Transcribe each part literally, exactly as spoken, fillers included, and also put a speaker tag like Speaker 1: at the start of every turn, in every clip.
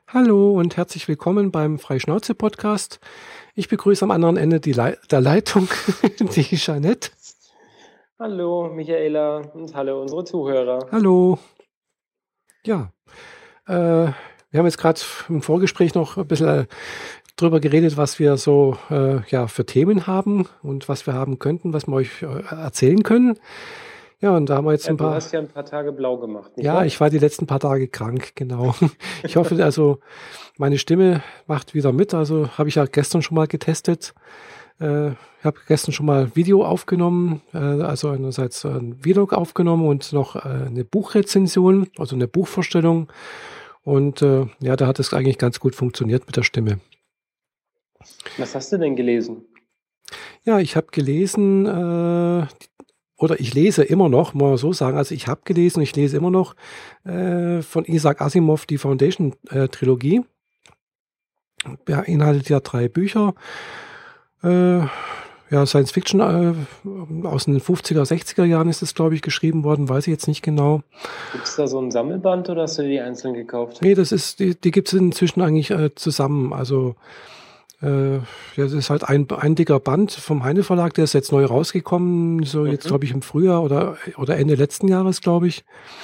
Speaker 1: Hallo und herzlich willkommen beim Freischnauze-Podcast. Ich begrüße am anderen Ende die Lei- der Leitung die Jeanette.
Speaker 2: Hallo Michaela und hallo unsere Zuhörer.
Speaker 1: Hallo. Ja, äh, wir haben jetzt gerade im Vorgespräch noch ein bisschen äh, drüber geredet, was wir so äh, ja, für Themen haben und was wir haben könnten, was wir euch äh, erzählen können. Ja, und da haben wir jetzt
Speaker 2: Ja,
Speaker 1: ein
Speaker 2: du
Speaker 1: paar...
Speaker 2: hast ja ein paar Tage blau gemacht, nicht
Speaker 1: Ja,
Speaker 2: wahr?
Speaker 1: ich war die letzten paar Tage krank, genau. Ich hoffe, also meine Stimme macht wieder mit. Also habe ich ja gestern schon mal getestet. Äh, ich habe gestern schon mal Video aufgenommen, äh, also einerseits ein Vlog aufgenommen und noch äh, eine Buchrezension, also eine Buchvorstellung. Und äh, ja, da hat es eigentlich ganz gut funktioniert mit der Stimme.
Speaker 2: Was hast du denn gelesen?
Speaker 1: Ja, ich habe gelesen, äh, oder ich lese immer noch, muss man so sagen, also ich habe gelesen und ich lese immer noch äh, von Isaac Asimov die Foundation-Trilogie. Beinhaltet ja drei Bücher. Äh, ja, Science Fiction äh, aus den fünfziger, sechziger Jahren ist es, glaube ich, geschrieben worden, weiß ich jetzt nicht genau.
Speaker 2: Gibt es da so ein Sammelband oder hast du die einzeln gekauft?
Speaker 1: Nee, das ist, die, die gibt es inzwischen eigentlich äh, zusammen. Also Äh, ja, das ist halt ein, ein dicker Band vom Heine Verlag, der ist jetzt neu rausgekommen, so jetzt
Speaker 2: Mhm.
Speaker 1: glaube ich im Frühjahr oder, oder Ende letzten Jahres, glaube ich.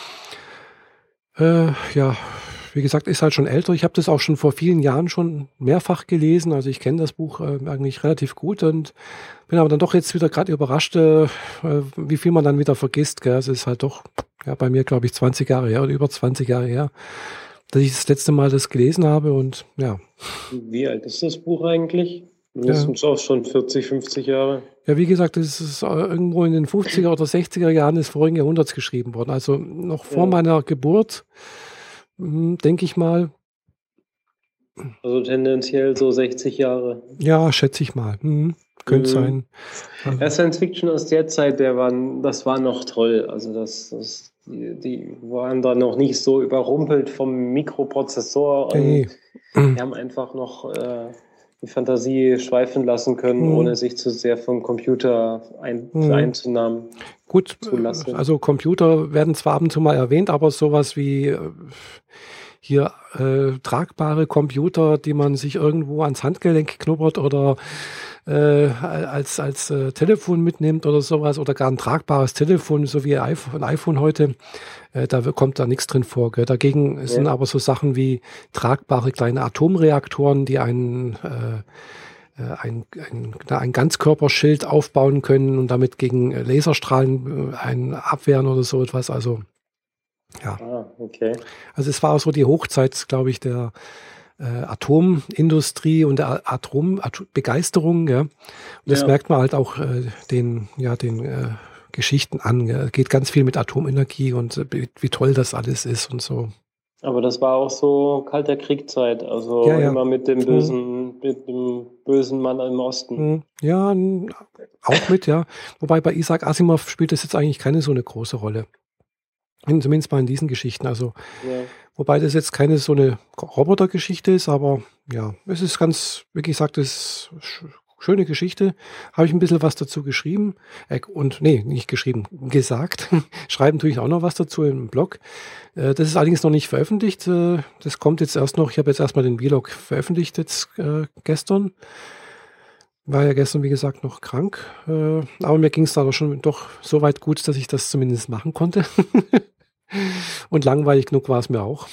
Speaker 1: Äh, ja, wie gesagt, ist halt schon älter. Ich habe das auch schon vor vielen Jahren schon mehrfach gelesen, also ich kenne das Buch äh, eigentlich relativ gut und bin aber dann doch jetzt wieder gerade überrascht, äh, wie viel man dann wieder vergisst. Gell? Es ist halt doch ja, bei mir, glaube ich, zwanzig Jahre her oder über zwanzig Jahre her, dass ich das letzte Mal das gelesen habe und ja.
Speaker 2: Wie alt ist das Buch eigentlich?
Speaker 1: Ja.
Speaker 2: Mindestens auch schon vierzig, fünfzig Jahre.
Speaker 1: Ja, wie gesagt, das ist äh, irgendwo in den fünfziger oder sechziger Jahren des vorigen Jahrhunderts geschrieben worden. Also noch vor
Speaker 2: Ja.
Speaker 1: meiner Geburt, hm, denke ich mal.
Speaker 2: Also tendenziell so sechzig Jahre.
Speaker 1: Ja, schätze ich mal. Hm, könnte
Speaker 2: Mhm.
Speaker 1: sein.
Speaker 2: Ja, Science Fiction aus der Zeit, der war, das war noch toll. Also das, das die, die waren da noch nicht so überrumpelt vom Mikroprozessor und
Speaker 1: Hey.
Speaker 2: die haben einfach noch äh, die Fantasie schweifen lassen können,
Speaker 1: Mhm.
Speaker 2: ohne sich zu sehr vom Computer ein,
Speaker 1: Mhm.
Speaker 2: einzunahmen
Speaker 1: Gut,
Speaker 2: zu lassen.
Speaker 1: also Computer werden zwar ab und zu mal erwähnt, aber sowas wie äh, hier äh, tragbare Computer, die man sich irgendwo ans Handgelenk knubbert oder äh, als, als äh, Telefon mitnimmt oder sowas oder gar ein tragbares Telefon, so wie ein iPhone, ein iPhone heute, äh, da kommt da nichts drin vor. Gell? Dagegen
Speaker 2: Ja.
Speaker 1: sind aber so Sachen wie tragbare kleine Atomreaktoren, die einen äh, Ein, ein, ein Ganzkörperschild aufbauen können und damit gegen Laserstrahlen äh, einen abwehren oder so etwas. Also, ja.
Speaker 2: Ah, okay.
Speaker 1: Also es war auch so die Hochzeit, glaube ich, der äh, Atomindustrie und der Atom, Atom Begeisterung. Ja. Und das
Speaker 2: Ja.
Speaker 1: merkt man halt auch äh, den, ja, den äh, Geschichten an. Ja. Geht ganz viel mit Atomenergie und äh, wie, wie toll das alles ist und so.
Speaker 2: Aber das war auch so kalter Kriegszeit, also
Speaker 1: Ja, ja.
Speaker 2: immer mit dem
Speaker 1: Mhm.
Speaker 2: bösen, mit dem bösen Mann im Osten.
Speaker 1: Hm, Ja, n- auch mit, ja. Wobei bei Isaac Asimov spielt das jetzt eigentlich keine so eine große Rolle. Zumindest mal in diesen Geschichten. Also,
Speaker 2: Ja.
Speaker 1: wobei das jetzt keine so eine Robotergeschichte ist, aber ja, es ist ganz, wie gesagt, es ist sch- schöne Geschichte. Habe ich ein bisschen was dazu geschrieben. Äh, und nee, nicht geschrieben, gesagt. Schreiben tue ich auch noch was dazu im Blog. Äh, das ist allerdings noch nicht veröffentlicht. Äh, das kommt jetzt erst noch. Ich habe jetzt erstmal den Vlog veröffentlicht jetzt äh, gestern. War ja gestern, wie gesagt, noch krank. Äh, aber mir ging es da doch schon doch so weit gut, dass ich das zumindest machen konnte. Und langweilig genug war es mir auch.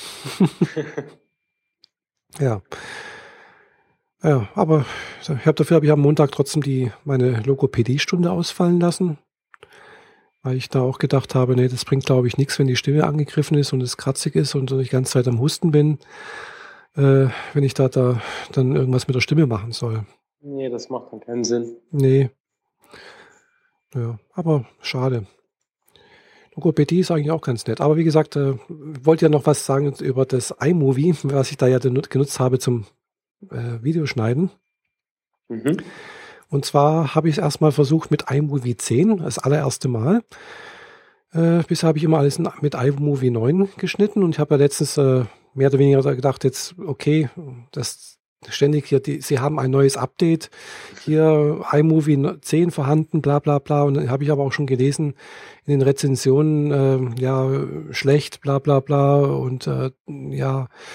Speaker 1: Ja. Ja, aber ich habe dafür habe ich am Montag trotzdem die meine Logopädie-Stunde ausfallen lassen, weil ich da auch gedacht habe, nee, das bringt, glaube ich, nichts, wenn die Stimme angegriffen ist und es kratzig ist und ich die ganze Zeit am Husten bin, äh, wenn ich da, da dann irgendwas mit der Stimme machen soll.
Speaker 2: Nee, das macht dann keinen Sinn.
Speaker 1: Nee. Ja, aber schade. Logopädie ist eigentlich auch ganz nett. Aber wie gesagt, äh, wollte ja noch was sagen über das iMovie, was ich da ja den- genutzt habe zum äh, Videoschneiden.
Speaker 2: Mhm.
Speaker 1: Und zwar habe ich es erstmal versucht mit iMovie zehn, das allererste Mal. Äh, bisher habe ich immer alles mit iMovie neun geschnitten und ich habe ja letztens äh, mehr oder weniger gedacht, jetzt okay, das ständig hier, die, sie haben ein neues Update, hier iMovie zehn vorhanden, bla bla bla. Und dann habe ich aber auch schon gelesen in den Rezensionen, äh, ja, schlecht, bla bla bla. Und äh, ja,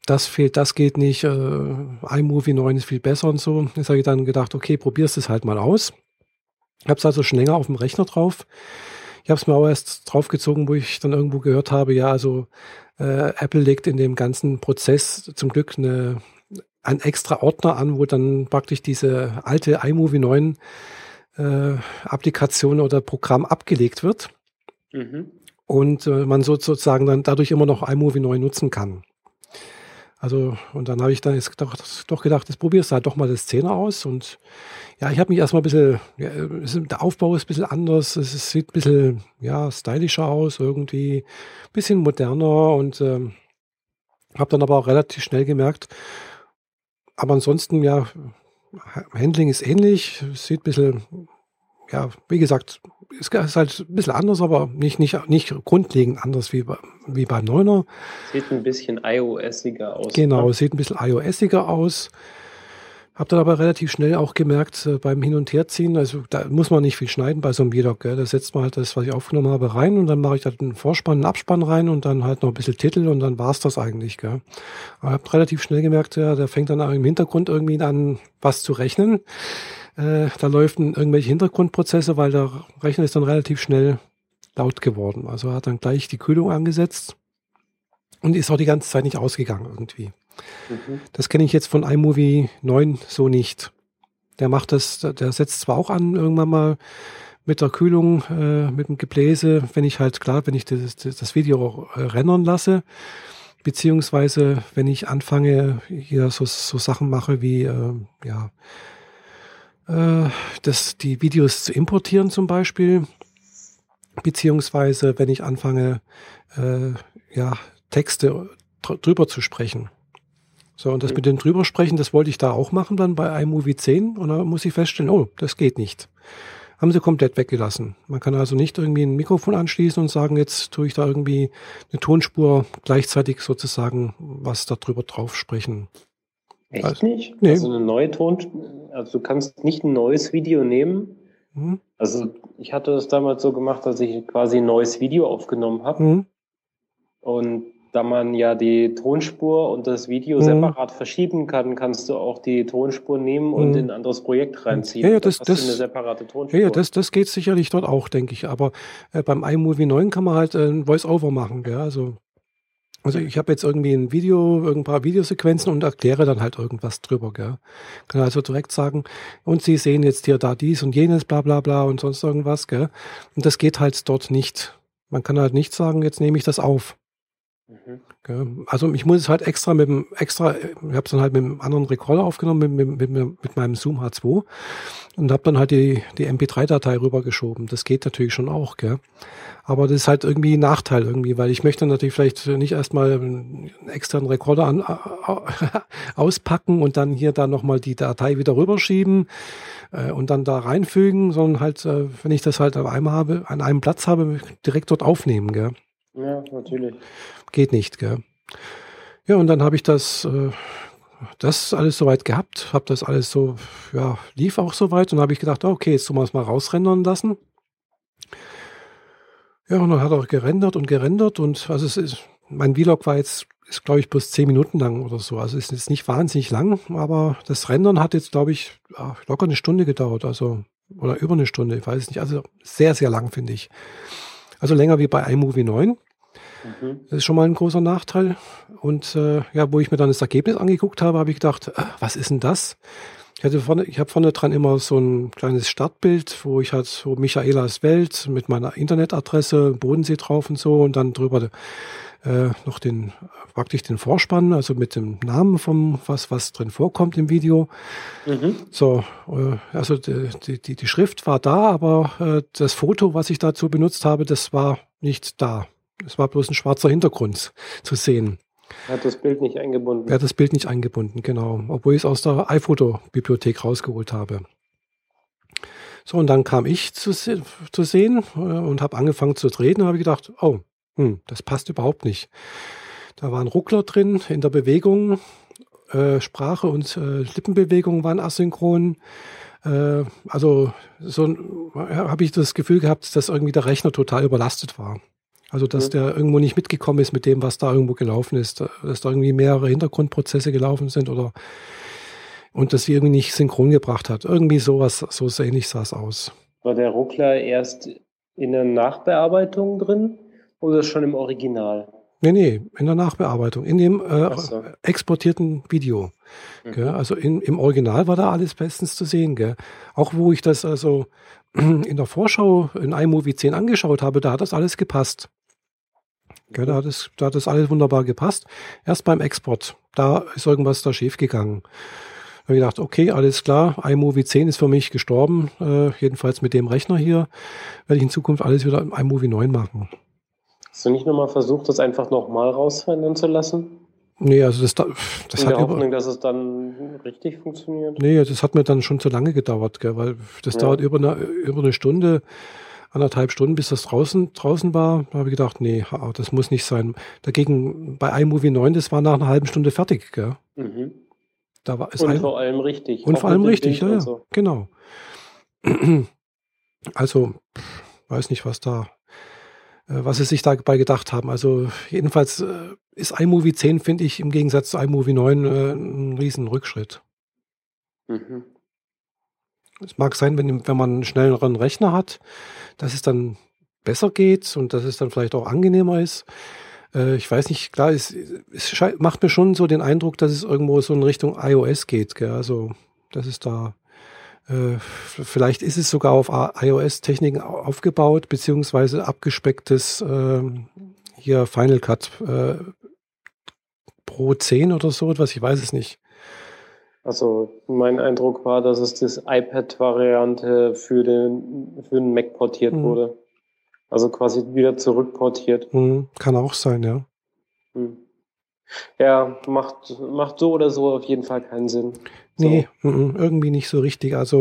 Speaker 1: das fehlt, das geht nicht, äh, iMovie neun ist viel besser und so. Jetzt habe ich dann gedacht, okay, probierst es halt mal aus. Ich habe es also schon länger auf dem Rechner drauf. Ich habe es mir auch erst draufgezogen, wo ich dann irgendwo gehört habe, ja, also äh, Apple legt in dem ganzen Prozess zum Glück eine, einen extra Ordner an, wo dann praktisch diese alte iMovie neun äh, Applikation oder Programm abgelegt wird. Mhm. Und äh, man so, sozusagen dann dadurch immer noch iMovie neun nutzen kann. Also, und dann habe ich dann jetzt doch, doch gedacht, jetzt probierst du halt doch mal das Zehner aus. Und ja, ich habe mich erstmal ein bisschen, ja, der Aufbau ist ein bisschen anders, es, es sieht ein bisschen, ja, stylischer aus, irgendwie ein bisschen moderner und ähm, habe dann aber auch relativ schnell gemerkt, aber ansonsten, ja, Handling ist ähnlich, es sieht ein bisschen, ja, wie gesagt, es ist halt ein bisschen anders, aber nicht, nicht, nicht grundlegend anders wie, wie beim neuner.
Speaker 2: Sieht ein bisschen iOSiger aus.
Speaker 1: Genau, ne? Sieht ein bisschen iOSiger aus. Hab dann aber relativ schnell auch gemerkt, äh, beim Hin- und Herziehen, also da muss man nicht viel schneiden bei so einem Vlog, gell? Da setzt man halt das, was ich aufgenommen habe, rein und dann mache ich da einen Vorspann, einen Abspann rein und dann halt noch ein bisschen Titel und dann war's das eigentlich, gell? Aber ich habe relativ schnell gemerkt, ja, der fängt dann auch im Hintergrund irgendwie an, was zu rechnen. Äh, da läufen irgendwelche Hintergrundprozesse, weil der Rechner ist dann relativ schnell laut geworden. Also er hat dann gleich die Kühlung angesetzt und ist auch die ganze Zeit nicht ausgegangen irgendwie. Mhm. Das kenne ich jetzt von iMovie neun so nicht. Der macht das, der setzt zwar auch an irgendwann mal mit der Kühlung, äh, mit dem Gebläse, wenn ich halt, klar, wenn ich das, das Video äh, rendern lasse, beziehungsweise wenn ich anfange, hier so, so Sachen mache wie, äh, ja, äh, das, die Videos zu importieren zum Beispiel, beziehungsweise wenn ich anfange, äh, ja, Texte dr- drüber zu sprechen. So, und das mhm. mit dem drüber sprechen, das wollte ich da auch machen dann bei iMovie zehn und da muss ich feststellen, oh, das geht nicht. Haben sie komplett weggelassen. Man kann also nicht irgendwie ein Mikrofon anschließen und sagen, jetzt tue ich da irgendwie eine Tonspur gleichzeitig sozusagen was da drüber drauf sprechen.
Speaker 2: Echt also, nicht? Nee. Also eine neue Tonspur, also du kannst nicht ein neues Video nehmen. Mhm. Also ich hatte das damals so gemacht, dass ich quasi ein neues Video aufgenommen habe. Mhm. Und da man ja die Tonspur und das Video mhm. separat verschieben kann, kannst du auch die Tonspur nehmen und mhm. in ein anderes Projekt reinziehen.
Speaker 1: Ja, ja, das,
Speaker 2: das
Speaker 1: das,
Speaker 2: eine separate Tonspur.
Speaker 1: Ja, ja, das, das geht sicherlich dort auch, denke ich. Aber äh, beim iMovie neun kann man halt äh, ein Voice-Over machen. Gell? Also, also ich habe jetzt irgendwie ein Video, ein paar Videosequenzen und erkläre dann halt irgendwas drüber. Gell? Kann also direkt sagen, und Sie sehen jetzt hier da dies und jenes, bla bla bla und sonst irgendwas. Gell? Und das geht halt dort nicht. Man kann halt nicht sagen, jetzt nehme ich das auf. Mhm. Also ich muss es halt extra mit dem extra, ich habe es dann halt mit einem anderen Rekorder aufgenommen, mit, mit, mit, mit meinem Zoom H zwei und habe dann halt die, die M P drei Datei rübergeschoben. Das geht natürlich schon auch, gell? Aber das ist halt irgendwie ein Nachteil irgendwie, weil ich möchte natürlich vielleicht nicht erstmal einen externen Rekorder an, auspacken und dann hier dann nochmal die Datei wieder rüberschieben äh, und dann da reinfügen, sondern halt, äh, wenn ich das halt an einem habe, an einem Platz habe, direkt dort aufnehmen, gell?
Speaker 2: Ja, natürlich.
Speaker 1: Geht nicht, gell? Ja, und dann habe ich das, äh, das alles soweit gehabt, habe das alles so, ja, lief auch soweit und habe ich gedacht, okay, jetzt tun wir es mal rausrendern lassen. Ja, und dann hat er gerendert und gerendert und also es ist, mein Vlog war jetzt, ist glaube ich bloß zehn Minuten lang oder so, also ist jetzt nicht wahnsinnig lang, aber das Rendern hat jetzt glaube ich ja, locker eine Stunde gedauert, also oder über eine Stunde, ich weiß es nicht, also sehr, sehr lang finde ich. Also länger wie bei iMovie neun. Mhm. Das ist schon mal ein großer Nachteil. Und äh, ja, wo ich mir dann das Ergebnis angeguckt habe, habe ich gedacht, äh, was ist denn das? Ich hatte vorne, ich habe vorne dran immer so ein kleines Startbild, wo ich halt so Michaelas Welt mit meiner Internetadresse, Bodensee drauf und so und dann drüber äh, noch den praktisch den Vorspann, also mit dem Namen vom was was drin vorkommt im Video. Mhm. So, äh, also die, die die Schrift war da, aber äh, das Foto, was ich dazu benutzt habe, das war nicht da. Es war bloß ein schwarzer Hintergrund zu sehen.
Speaker 2: Er hat das Bild nicht eingebunden.
Speaker 1: Er hat das Bild nicht eingebunden, genau. Obwohl ich es aus der iPhoto-Bibliothek rausgeholt habe. So, und dann kam ich zu, se- zu sehen äh, und habe angefangen zu reden und habe gedacht, oh, hm, das passt überhaupt nicht. Da war ein Ruckler drin in der Bewegung. Äh, Sprache und äh, Lippenbewegungen waren asynchron. Äh, also so ja, habe ich das Gefühl gehabt, dass irgendwie der Rechner total überlastet war. Also, dass mhm. der irgendwo nicht mitgekommen ist mit dem, was da irgendwo gelaufen ist. Dass da irgendwie mehrere Hintergrundprozesse gelaufen sind oder und das irgendwie nicht synchron gebracht hat. Irgendwie sowas, so ähnlich sah es aus.
Speaker 2: War der Ruckler erst in der Nachbearbeitung drin oder schon im Original?
Speaker 1: Nee, nee, in der Nachbearbeitung, in dem äh, so. exportierten Video. Mhm. Gell? Also in, im Original war da alles bestens zu sehen. Gell? Auch wo ich das also in der Vorschau in iMovie zehn angeschaut habe, da hat das alles gepasst. Gell? Da hat es, da hat das alles wunderbar gepasst. Erst beim Export, da ist irgendwas da schief gegangen. Da habe ich gedacht, okay, alles klar, iMovie zehn ist für mich gestorben. Äh, jedenfalls mit dem Rechner hier werde ich in Zukunft alles wieder im iMovie neun machen.
Speaker 2: Hast du nicht nochmal versucht, das einfach nochmal rausverändern zu lassen?
Speaker 1: Nee, also das, das
Speaker 2: In
Speaker 1: hat
Speaker 2: der Hoffnung, über, dass es dann richtig funktioniert?
Speaker 1: Nee, das hat mir dann schon zu lange gedauert, gell, weil das ja. dauert über eine, über eine Stunde, anderthalb Stunden, bis das draußen, draußen war. Da habe ich gedacht, nee, das muss nicht sein. Dagegen bei iMovie neun, das war nach einer halben Stunde fertig. Gell.
Speaker 2: Mhm.
Speaker 1: Da war, ist
Speaker 2: und
Speaker 1: ein,
Speaker 2: vor allem richtig.
Speaker 1: Und vor allem richtig, ja, ja,
Speaker 2: so.
Speaker 1: genau. Also, weiß nicht, was da, was sie sich dabei gedacht haben. Also jedenfalls ist iMovie zehn, finde ich, im Gegensatz zu iMovie neun äh, ein riesen Rückschritt.
Speaker 2: Mhm.
Speaker 1: Es mag sein, wenn, wenn man einen schnelleren Rechner hat, dass es dann besser geht und dass es dann vielleicht auch angenehmer ist. Äh, ich weiß nicht, klar, es, es macht mir schon so den Eindruck, dass es irgendwo so in Richtung iOS geht. Gell? Also, das ist da Äh, vielleicht ist es sogar auf iOS-Techniken aufgebaut, beziehungsweise abgespecktes äh, hier Final Cut äh, Pro zehn oder so etwas, ich weiß es nicht.
Speaker 2: Also mein Eindruck war, dass es das iPad-Variante für den, für den Mac portiert hm. wurde. Also quasi wieder zurückportiert.
Speaker 1: Hm, kann auch sein, ja.
Speaker 2: Hm. Ja, macht, macht so oder so auf jeden Fall keinen Sinn. So.
Speaker 1: Nee, m-m, irgendwie nicht so richtig. Also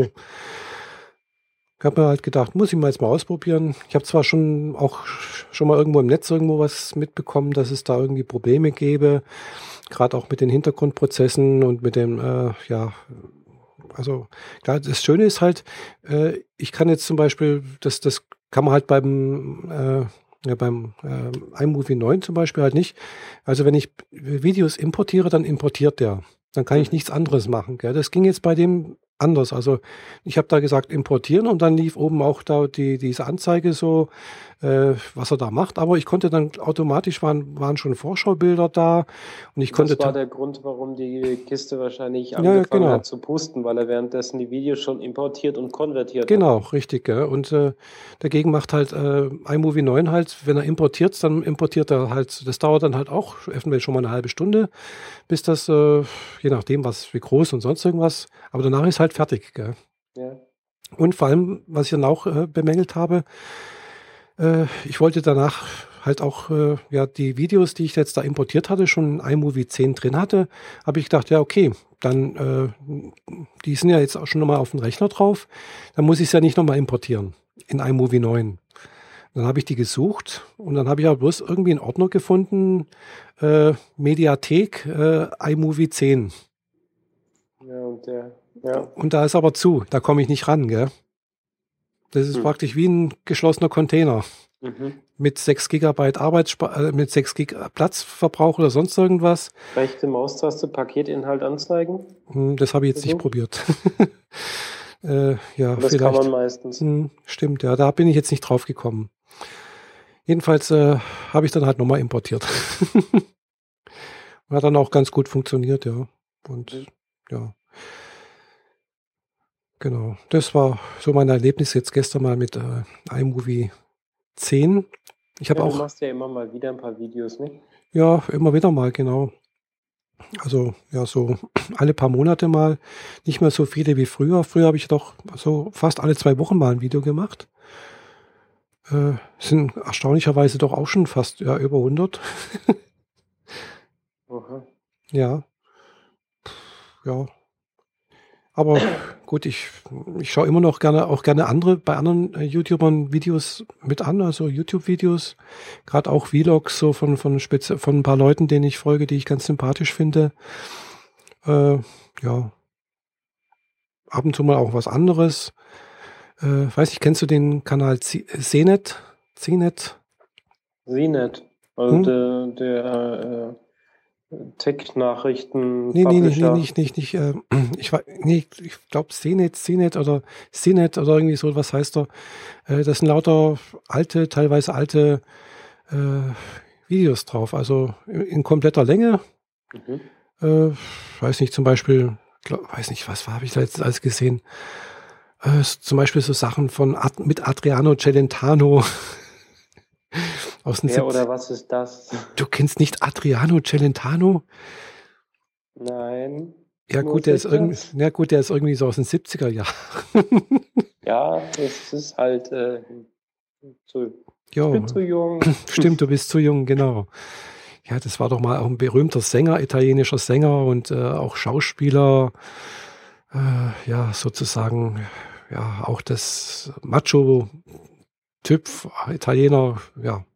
Speaker 1: ich habe mir halt gedacht, muss ich mal jetzt mal ausprobieren. Ich habe zwar schon auch schon mal irgendwo im Netz irgendwo was mitbekommen, dass es da irgendwie Probleme gäbe, gerade auch mit den Hintergrundprozessen und mit dem, äh, ja, also klar, das Schöne ist halt, äh, ich kann jetzt zum Beispiel, das, das kann man halt beim äh, Ja, beim äh, iMovie neun zum Beispiel halt nicht. Also wenn ich Videos importiere, dann importiert der. Dann kann ich nichts anderes machen. Gell? Das ging jetzt bei dem anders. Also ich habe da gesagt importieren und dann lief oben auch da die, diese Anzeige so, äh, was er da macht. Aber ich konnte dann automatisch, waren, waren schon Vorschaubilder da. Und ich konnte
Speaker 2: das war der Grund, warum die Kiste wahrscheinlich
Speaker 1: angefangen ja, genau.
Speaker 2: hat zu pusten, weil er währenddessen die Videos schon importiert und konvertiert
Speaker 1: genau,
Speaker 2: hat.
Speaker 1: Genau, richtig. Gell? Und äh, dagegen macht halt äh, iMovie neun halt, wenn er importiert, dann importiert er halt, das dauert dann halt auch eventuell schon mal eine halbe Stunde, bis das, äh, je nachdem, was wie groß und sonst irgendwas, aber danach ist halt fertig. Gell?
Speaker 2: Ja.
Speaker 1: Und vor allem, was ich dann auch äh, bemängelt habe, äh, ich wollte danach halt auch äh, ja die Videos, die ich jetzt da importiert hatte, schon in iMovie zehn drin hatte, habe ich gedacht, ja okay, dann äh, die sind ja jetzt auch schon nochmal auf dem Rechner drauf, dann muss ich es ja nicht nochmal importieren in iMovie neun. Dann habe ich die gesucht und dann habe ich aber bloß irgendwie einen Ordner gefunden, äh, Mediathek äh, iMovie zehn.
Speaker 2: Ja, und der, ja.
Speaker 1: Und da ist aber zu, da komme ich nicht ran, gell? Das ist hm. praktisch wie ein geschlossener Container.
Speaker 2: Mhm.
Speaker 1: Mit sechs Gigabyte Arbeitsspa- äh, mit sechs Gigabyte Platzverbrauch oder sonst irgendwas.
Speaker 2: Rechte Maustaste, Paketinhalt anzeigen?
Speaker 1: Hm, das habe ich jetzt mhm. nicht probiert. äh, ja,
Speaker 2: das
Speaker 1: vielleicht.
Speaker 2: kann man meistens.
Speaker 1: Hm, stimmt, ja, da bin ich jetzt nicht drauf gekommen. Jedenfalls äh, habe ich dann halt nochmal importiert. Hat dann auch ganz gut funktioniert, ja. Und mhm. ja. Genau. Das war so mein Erlebnis jetzt gestern mal mit äh, iMovie zehn. Ich habe
Speaker 2: ja,
Speaker 1: auch.
Speaker 2: Du machst ja immer mal wieder ein paar Videos, ne?
Speaker 1: Ja, immer wieder mal, genau. Also ja, so alle paar Monate mal. Nicht mehr so viele wie früher. Früher habe ich doch so fast alle zwei Wochen mal ein Video gemacht. Äh, sind erstaunlicherweise doch auch schon fast ja, über hundert.
Speaker 2: Aha.
Speaker 1: Ja. Ja. Aber gut, ich, ich schaue immer noch gerne auch gerne andere bei anderen äh, YouTubern Videos mit an, also YouTube-Videos, gerade auch Vlogs so von von spezi- von ein paar Leuten, denen ich folge, die ich ganz sympathisch finde. Äh, ja, ab und zu mal auch was anderes. Äh, weiß nicht, kennst du den Kanal C- CNET? CNET?
Speaker 2: C-Net, also hm? der, der äh, Tech-Nachrichten.
Speaker 1: Nee, nee, nee, nicht, nicht, nicht. Äh, ich nee, ich glaube C-Net, C-Net oder C-Net oder irgendwie so, was heißt er? Äh, das sind lauter alte, teilweise alte äh, Videos drauf, also in, in kompletter Länge. Mhm. Äh, weiß nicht, zum Beispiel, glaub, weiß nicht, was habe ich da jetzt alles gesehen? Äh, zum Beispiel so Sachen von Ad, mit Adriano Celentano.
Speaker 2: Aus den Wer oder was ist das?
Speaker 1: Du kennst nicht Adriano Celentano?
Speaker 2: Nein.
Speaker 1: Ja gut, der ist irgendwie, ja gut, der ist irgendwie so aus den siebziger Jahren.
Speaker 2: Ja, es ist halt äh, zu,
Speaker 1: jo.
Speaker 2: Ich bin zu jung.
Speaker 1: Stimmt, du bist zu jung, genau. Ja, das war doch mal auch ein berühmter Sänger, italienischer Sänger und äh, auch Schauspieler. Äh, ja, sozusagen, ja, auch das Macho-Typ, Italiener, ja.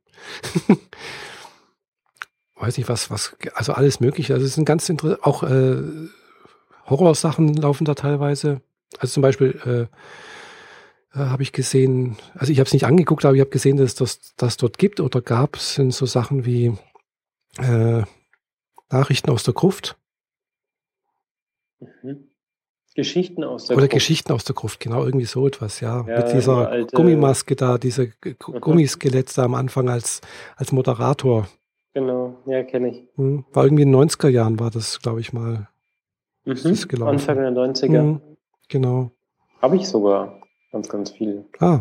Speaker 1: Weiß nicht, was, was, also alles Mögliche. Also es sind ganz interessant, auch äh, Horrorsachen laufen da teilweise. Also zum Beispiel äh, äh, habe ich gesehen, also ich habe es nicht angeguckt, aber ich habe gesehen, dass das, das dort gibt oder gab, sind so Sachen wie äh, Nachrichten aus der Gruft.
Speaker 2: Mhm. Geschichten aus der
Speaker 1: Oder
Speaker 2: Gruft.
Speaker 1: Geschichten aus der Gruft, genau, irgendwie so etwas, ja. ja mit dieser alte... Gummimaske da, diese G mhm. Gummiskelett da am Anfang als, als Moderator.
Speaker 2: Genau, ja, kenne ich.
Speaker 1: War irgendwie in den neunziger Jahren, war das, glaube ich mal.
Speaker 2: Mhm. Ist das gelaufen. Anfang der neunziger. Mhm.
Speaker 1: Genau.
Speaker 2: Habe ich sogar ganz, ganz viel.
Speaker 1: Ah.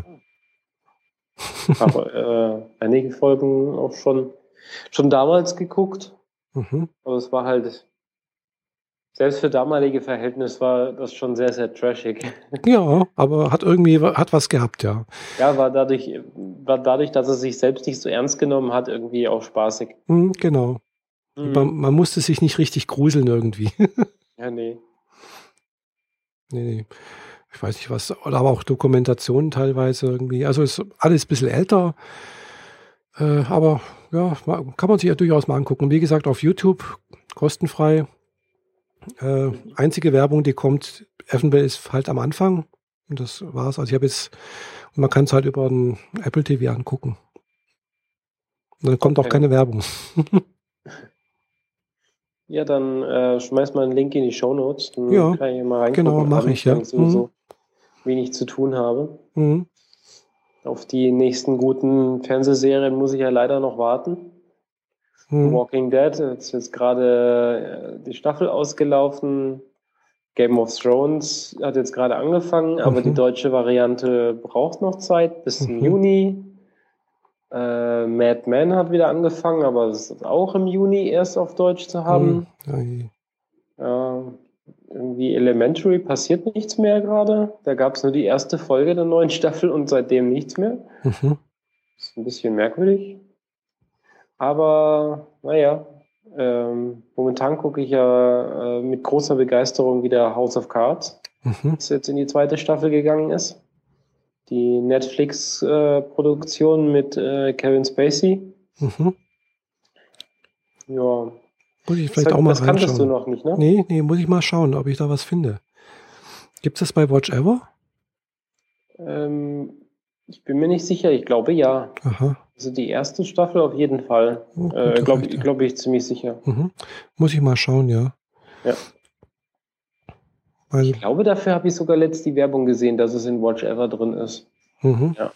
Speaker 2: Habe äh, einige Folgen auch schon, schon damals geguckt.
Speaker 1: Mhm.
Speaker 2: Aber es war halt, selbst für damalige Verhältnisse war das schon sehr, sehr trashig.
Speaker 1: Ja, aber hat irgendwie, hat was gehabt, ja.
Speaker 2: Ja, war dadurch, war dadurch, dass es sich selbst nicht so ernst genommen hat, irgendwie auch spaßig.
Speaker 1: Mhm, genau. Mhm. Man, man musste sich nicht richtig gruseln irgendwie.
Speaker 2: Ja, nee.
Speaker 1: Nee, nee. Ich weiß nicht was, oder aber auch Dokumentationen teilweise irgendwie. Also ist alles ein bisschen älter. Äh, aber ja, kann man sich ja durchaus mal angucken. Wie gesagt, auf YouTube, kostenfrei. Äh, einzige Werbung, die kommt, eventuell ist halt am Anfang. Und das war's. Also ich habe jetzt, man kann es halt über ein Apple T V angucken. Und dann kommt okay. auch keine Werbung.
Speaker 2: Ja, dann äh, schmeiß mal einen Link in die Shownotes. Dann
Speaker 1: ja,
Speaker 2: kann ich mal reingucken.
Speaker 1: Genau, mache ich, ja.
Speaker 2: Wenn ich sowieso mhm. wenig zu tun habe.
Speaker 1: Mhm.
Speaker 2: Auf die nächsten guten Fernsehserien muss ich ja leider noch warten. Mhm. Walking Dead, jetzt ist gerade die Staffel ausgelaufen. Game of Thrones hat jetzt gerade angefangen, aber mhm. die deutsche Variante braucht noch Zeit bis zum mhm. Juni. Äh, Mad Men hat wieder angefangen, aber es ist auch im Juni erst auf Deutsch zu haben.
Speaker 1: Mhm.
Speaker 2: Ja, irgendwie Elementary passiert nichts mehr gerade. Da gab es nur die erste Folge der neuen Staffel und seitdem nichts mehr.
Speaker 1: Mhm.
Speaker 2: Das ist ein bisschen merkwürdig. Aber naja, ähm, momentan gucke ich ja äh, mit großer Begeisterung wieder House of Cards,
Speaker 1: mhm.
Speaker 2: das jetzt in die zweite Staffel gegangen ist. Die Netflix-Produktion äh, mit äh, Kevin Spacey.
Speaker 1: Mhm.
Speaker 2: Ja.
Speaker 1: Muss ich vielleicht das, auch mal
Speaker 2: das
Speaker 1: reinschauen.
Speaker 2: Das kanntest du noch nicht, ne?
Speaker 1: Nee, nee, muss ich mal schauen, ob ich da was finde. Gibt es das bei Watch Ever?
Speaker 2: Ähm, ich bin mir nicht sicher, ich glaube ja.
Speaker 1: Aha.
Speaker 2: Also die erste Staffel auf jeden Fall.
Speaker 1: Oh,
Speaker 2: äh, glaube ja. glaub ich ziemlich sicher.
Speaker 1: Mhm. Muss ich mal schauen, ja.
Speaker 2: Ja.
Speaker 1: Weil,
Speaker 2: ich glaube, dafür habe ich sogar letzt die Werbung gesehen, dass es in Watch Ever drin ist.
Speaker 1: Mhm.
Speaker 2: Ja.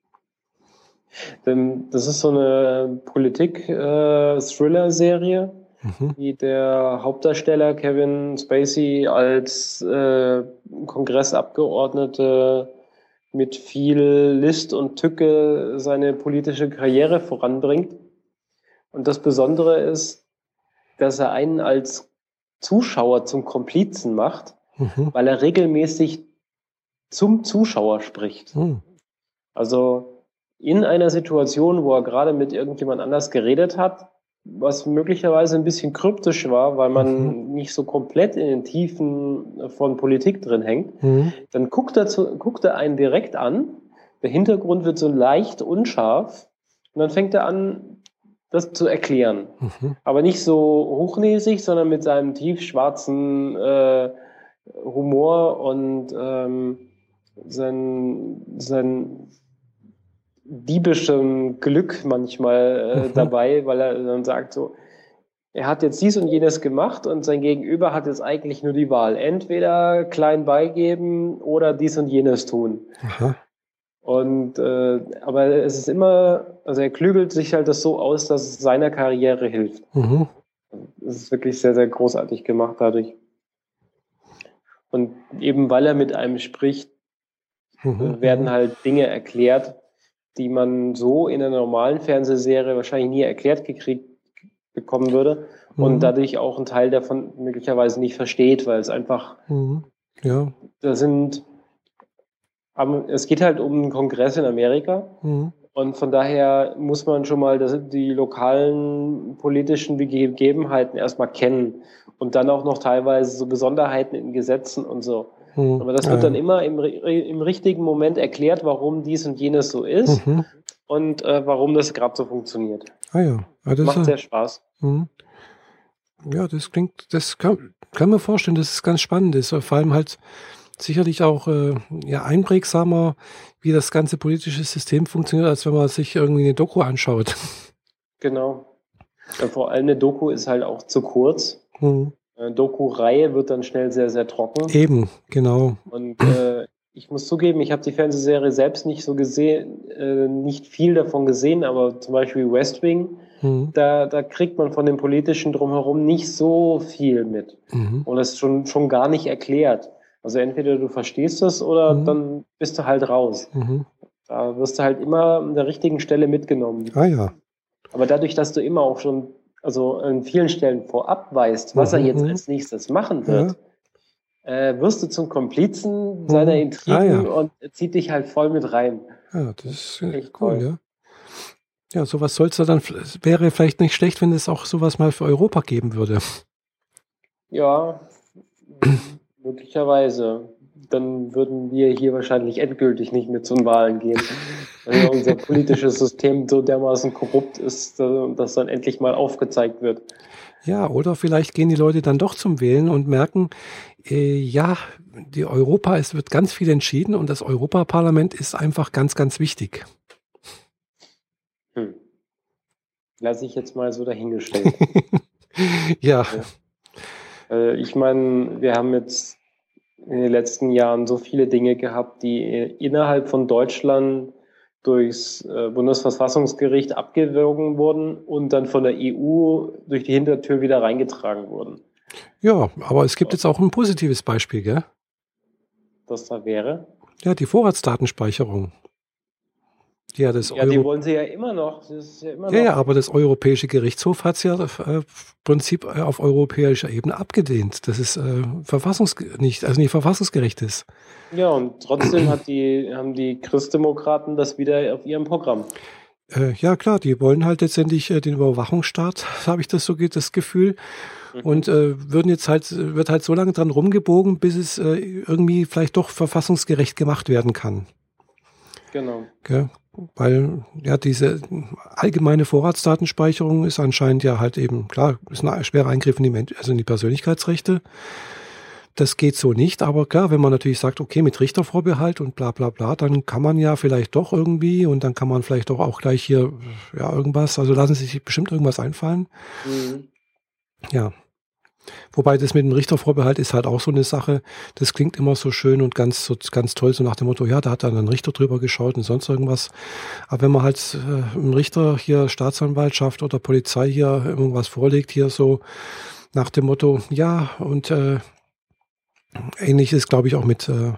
Speaker 2: Das ist so eine Politik-Thriller-Serie,
Speaker 1: mhm.
Speaker 2: die der Hauptdarsteller Kevin Spacey als äh, Kongressabgeordnete mit viel List und Tücke seine politische Karriere voranbringt. Und das Besondere ist, dass er einen als Zuschauer zum Komplizen macht,
Speaker 1: mhm.
Speaker 2: weil er regelmäßig zum Zuschauer spricht.
Speaker 1: Mhm.
Speaker 2: Also in einer Situation, wo er gerade mit irgendjemand anders geredet hat, was möglicherweise ein bisschen kryptisch war, weil man mhm. nicht so komplett in den Tiefen von Politik drin hängt,
Speaker 1: mhm.
Speaker 2: dann guckt er, zu, guckt er einen direkt an, der Hintergrund wird so leicht unscharf und dann fängt er an, das zu erklären.
Speaker 1: Mhm.
Speaker 2: Aber nicht so hochnäsig, sondern mit seinem tiefschwarzen äh, Humor und ähm, sein, sein diebischem Glück manchmal äh, mhm. dabei, weil er dann sagt so, er hat jetzt dies und jenes gemacht und sein Gegenüber hat jetzt eigentlich nur die Wahl. Entweder klein beigeben oder dies und jenes tun. Aha. Und äh, aber es ist immer, also er klügelt sich halt das so aus, dass es seiner Karriere hilft. Mhm. Das ist wirklich sehr, sehr großartig gemacht dadurch. Und eben weil er mit einem spricht, mhm. werden halt Dinge erklärt, die man so in einer normalen Fernsehserie wahrscheinlich nie erklärt gekriegt bekommen würde und mhm. dadurch auch einen Teil davon möglicherweise nicht versteht, weil es einfach,
Speaker 1: mhm. ja.
Speaker 2: da sind, es geht halt um einen Kongress in Amerika mhm. und von daher muss man schon mal das, die lokalen politischen Gegebenheiten erstmal kennen und dann auch noch teilweise so Besonderheiten in Gesetzen und so. Mhm. Aber das wird ja. dann immer im, im richtigen Moment erklärt, warum dies und jenes so ist mhm. und äh, warum das gerade so funktioniert.
Speaker 1: Ah ja. Ah, das
Speaker 2: Macht
Speaker 1: ist,
Speaker 2: sehr Spaß.
Speaker 1: Mhm. Ja, das klingt, das kann, kann man vorstellen, dass es ganz spannend ist. Vor allem halt sicherlich auch äh, ja, einprägsamer, wie das ganze politische System funktioniert, als wenn man sich irgendwie eine Doku anschaut.
Speaker 2: Genau. Ja, vor allem eine Doku ist halt auch zu kurz. Mhm. Eine Doku-Reihe wird dann schnell sehr, sehr trocken.
Speaker 1: Eben, genau.
Speaker 2: Und äh, ich muss zugeben, ich habe die Fernsehserie selbst nicht so gesehen, äh, nicht viel davon gesehen, aber zum Beispiel West Wing, mhm. da, da kriegt man von dem Politischen drumherum nicht so viel mit. Mhm. Und das ist schon, schon gar nicht erklärt. Also entweder du verstehst es oder mhm. dann bist du halt raus. Mhm. Da wirst du halt immer an der richtigen Stelle mitgenommen.
Speaker 1: Ah ja.
Speaker 2: Aber dadurch, dass du immer auch schon, also an vielen Stellen vorab weißt, was mhm. er jetzt als nächstes machen wird, ja. äh, wirst du zum Komplizen mhm. seiner Intrigen ah, ja. und zieht dich halt voll mit rein.
Speaker 1: Ja, das ist echt cool, toll. ja. Ja, sowas soll's ja dann, wäre vielleicht nicht schlecht, wenn es auch sowas mal für Europa geben würde.
Speaker 2: Ja, möglicherweise. Dann würden wir hier wahrscheinlich endgültig nicht mehr zu den Wahlen gehen. Weil unser politisches System so dermaßen korrupt ist, dass dann endlich mal aufgezeigt wird.
Speaker 1: Ja, oder vielleicht gehen die Leute dann doch zum Wählen und merken, äh, ja, die Europa, es wird ganz viel entschieden und das Europaparlament ist einfach ganz, ganz wichtig.
Speaker 2: Hm. Lass ich jetzt mal so dahingestellt.
Speaker 1: ja.
Speaker 2: ja. Äh, ich meine, wir haben jetzt in den letzten Jahren so viele Dinge gehabt, die innerhalb von Deutschland durchs äh, Bundesverfassungsgericht abgewogen wurden und dann von der E U durch die Hintertür wieder reingetragen wurden.
Speaker 1: Ja, aber es gibt jetzt auch ein positives Beispiel, gell?
Speaker 2: Das da wäre?
Speaker 1: Ja, die Vorratsdatenspeicherung. Ja, das
Speaker 2: ja die wollen sie ja immer noch. Das ist ja, immer
Speaker 1: ja,
Speaker 2: noch.
Speaker 1: ja, aber das Europäische Gerichtshof hat es ja äh, im Prinzip äh, auf europäischer Ebene abgelehnt, dass es äh, verfassungs nicht, also nicht verfassungsgerecht ist.
Speaker 2: Ja, und trotzdem hat die, haben die Christdemokraten das wieder auf ihrem Programm.
Speaker 1: Äh, ja, klar, die wollen halt letztendlich äh, den Überwachungsstaat, habe ich das so geht, das Gefühl. Mhm. Und äh, würden jetzt halt, wird halt so lange dran rumgebogen, bis es äh, irgendwie vielleicht doch verfassungsgerecht gemacht werden kann.
Speaker 2: Genau.
Speaker 1: Okay? Weil ja diese allgemeine Vorratsdatenspeicherung ist anscheinend ja halt eben, klar, ist ein schwerer Eingriff in die, Men- also in die Persönlichkeitsrechte. Das geht so nicht, aber klar, wenn man natürlich sagt, okay, mit Richtervorbehalt und bla bla bla, dann kann man ja vielleicht doch irgendwie und dann kann man vielleicht doch auch gleich hier, ja, irgendwas, also lassen Sie sich bestimmt irgendwas einfallen. Mhm. Ja. Wobei das mit dem Richtervorbehalt ist halt auch so eine Sache, das klingt immer so schön und ganz so, ganz toll, so nach dem Motto, ja, da hat dann ein Richter drüber geschaut und sonst irgendwas. Aber wenn man halt äh, einem Richter hier Staatsanwaltschaft oder Polizei hier irgendwas vorlegt, hier so nach dem Motto, ja, und äh, ähnlich ist, glaube ich, auch mit, äh,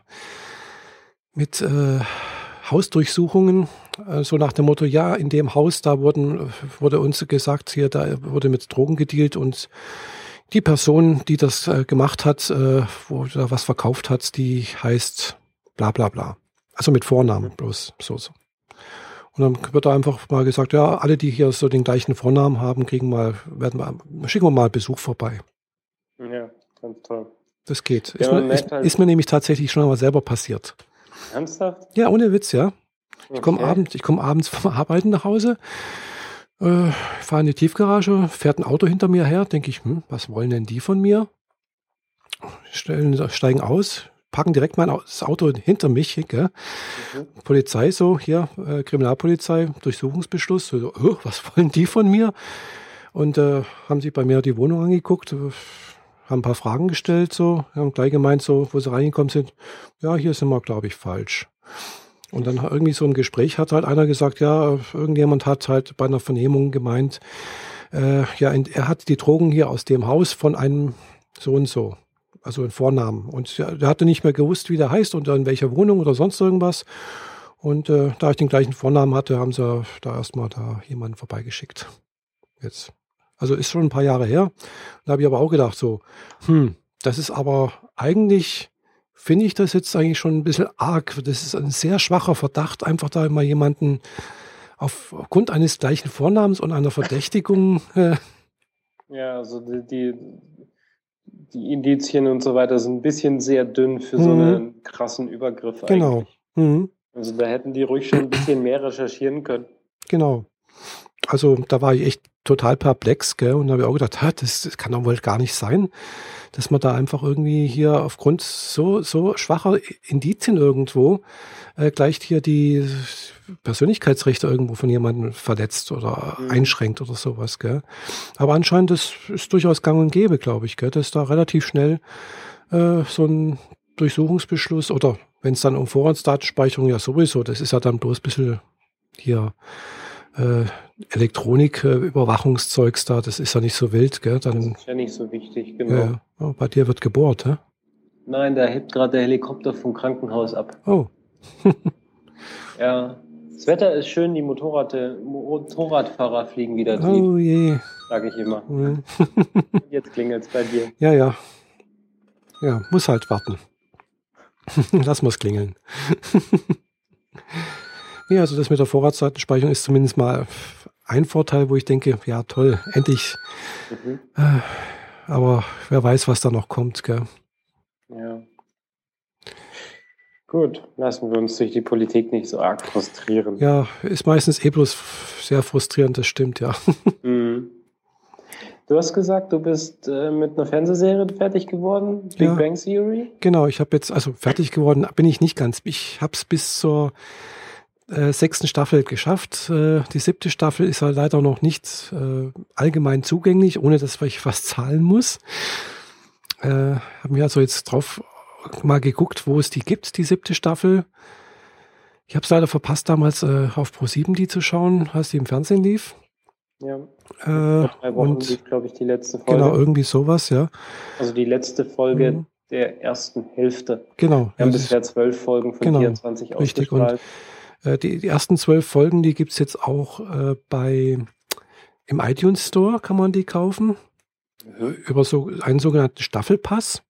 Speaker 1: mit äh, Hausdurchsuchungen, äh, so nach dem Motto, ja, in dem Haus, da wurden, wurde uns gesagt, hier, da wurde mit Drogen gedealt und die Person, die das äh, gemacht hat, äh, wo da was verkauft hat, die heißt bla bla bla. Also mit Vornamen bloß so so. Und dann wird da einfach mal gesagt, ja, alle, die hier so den gleichen Vornamen haben, kriegen mal, werden wir, schicken wir mal Besuch vorbei.
Speaker 2: Ja, ganz toll.
Speaker 1: Das geht. Ja, ist, mir, ist, halt ist mir nämlich tatsächlich schon einmal selber passiert.
Speaker 2: Ernsthaft?
Speaker 1: Ja, ohne Witz, ja. Ich okay. komme abends, ich komme abends vom Arbeiten nach Hause. Äh, fahre in die Tiefgarage, fährt ein Auto hinter mir her, denke ich, hm, was wollen denn die von mir? Stellen, steigen aus, parken direkt mein Auto hinter mich, gell? Mhm. Polizei so, hier, äh, Kriminalpolizei, Durchsuchungsbeschluss. So, oh, was wollen die von mir? Und äh, haben sich bei mir die Wohnung angeguckt, äh, haben ein paar Fragen gestellt, so, haben gleich gemeint, so, wo sie reingekommen sind, ja, hier sind wir, glaube ich, falsch. Und dann irgendwie so im Gespräch hat halt einer gesagt, ja, irgendjemand hat halt bei einer Vernehmung gemeint, äh, ja, er hat die Drogen hier aus dem Haus von einem so und so. Also einen Vornamen. Und der hatte nicht mehr gewusst, wie der heißt und in welcher Wohnung oder sonst irgendwas. Und äh, da ich den gleichen Vornamen hatte, haben sie da erstmal da jemanden vorbeigeschickt. Jetzt. Also ist schon ein paar Jahre her. Da habe ich aber auch gedacht so, hm, das ist aber eigentlich, finde ich das jetzt eigentlich schon ein bisschen arg. Das ist ein sehr schwacher Verdacht, einfach da mal jemanden aufgrund eines gleichen Vornamens und einer Verdächtigung. Äh,
Speaker 2: ja, also die, die Die Indizien und so weiter sind ein bisschen sehr dünn für mhm. so einen krassen Übergriff
Speaker 1: genau.
Speaker 2: eigentlich.
Speaker 1: Mhm.
Speaker 2: Also da hätten die ruhig schon ein bisschen mehr recherchieren können.
Speaker 1: Genau. Also da war ich echt total perplex, gell? Und da habe ich auch gedacht, ha, das, das kann doch wohl gar nicht sein, dass man da einfach irgendwie hier aufgrund so, so schwacher Indizien irgendwo äh, gleich hier die Persönlichkeitsrechte irgendwo von jemandem verletzt oder mhm. einschränkt oder sowas, gell? Aber anscheinend das ist durchaus gang und gäbe, glaube ich, gell? Dass da relativ schnell äh, so ein Durchsuchungsbeschluss oder wenn es dann um Vorratsdatenspeicherung ja sowieso, das ist ja dann bloß ein bisschen hier äh, Elektronik, äh, Überwachungszeugs da, das ist ja nicht so wild, gell? Dann,
Speaker 2: das ist ja nicht so wichtig, genau.
Speaker 1: Äh, bei dir wird gebohrt, hä?
Speaker 2: Nein, da hebt gerade der Helikopter vom Krankenhaus ab.
Speaker 1: Oh.
Speaker 2: Ja, das Wetter ist schön, die Motorrad, Motorradfahrer fliegen wieder tief.
Speaker 1: Oh je.
Speaker 2: Sag ich immer. Mhm. Jetzt klingelt's bei dir.
Speaker 1: Ja, ja. Ja, muss halt warten. Lass mal's klingeln. Ja, also das mit der Vorratsdatenspeicherung ist zumindest mal ein Vorteil, wo ich denke, ja toll, endlich. Mhm. Äh, aber wer weiß, was da noch kommt, gell?
Speaker 2: Ja. Gut, lassen wir uns durch die Politik nicht so arg frustrieren.
Speaker 1: Ja, ist meistens eh bloß sehr frustrierend, das stimmt, ja.
Speaker 2: Mhm. Du hast gesagt, du bist äh, mit einer Fernsehserie fertig geworden, Big
Speaker 1: ja,
Speaker 2: Bang Theory?
Speaker 1: Genau, ich habe jetzt, also fertig geworden bin ich nicht ganz. Ich habe es bis zur äh, sechsten Staffel geschafft. Äh, die siebte Staffel ist halt leider noch nicht äh, allgemein zugänglich, ohne dass ich was zahlen muss. Äh, habe mir also jetzt drauf mal geguckt, wo es die gibt, die siebte Staffel. Ich habe es leider verpasst, damals äh, auf Pro sieben die zu schauen, als die im Fernsehen lief.
Speaker 2: Ja,
Speaker 1: äh,
Speaker 2: vor drei Wochen lief, glaube ich, die letzte Folge.
Speaker 1: Genau, irgendwie sowas, ja.
Speaker 2: Also die letzte Folge mhm. der ersten Hälfte.
Speaker 1: Genau.
Speaker 2: Wir haben bisher zwölf Folgen von
Speaker 1: genau,
Speaker 2: vierundzwanzig
Speaker 1: richtig. Und äh, die, die ersten zwölf Folgen, die gibt es jetzt auch äh, bei im iTunes Store, kann man die kaufen. Mhm. Über so einen sogenannten Staffelpass.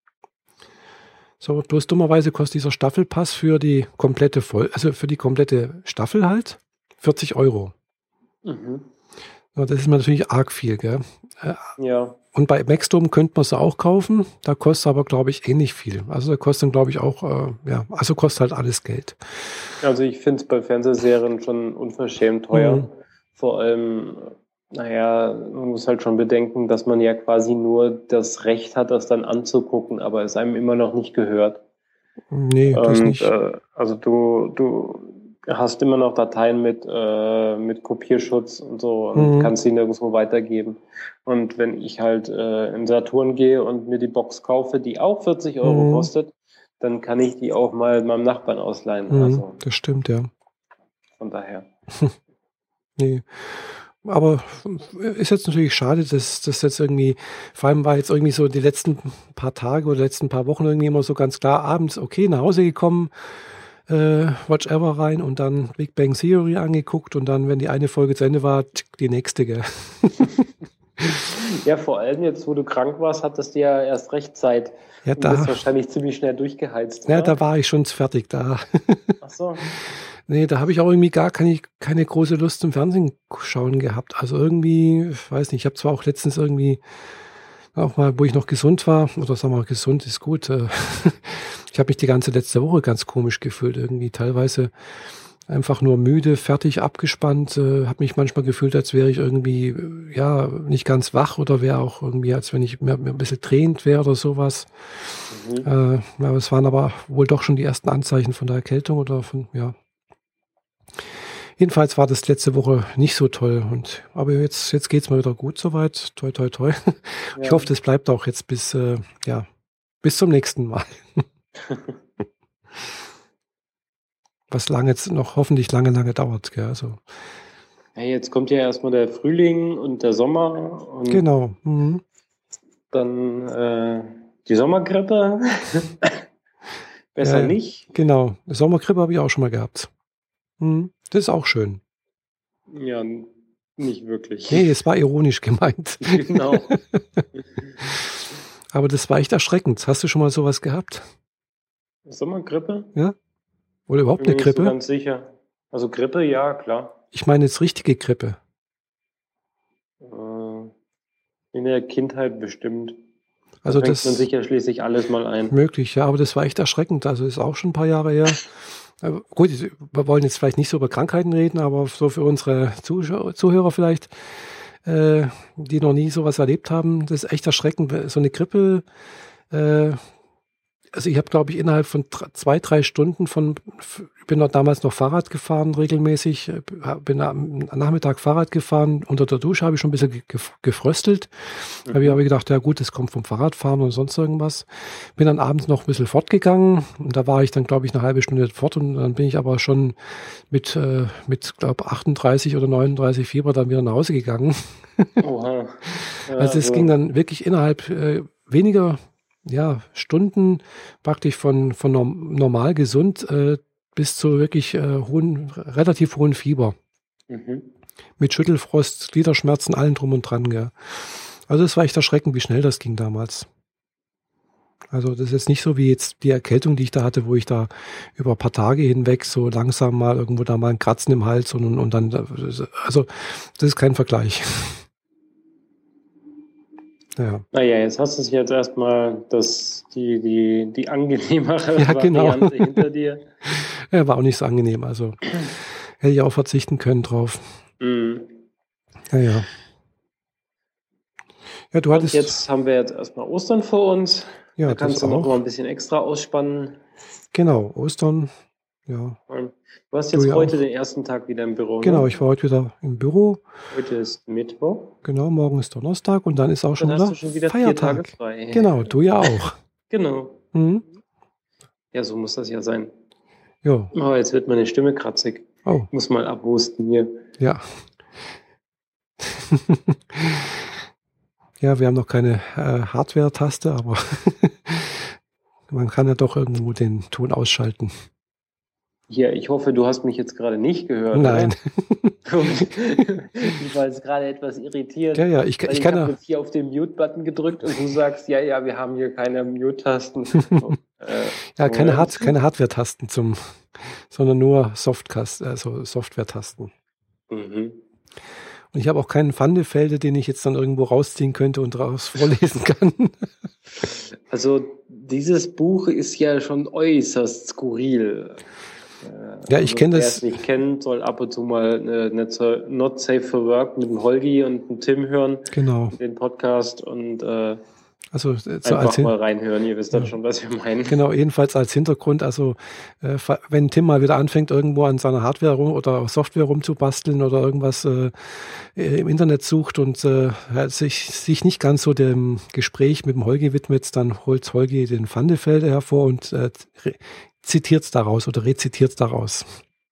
Speaker 1: So, bloß dummerweise kostet dieser Staffelpass für die komplette Vol- also für die komplette Staffel halt vierzig Euro.
Speaker 2: Mhm.
Speaker 1: Das ist mir natürlich arg viel, gell?
Speaker 2: Ja.
Speaker 1: Und bei Maxdome könnte man es auch kaufen, da kostet aber, glaube ich, ähnlich viel. Also da kostet dann, glaube ich, auch, äh, ja, also kostet halt alles Geld.
Speaker 2: Also ich finde es bei Fernsehserien schon unverschämt teuer. Mhm. Vor allem, naja, man muss halt schon bedenken, dass man ja quasi nur das Recht hat, das dann anzugucken, aber es einem immer noch nicht gehört.
Speaker 1: Nee, das
Speaker 2: Und,
Speaker 1: nicht.
Speaker 2: Äh, also du, du hast immer noch Dateien mit, äh, mit Kopierschutz und so und mhm. kannst sie nirgendwo weitergeben. Und wenn ich halt äh, in Saturn gehe und mir die Box kaufe, die auch vierzig Euro mhm. kostet, dann kann ich die auch mal meinem Nachbarn ausleihen.
Speaker 1: Mhm,
Speaker 2: also,
Speaker 1: das stimmt, ja.
Speaker 2: Von daher.
Speaker 1: Nee. Aber ist jetzt natürlich schade, dass das jetzt irgendwie, vor allem war jetzt irgendwie so die letzten paar Tage oder letzten paar Wochen irgendwie immer so ganz klar abends, okay, nach Hause gekommen, äh, Watch Ever rein und dann Big Bang Theory angeguckt und dann, wenn die eine Folge zu Ende war, die nächste, gell?
Speaker 2: Ja, vor allem jetzt, wo du krank warst, hattest du ja erst recht Zeit.
Speaker 1: Ja, da,
Speaker 2: du bist wahrscheinlich ziemlich schnell durchgeheizt.
Speaker 1: Ja,
Speaker 2: oder?
Speaker 1: Da war ich schon fertig da.
Speaker 2: Ach so.
Speaker 1: Nee, da habe ich auch irgendwie gar keine, keine große Lust zum Fernsehen schauen gehabt. Also irgendwie, ich weiß nicht, ich habe zwar auch letztens irgendwie, auch mal, wo ich noch gesund war, oder sagen wir mal, gesund ist gut, äh, ich habe mich die ganze letzte Woche ganz komisch gefühlt irgendwie. Teilweise einfach nur müde, fertig, abgespannt, äh, habe mich manchmal gefühlt, als wäre ich irgendwie, äh, ja, nicht ganz wach oder wäre auch irgendwie, als wenn ich mir, mir ein bisschen drehend wäre oder sowas. Mhm. Äh, ja, es waren aber wohl doch schon die ersten Anzeichen von der Erkältung oder von, ja. Jedenfalls war das letzte Woche nicht so toll und, aber jetzt, jetzt geht's mal wieder gut soweit. Toi, toi, toi. Ja. Ich hoffe, das bleibt auch jetzt bis, äh, ja, bis zum nächsten Mal. Was lange jetzt noch hoffentlich lange, lange dauert. Gell? Also.
Speaker 2: Ja, jetzt kommt ja erstmal der Frühling und der Sommer. Und
Speaker 1: genau. Mhm.
Speaker 2: Dann äh, die Sommergrippe. Besser ja, nicht.
Speaker 1: Genau. Die Sommergrippe habe ich auch schon mal gehabt. Mhm. Das ist auch schön.
Speaker 2: Ja, nicht wirklich.
Speaker 1: Nee, es war ironisch gemeint.
Speaker 2: Genau.
Speaker 1: Aber das war echt erschreckend. Hast du schon mal sowas gehabt?
Speaker 2: Sommergrippe?
Speaker 1: Ja. Oder überhaupt eine
Speaker 2: Bin
Speaker 1: Grippe?
Speaker 2: Ich bin nicht so ganz sicher. Also Grippe, ja, klar.
Speaker 1: Ich meine jetzt richtige Grippe.
Speaker 2: Äh, in der Kindheit bestimmt.
Speaker 1: Also
Speaker 2: da fängt
Speaker 1: das
Speaker 2: man sich ja schließlich alles mal ein.
Speaker 1: Möglich, ja, aber das war echt erschreckend. Also ist auch schon ein paar Jahre her. Aber gut, wir wollen jetzt vielleicht nicht so über Krankheiten reden, aber so für unsere Zuschauer, Zuhörer vielleicht, äh, die noch nie sowas erlebt haben, das ist echt erschreckend. So eine Grippe, äh, also ich habe, glaube ich, innerhalb von drei, zwei, drei Stunden von, ich bin noch damals noch Fahrrad gefahren regelmäßig, bin am Nachmittag Fahrrad gefahren, unter der Dusche habe ich schon ein bisschen gefröstelt. Mhm. Aber ich habe gedacht, ja gut, das kommt vom Fahrradfahren oder sonst irgendwas. Bin dann abends noch ein bisschen fortgegangen und da war ich dann, glaube ich, eine halbe Stunde fort und dann bin ich aber schon mit, äh, mit glaube achtunddreißig oder neununddreißig Fieber dann wieder nach Hause gegangen.
Speaker 2: Oha. Ja,
Speaker 1: also es so. ging dann wirklich innerhalb äh, weniger ja, Stunden praktisch von, von normal gesund äh, bis zu wirklich äh, hohen, relativ hohen Fieber. Mhm. Mit Schüttelfrost, Gliederschmerzen, allen drum und dran. Gell. Also es war echt erschreckend, wie schnell das ging damals. Also das ist jetzt nicht so wie jetzt die Erkältung, die ich da hatte, wo ich da über ein paar Tage hinweg so langsam mal irgendwo da mal ein Kratzen im Hals und, und dann, also das ist kein Vergleich. Ja.
Speaker 2: Naja, jetzt hast du es jetzt erstmal das, die, die, die angenehmere
Speaker 1: ja, genau.
Speaker 2: Variante hinter dir.
Speaker 1: Ja, war auch nicht so angenehm. Also hätte ich auch verzichten können drauf.
Speaker 2: Mhm.
Speaker 1: Naja. Ja, du hattest.
Speaker 2: Und jetzt haben wir jetzt erstmal Ostern vor uns.
Speaker 1: Ja,
Speaker 2: da kannst du noch mal ein bisschen extra ausspannen.
Speaker 1: Genau, Ostern. Ja.
Speaker 2: Du hast jetzt du heute ja den ersten Tag wieder im Büro,
Speaker 1: Genau,
Speaker 2: ne?
Speaker 1: ich war heute wieder im Büro.
Speaker 2: Heute ist Mittwoch.
Speaker 1: Genau, morgen ist Donnerstag und dann ist auch schon,
Speaker 2: dann
Speaker 1: wieder,
Speaker 2: hast du schon wieder
Speaker 1: Feiertag.
Speaker 2: Vier Tage frei.
Speaker 1: Genau, du ja auch.
Speaker 2: Genau.
Speaker 1: Mhm.
Speaker 2: Ja, so muss das ja sein.
Speaker 1: Ja.
Speaker 2: Oh, jetzt wird meine Stimme kratzig.
Speaker 1: Oh.
Speaker 2: Ich muss mal abhusten hier.
Speaker 1: Ja. Ja, wir haben noch keine äh, Hardware-Taste, aber man kann ja doch irgendwo den Ton ausschalten.
Speaker 2: Hier, ich hoffe, du hast mich jetzt gerade nicht gehört.
Speaker 1: Nein.
Speaker 2: Ich war jetzt gerade etwas irritiert.
Speaker 1: Ja, ja, ich, ich, ich
Speaker 2: kann
Speaker 1: ja.
Speaker 2: habe jetzt hier auf den Mute-Button gedrückt und du sagst, ja, ja, wir haben hier keine Mute-Tasten.
Speaker 1: äh, ja, keine, Hard, keine Hardware-Tasten zum, sondern nur Softcast, also Software-Tasten.
Speaker 2: Mhm.
Speaker 1: Und ich habe auch keinen Pfandefelder, den ich jetzt dann irgendwo rausziehen könnte und raus vorlesen kann.
Speaker 2: Also dieses Buch ist ja schon äußerst skurril.
Speaker 1: Ja, ich kenne das.
Speaker 2: Wer es nicht kennt, soll ab und zu mal eine Not Safe for Work mit dem Holgi und dem Tim hören.
Speaker 1: Genau.
Speaker 2: Den Podcast und äh,
Speaker 1: also, so
Speaker 2: einfach
Speaker 1: als
Speaker 2: mal reinhören. Ihr wisst dann ja schon, was wir meinen.
Speaker 1: Genau, jedenfalls als Hintergrund. Also äh, wenn Tim mal wieder anfängt, irgendwo an seiner Hardware rum oder Software rumzubasteln oder irgendwas äh, im Internet sucht und äh, sich, sich nicht ganz so dem Gespräch mit dem Holgi widmet, dann holt Holgi den Pfandefelder hervor und äh, zitiert es daraus oder rezitiert es daraus.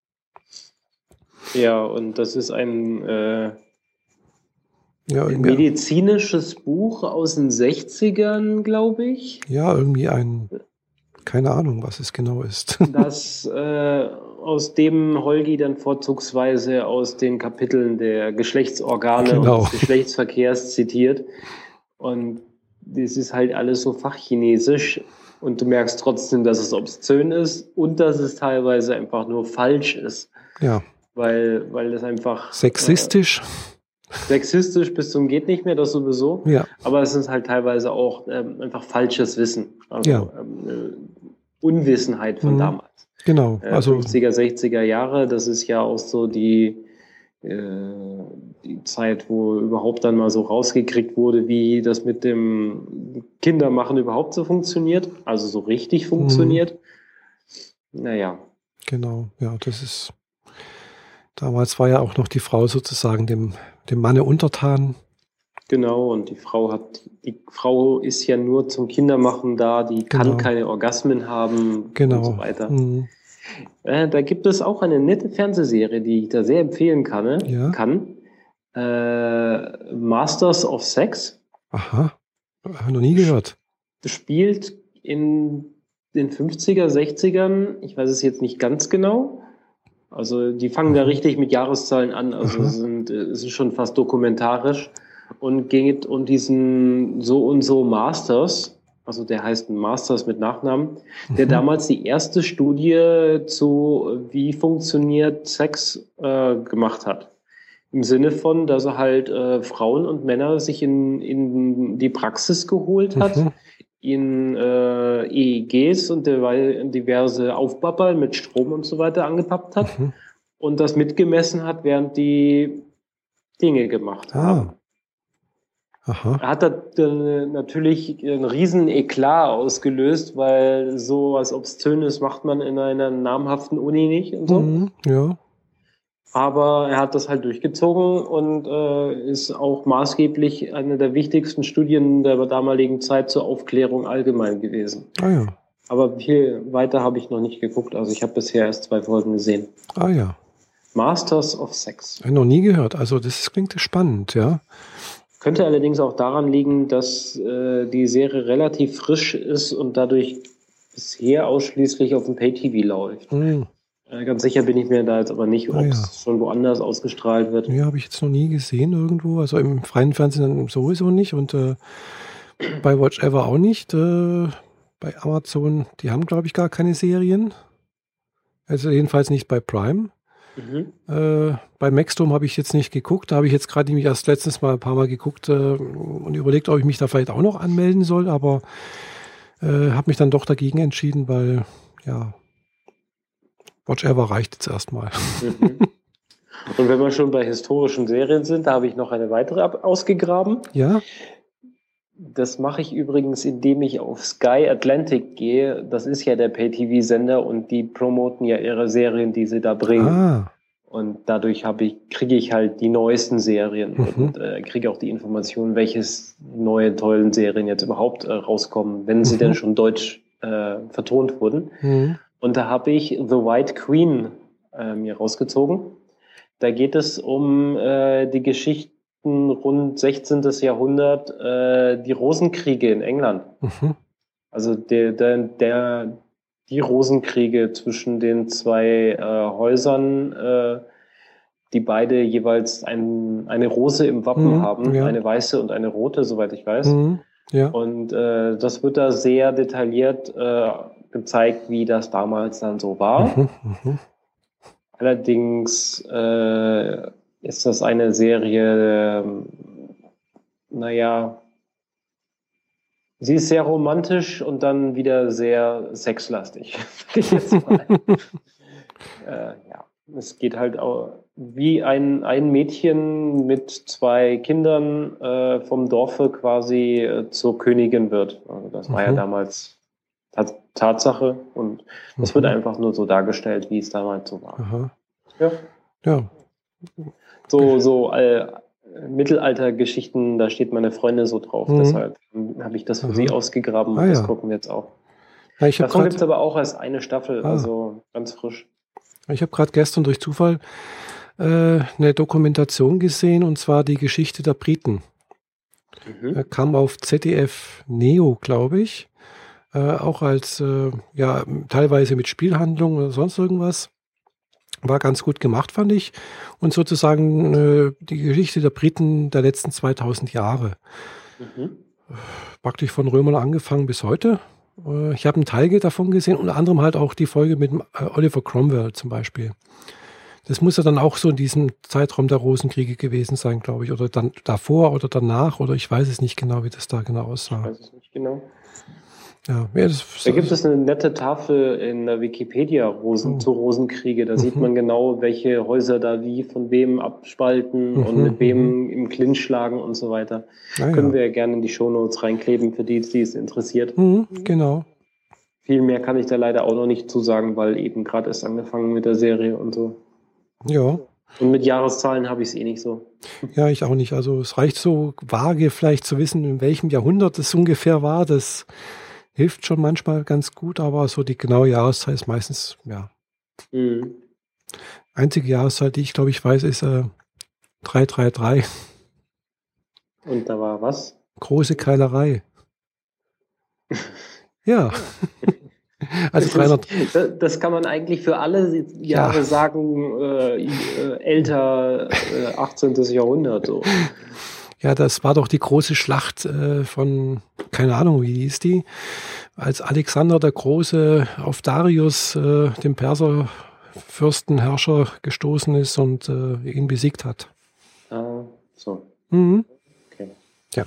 Speaker 2: Ja, und das ist ein äh,
Speaker 1: ja,
Speaker 2: medizinisches Buch aus den sechzigern, glaube ich.
Speaker 1: Ja, irgendwie ein, keine Ahnung, was es genau ist.
Speaker 2: Das äh, aus dem Holgi dann vorzugsweise aus den Kapiteln der Geschlechtsorgane
Speaker 1: genau.
Speaker 2: und des Geschlechtsverkehrs zitiert. Und das ist halt alles so fachchinesisch. Und du merkst trotzdem, dass es obszön ist und dass es teilweise einfach nur falsch ist.
Speaker 1: Ja.
Speaker 2: Weil, weil es einfach...
Speaker 1: Sexistisch.
Speaker 2: Äh, sexistisch bis zum geht nicht mehr, das sowieso.
Speaker 1: Ja.
Speaker 2: Aber es ist halt teilweise auch ähm, einfach falsches Wissen. Also
Speaker 1: ja.
Speaker 2: ähm, Unwissenheit von mhm. damals.
Speaker 1: Genau.
Speaker 2: Also fünfziger, sechziger Jahre, das ist ja auch so die, äh, die Zeit, wo überhaupt dann mal so rausgekriegt wurde, wie das mit dem Kindermachen überhaupt so funktioniert. Also so richtig funktioniert. Mhm. Naja.
Speaker 1: Genau, ja, das ist, damals war ja auch noch die Frau sozusagen dem, dem Manne untertan.
Speaker 2: Genau, und die Frau hat, die Frau ist ja nur zum Kindermachen da, die genau. kann keine Orgasmen haben
Speaker 1: genau.
Speaker 2: und so weiter.
Speaker 1: Mhm.
Speaker 2: Äh, da gibt es auch eine nette Fernsehserie, die ich da sehr empfehlen kann.
Speaker 1: Ja.
Speaker 2: kann. Äh, Masters of Sex.
Speaker 1: Aha, habe noch nie gehört.
Speaker 2: Spielt in den fünfziger, sechzigern, ich weiß es jetzt nicht ganz genau. Also die fangen da richtig mit Jahreszahlen an, also sind, es ist schon fast dokumentarisch und geht um diesen so und so Masters, also der heißt Masters mit Nachnamen, der mhm. damals die erste Studie zu wie funktioniert Sex äh, gemacht hat. Im Sinne von, dass er halt äh, Frauen und Männer sich in, in die Praxis geholt hat, mhm. in äh, E E Gs und diverse Aufbabber mit Strom und so weiter angepappt hat mhm. und das mitgemessen hat, während die Dinge gemacht
Speaker 1: ah.
Speaker 2: haben.
Speaker 1: Aha.
Speaker 2: Er hat dann natürlich einen riesen Eklat ausgelöst, weil so was Obszönes macht man in einer namhaften Uni nicht und so.
Speaker 1: Mhm, ja.
Speaker 2: Aber er hat das halt durchgezogen und äh, ist auch maßgeblich eine der wichtigsten Studien der damaligen Zeit zur Aufklärung allgemein gewesen.
Speaker 1: Ah ja.
Speaker 2: Aber viel weiter habe ich noch nicht geguckt. Also ich habe bisher erst zwei Folgen gesehen.
Speaker 1: Ah ja.
Speaker 2: Masters of Sex.
Speaker 1: Ich habe noch nie gehört. Also das klingt spannend, ja.
Speaker 2: Könnte allerdings auch daran liegen, dass äh, die Serie relativ frisch ist und dadurch bisher ausschließlich auf dem Pay-T V läuft. Mhm. Ganz sicher bin ich mir da jetzt aber nicht, ob es ah, ja. schon woanders ausgestrahlt wird.
Speaker 1: Ja, habe ich jetzt noch nie gesehen irgendwo. Also im freien Fernsehen sowieso nicht und äh, bei Watch Ever auch nicht. Äh, bei Amazon, die haben, glaube ich, gar keine Serien. Also jedenfalls nicht bei Prime. Mhm. Äh, bei Maxdome habe ich jetzt nicht geguckt. Da habe ich jetzt gerade nämlich erst letztens mal ein paar Mal geguckt äh, und überlegt, ob ich mich da vielleicht auch noch anmelden soll. Aber äh, habe mich dann doch dagegen entschieden, weil, ja, Watch Ever reicht jetzt erstmal.
Speaker 2: Mhm. Und wenn wir schon bei historischen Serien sind, da habe ich noch eine weitere ausgegraben.
Speaker 1: Ja.
Speaker 2: Das mache ich übrigens, indem ich auf Sky Atlantic gehe. Das ist ja der Pay-T V-Sender und die promoten ja ihre Serien, die sie da bringen.
Speaker 1: Ah.
Speaker 2: Und dadurch habe ich, kriege ich halt die neuesten Serien
Speaker 1: Mhm.
Speaker 2: und äh, kriege auch die Informationen, welche neue tollen Serien jetzt überhaupt äh, rauskommen, wenn sie
Speaker 1: Mhm.
Speaker 2: denn schon deutsch äh, vertont wurden.
Speaker 1: Mhm.
Speaker 2: Und da habe ich The White Queen äh, mir rausgezogen. Da geht es um äh, die Geschichten rund sechzehnten. Jahrhundert, äh, die Rosenkriege in England.
Speaker 1: Mhm.
Speaker 2: Also der, der, der, die Rosenkriege zwischen den zwei äh, Häusern, äh, die beide jeweils ein, eine Rose im Wappen
Speaker 1: Mhm,
Speaker 2: haben,
Speaker 1: ja.
Speaker 2: eine weiße und eine rote, soweit ich weiß.
Speaker 1: Mhm. Ja.
Speaker 2: Und äh, das wird da sehr detailliert äh, gezeigt, wie das damals dann so war.
Speaker 1: Mhm. Mhm.
Speaker 2: Allerdings äh, ist das eine Serie, äh, naja, sie ist sehr romantisch und dann wieder sehr sexlastig. Jetzt mal. äh, ja, es geht halt auch wie ein, ein Mädchen mit zwei Kindern äh, vom Dorfe quasi äh, zur Königin wird. Also das war
Speaker 1: Mhm.
Speaker 2: ja damals Tats- Tatsache und das
Speaker 1: Mhm.
Speaker 2: wird einfach nur so dargestellt, wie es damals so war.
Speaker 1: Aha.
Speaker 2: Ja.
Speaker 1: Ja.
Speaker 2: So, so äh, Mittelaltergeschichten, da steht meine Freundin so drauf.
Speaker 1: Mhm.
Speaker 2: Deshalb habe ich das für
Speaker 1: Aha.
Speaker 2: sie ausgegraben und
Speaker 1: Ah,
Speaker 2: das
Speaker 1: ja.
Speaker 2: gucken wir jetzt auch.
Speaker 1: Ja, ich habe
Speaker 2: Davon gibt es
Speaker 1: gerade
Speaker 2: aber auch erst eine Staffel,
Speaker 1: Ah.
Speaker 2: also ganz frisch.
Speaker 1: ich hab grad gestern durch Zufall äh, eine Dokumentation gesehen, und zwar die Geschichte der Briten.
Speaker 2: Mhm.
Speaker 1: Er kam auf Z D F Neo, glaube ich, äh, auch als, äh, ja, teilweise mit Spielhandlung oder sonst irgendwas. War ganz gut gemacht, fand ich. Und sozusagen äh, die Geschichte der Briten der letzten zweitausend Jahre.
Speaker 2: Mhm.
Speaker 1: Praktisch von Römern angefangen bis heute. Äh, ich habe einen Teil davon gesehen, unter anderem halt auch die Folge mit äh, Oliver Cromwell zum Beispiel. Das muss ja dann auch so in diesem Zeitraum der Rosenkriege gewesen sein, glaube ich. Oder dann davor oder danach, oder ich weiß es nicht genau, wie das da genau
Speaker 2: Ich
Speaker 1: aussah.
Speaker 2: weiß es nicht Genau.
Speaker 1: Ja, ja, das,
Speaker 2: da gibt es eine nette Tafel in der Wikipedia Rosen, oh. zu Rosenkriege. Da mhm. sieht man genau, welche Häuser da wie von wem abspalten mhm. und mit wem mhm. im Clinch schlagen und so weiter. Ah, Können ja. wir ja gerne in die Shownotes reinkleben, für die, die es interessiert.
Speaker 1: Mhm, genau.
Speaker 2: Viel mehr kann ich da leider auch noch nicht zu sagen, weil eben gerade erst angefangen mit der Serie und so.
Speaker 1: Ja.
Speaker 2: Und mit Jahreszahlen habe ich es eh nicht so.
Speaker 1: Ja, ich auch nicht. Also es reicht so vage vielleicht zu wissen, in welchem Jahrhundert es ungefähr war. Das hilft schon manchmal ganz gut, aber so die genaue Jahreszahl ist meistens, ja. Mhm. Einzige Jahreszahl, die ich glaube ich weiß, ist äh, drei drei drei.
Speaker 2: Und da war was?
Speaker 1: Große Keilerei. Ja. Also
Speaker 2: das,
Speaker 1: dreihundert.
Speaker 2: Ist, das kann man eigentlich für alle Jahre ja. sagen, äh, äh, älter äh, achtzehnten. Jahrhundert. So.
Speaker 1: Ja, das war doch die große Schlacht äh, von, keine Ahnung, wie hieß die, als Alexander der Große auf Darius, äh, den Perserfürstenherrscher, gestoßen ist und äh, ihn besiegt hat.
Speaker 2: Ah, so.
Speaker 1: Mhm.
Speaker 2: Okay.
Speaker 1: Ja.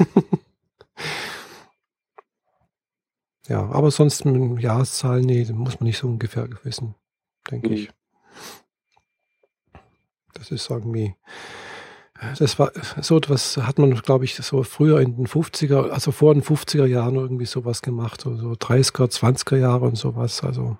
Speaker 1: Ja, aber sonst mit Jahreszahlen, nee, muss man nicht so ungefähr wissen, denke mhm. ich. Das ist irgendwie, das war so etwas, hat man, glaube ich, so früher in den fünfziger, also vor den fünfziger Jahren irgendwie sowas gemacht, so, so dreißiger, zwanziger Jahre und sowas, also.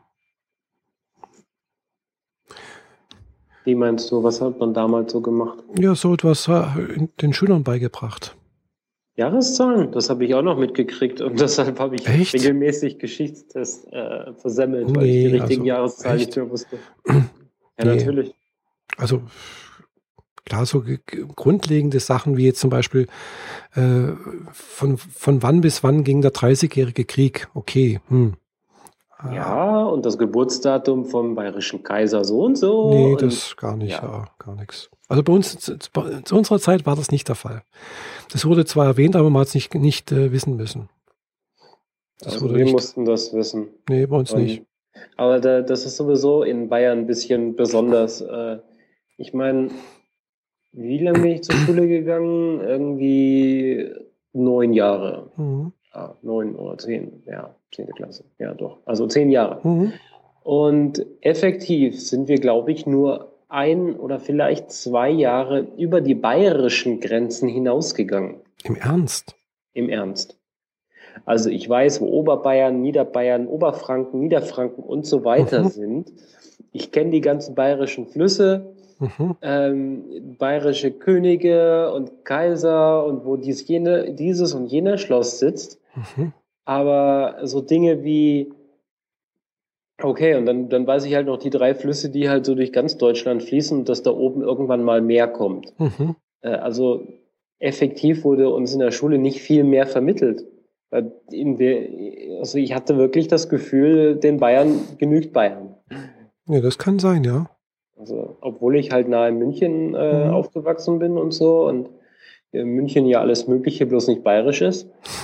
Speaker 2: Wie meinst du, was hat man damals so gemacht?
Speaker 1: Ja, so etwas den Schülern beigebracht.
Speaker 2: Jahreszahlen, das habe ich auch noch mitgekriegt und deshalb habe ich echt? regelmäßig Geschichtstest äh, versemmelt, nee, weil ich die richtigen also, Jahreszahlen echt? nicht mehr wusste. Ja, nee. Natürlich.
Speaker 1: Also klar, so grundlegende Sachen wie jetzt zum Beispiel äh, von, von wann bis wann ging der dreißigjährige Krieg, okay. Hm.
Speaker 2: Ja, und das Geburtsdatum vom bayerischen Kaiser so und so.
Speaker 1: Nee,
Speaker 2: und,
Speaker 1: das gar nicht, ja. ja, gar nichts. Also bei uns, zu, zu unserer Zeit war das nicht der Fall. Das wurde zwar erwähnt, aber man hat es nicht, nicht äh, wissen müssen.
Speaker 2: Das also wurde wir nicht, mussten das wissen.
Speaker 1: Nee, bei uns und, nicht.
Speaker 2: Aber da, das ist sowieso in Bayern ein bisschen besonders. Äh, ich meine, wie lange bin ich zur Schule gegangen? Irgendwie neun Jahre. Mhm. Ja, neun oder zehn, ja, zehnte Klasse, ja doch, also zehn Jahre. Mhm. Und effektiv sind wir, glaube ich, nur ein oder vielleicht zwei Jahre über die bayerischen Grenzen hinausgegangen.
Speaker 1: Im Ernst?
Speaker 2: Im Ernst. Also ich weiß, wo Oberbayern, Niederbayern, Oberfranken, Niederfranken und so weiter mhm. sind. Ich kenne die ganzen bayerischen Flüsse. Mhm. Ähm, bayerische Könige und Kaiser und wo dies, jene, dieses und jener Schloss sitzt. Mhm. Aber so Dinge wie, okay, und dann, dann weiß ich halt noch die drei Flüsse, die halt so durch ganz Deutschland fließen und dass da oben irgendwann mal mehr kommt. Mhm. Äh, also effektiv wurde uns in der Schule nicht viel mehr vermittelt. In der, also ich hatte wirklich das Gefühl, den Bayern genügt Bayern.
Speaker 1: Ja, das kann sein, ja.
Speaker 2: Also, obwohl ich halt nahe München äh, mhm. aufgewachsen bin und so und in München ja alles Mögliche, bloß nicht bayerisch ist,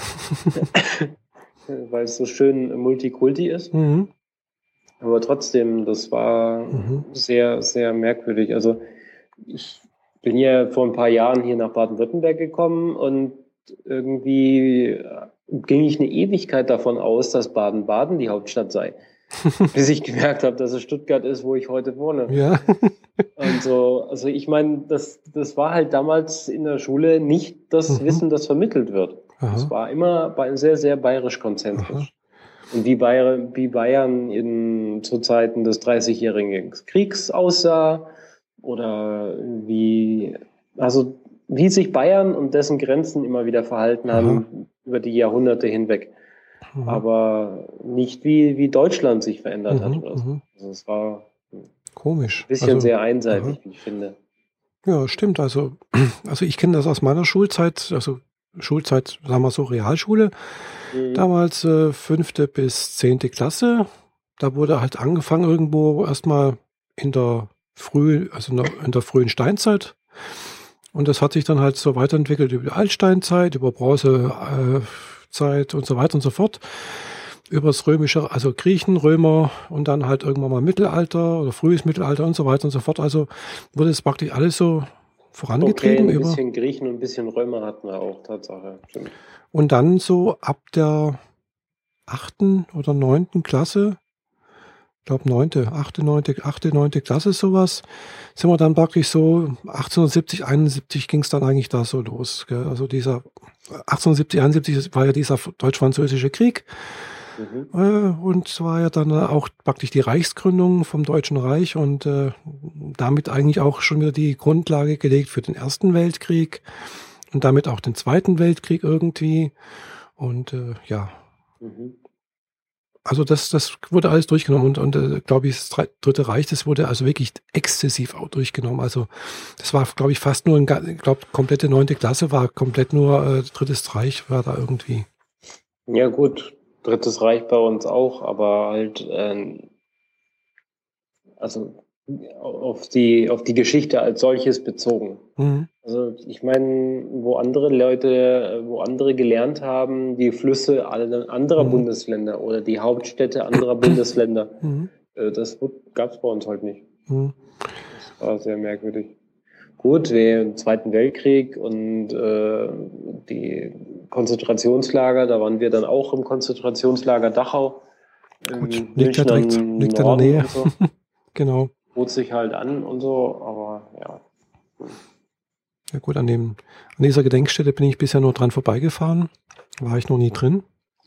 Speaker 2: weil es so schön Multikulti ist. Mhm. Aber trotzdem, das war mhm. sehr, sehr merkwürdig. Also ich bin ja vor ein paar Jahren hier nach Baden-Württemberg gekommen und irgendwie ging ich eine Ewigkeit davon aus, dass Baden-Baden die Hauptstadt sei. Bis ich gemerkt habe, dass es Stuttgart ist, wo ich heute wohne.
Speaker 1: Ja.
Speaker 2: Und so, also ich meine, das, das war halt damals in der Schule nicht das mhm. Wissen, das vermittelt wird. Es war immer sehr, sehr bayerisch-konzentrisch. Und wie Bayern, wie Bayern in, zu Zeiten des dreißigjährigen Kriegs aussah oder wie, also wie sich Bayern und dessen Grenzen immer wieder verhalten haben Aha. über die Jahrhunderte hinweg. Mhm. Aber nicht wie, wie Deutschland sich verändert mhm, hat. Oder so. mhm. Also es war
Speaker 1: komisch.
Speaker 2: Ein bisschen
Speaker 1: also,
Speaker 2: sehr einseitig,
Speaker 1: aha.
Speaker 2: wie ich finde.
Speaker 1: Ja, stimmt. Also, also ich kenne das aus meiner Schulzeit, also Schulzeit, sagen wir so, Realschule. Mhm. Damals äh, fünfte bis zehnte Klasse. Da wurde halt angefangen irgendwo erstmal in der früh, also in der, in der frühen Steinzeit. Und das hat sich dann halt so weiterentwickelt über die Altsteinzeit, über Bronzezeit und so weiter und so fort. Über das Römische, also Griechen, Römer und dann halt irgendwann mal Mittelalter oder frühes Mittelalter und so weiter und so fort. Also wurde es praktisch alles so vorangetrieben.
Speaker 2: Okay, ein
Speaker 1: über
Speaker 2: bisschen Griechen und ein bisschen Römer hatten wir auch, Tatsache. Stimmt.
Speaker 1: Und dann so ab der achten oder neunten Klasse, ich glaube neunte, achte, neunte, achte, neunte Klasse sowas, sind wir dann praktisch so achtzehnhundertsiebzig, einundsiebzig ging es dann eigentlich da so los. Gell? Also dieser achtzehnhundertsiebzig, einundsiebzig war ja dieser Deutsch-Französische Krieg. Mhm. Äh, und war ja dann auch praktisch die Reichsgründung vom Deutschen Reich und äh, damit eigentlich auch schon wieder die Grundlage gelegt für den Ersten Weltkrieg und damit auch den Zweiten Weltkrieg irgendwie. Und äh, ja, mhm. Also das, das wurde alles durchgenommen und, und äh, glaube ich, das Dritte Reich, das wurde also wirklich exzessiv auch durchgenommen. Also das war, glaube ich, fast nur, ein, ich glaube, komplette neunte Klasse war komplett nur äh, Drittes Reich war da irgendwie.
Speaker 2: Ja gut, Drittes Reich bei uns auch, aber halt, ähm, also auf die, auf die Geschichte als solches bezogen. Mhm. Also ich meine, wo andere Leute, wo andere gelernt haben, die Flüsse anderer mhm. Bundesländer oder die Hauptstädte anderer Bundesländer, mhm. das gab es bei uns halt nicht. Mhm. Das war sehr merkwürdig. Gut, wir im Zweiten Weltkrieg und äh, die Konzentrationslager, da waren wir dann auch im Konzentrationslager Dachau.
Speaker 1: Gut, liegt ja direkt, liegt in der Nähe. So. Genau.
Speaker 2: Bot sich halt an und so, aber ja.
Speaker 1: Ja gut, an, dem, an dieser Gedenkstätte bin ich bisher nur dran vorbeigefahren. War ich noch nie drin.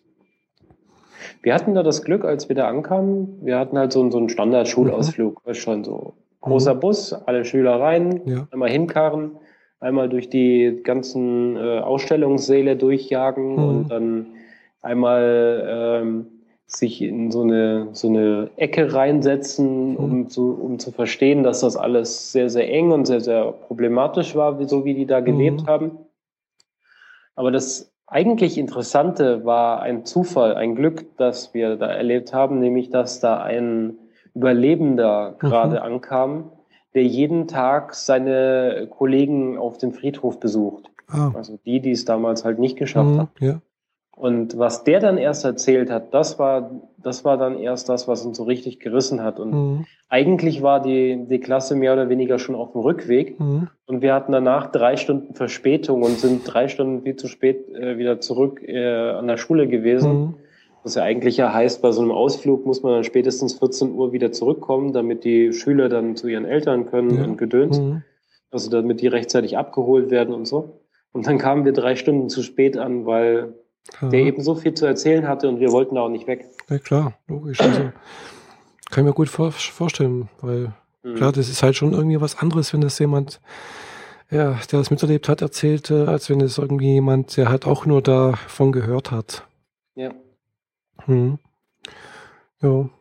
Speaker 2: Wir hatten da das Glück, als wir da ankamen, wir hatten halt so, so einen Standard-Schulausflug, mhm. schon so großer mhm. Bus, alle Schüler rein, ja. einmal hinkarren, einmal durch die ganzen äh, Ausstellungssäle durchjagen mhm. und dann einmal ähm, sich in so eine, so eine Ecke reinsetzen, um, mhm. zu, um zu verstehen, dass das alles sehr, sehr eng und sehr, sehr problematisch war, so wie die da gelebt mhm. haben. Aber das eigentlich Interessante war ein Zufall, ein Glück, das wir da erlebt haben, nämlich, dass da ein Überlebender mhm. gerade ankam, der jeden Tag seine Kollegen auf dem Friedhof besucht. Ah. Also die, die es damals halt nicht geschafft mhm. haben. Ja. Und was der dann erst erzählt hat, das war, das war dann erst das, was uns so richtig gerissen hat. Und mhm. eigentlich war die, die Klasse mehr oder weniger schon auf dem Rückweg. Mhm. Und wir hatten danach drei Stunden Verspätung und sind drei Stunden viel zu spät äh, wieder zurück äh, an der Schule gewesen. Mhm. Was ja eigentlich ja heißt, bei so einem Ausflug muss man dann spätestens vierzehn Uhr wieder zurückkommen, damit die Schüler dann zu ihren Eltern können ja. und gedöns. Mhm. Also damit die rechtzeitig abgeholt werden und so. Und dann kamen wir drei Stunden zu spät an, weil ja. der eben so viel zu erzählen hatte und wir wollten da auch nicht weg.
Speaker 1: Ja klar, logisch. Also kann ich mir gut vor, vorstellen, weil mhm. klar, das ist halt schon irgendwie was anderes, wenn das jemand, ja, der das miterlebt hat, erzählt, als wenn es irgendwie jemand, der halt auch nur davon gehört hat.
Speaker 2: Ja.
Speaker 1: Hm. Ja.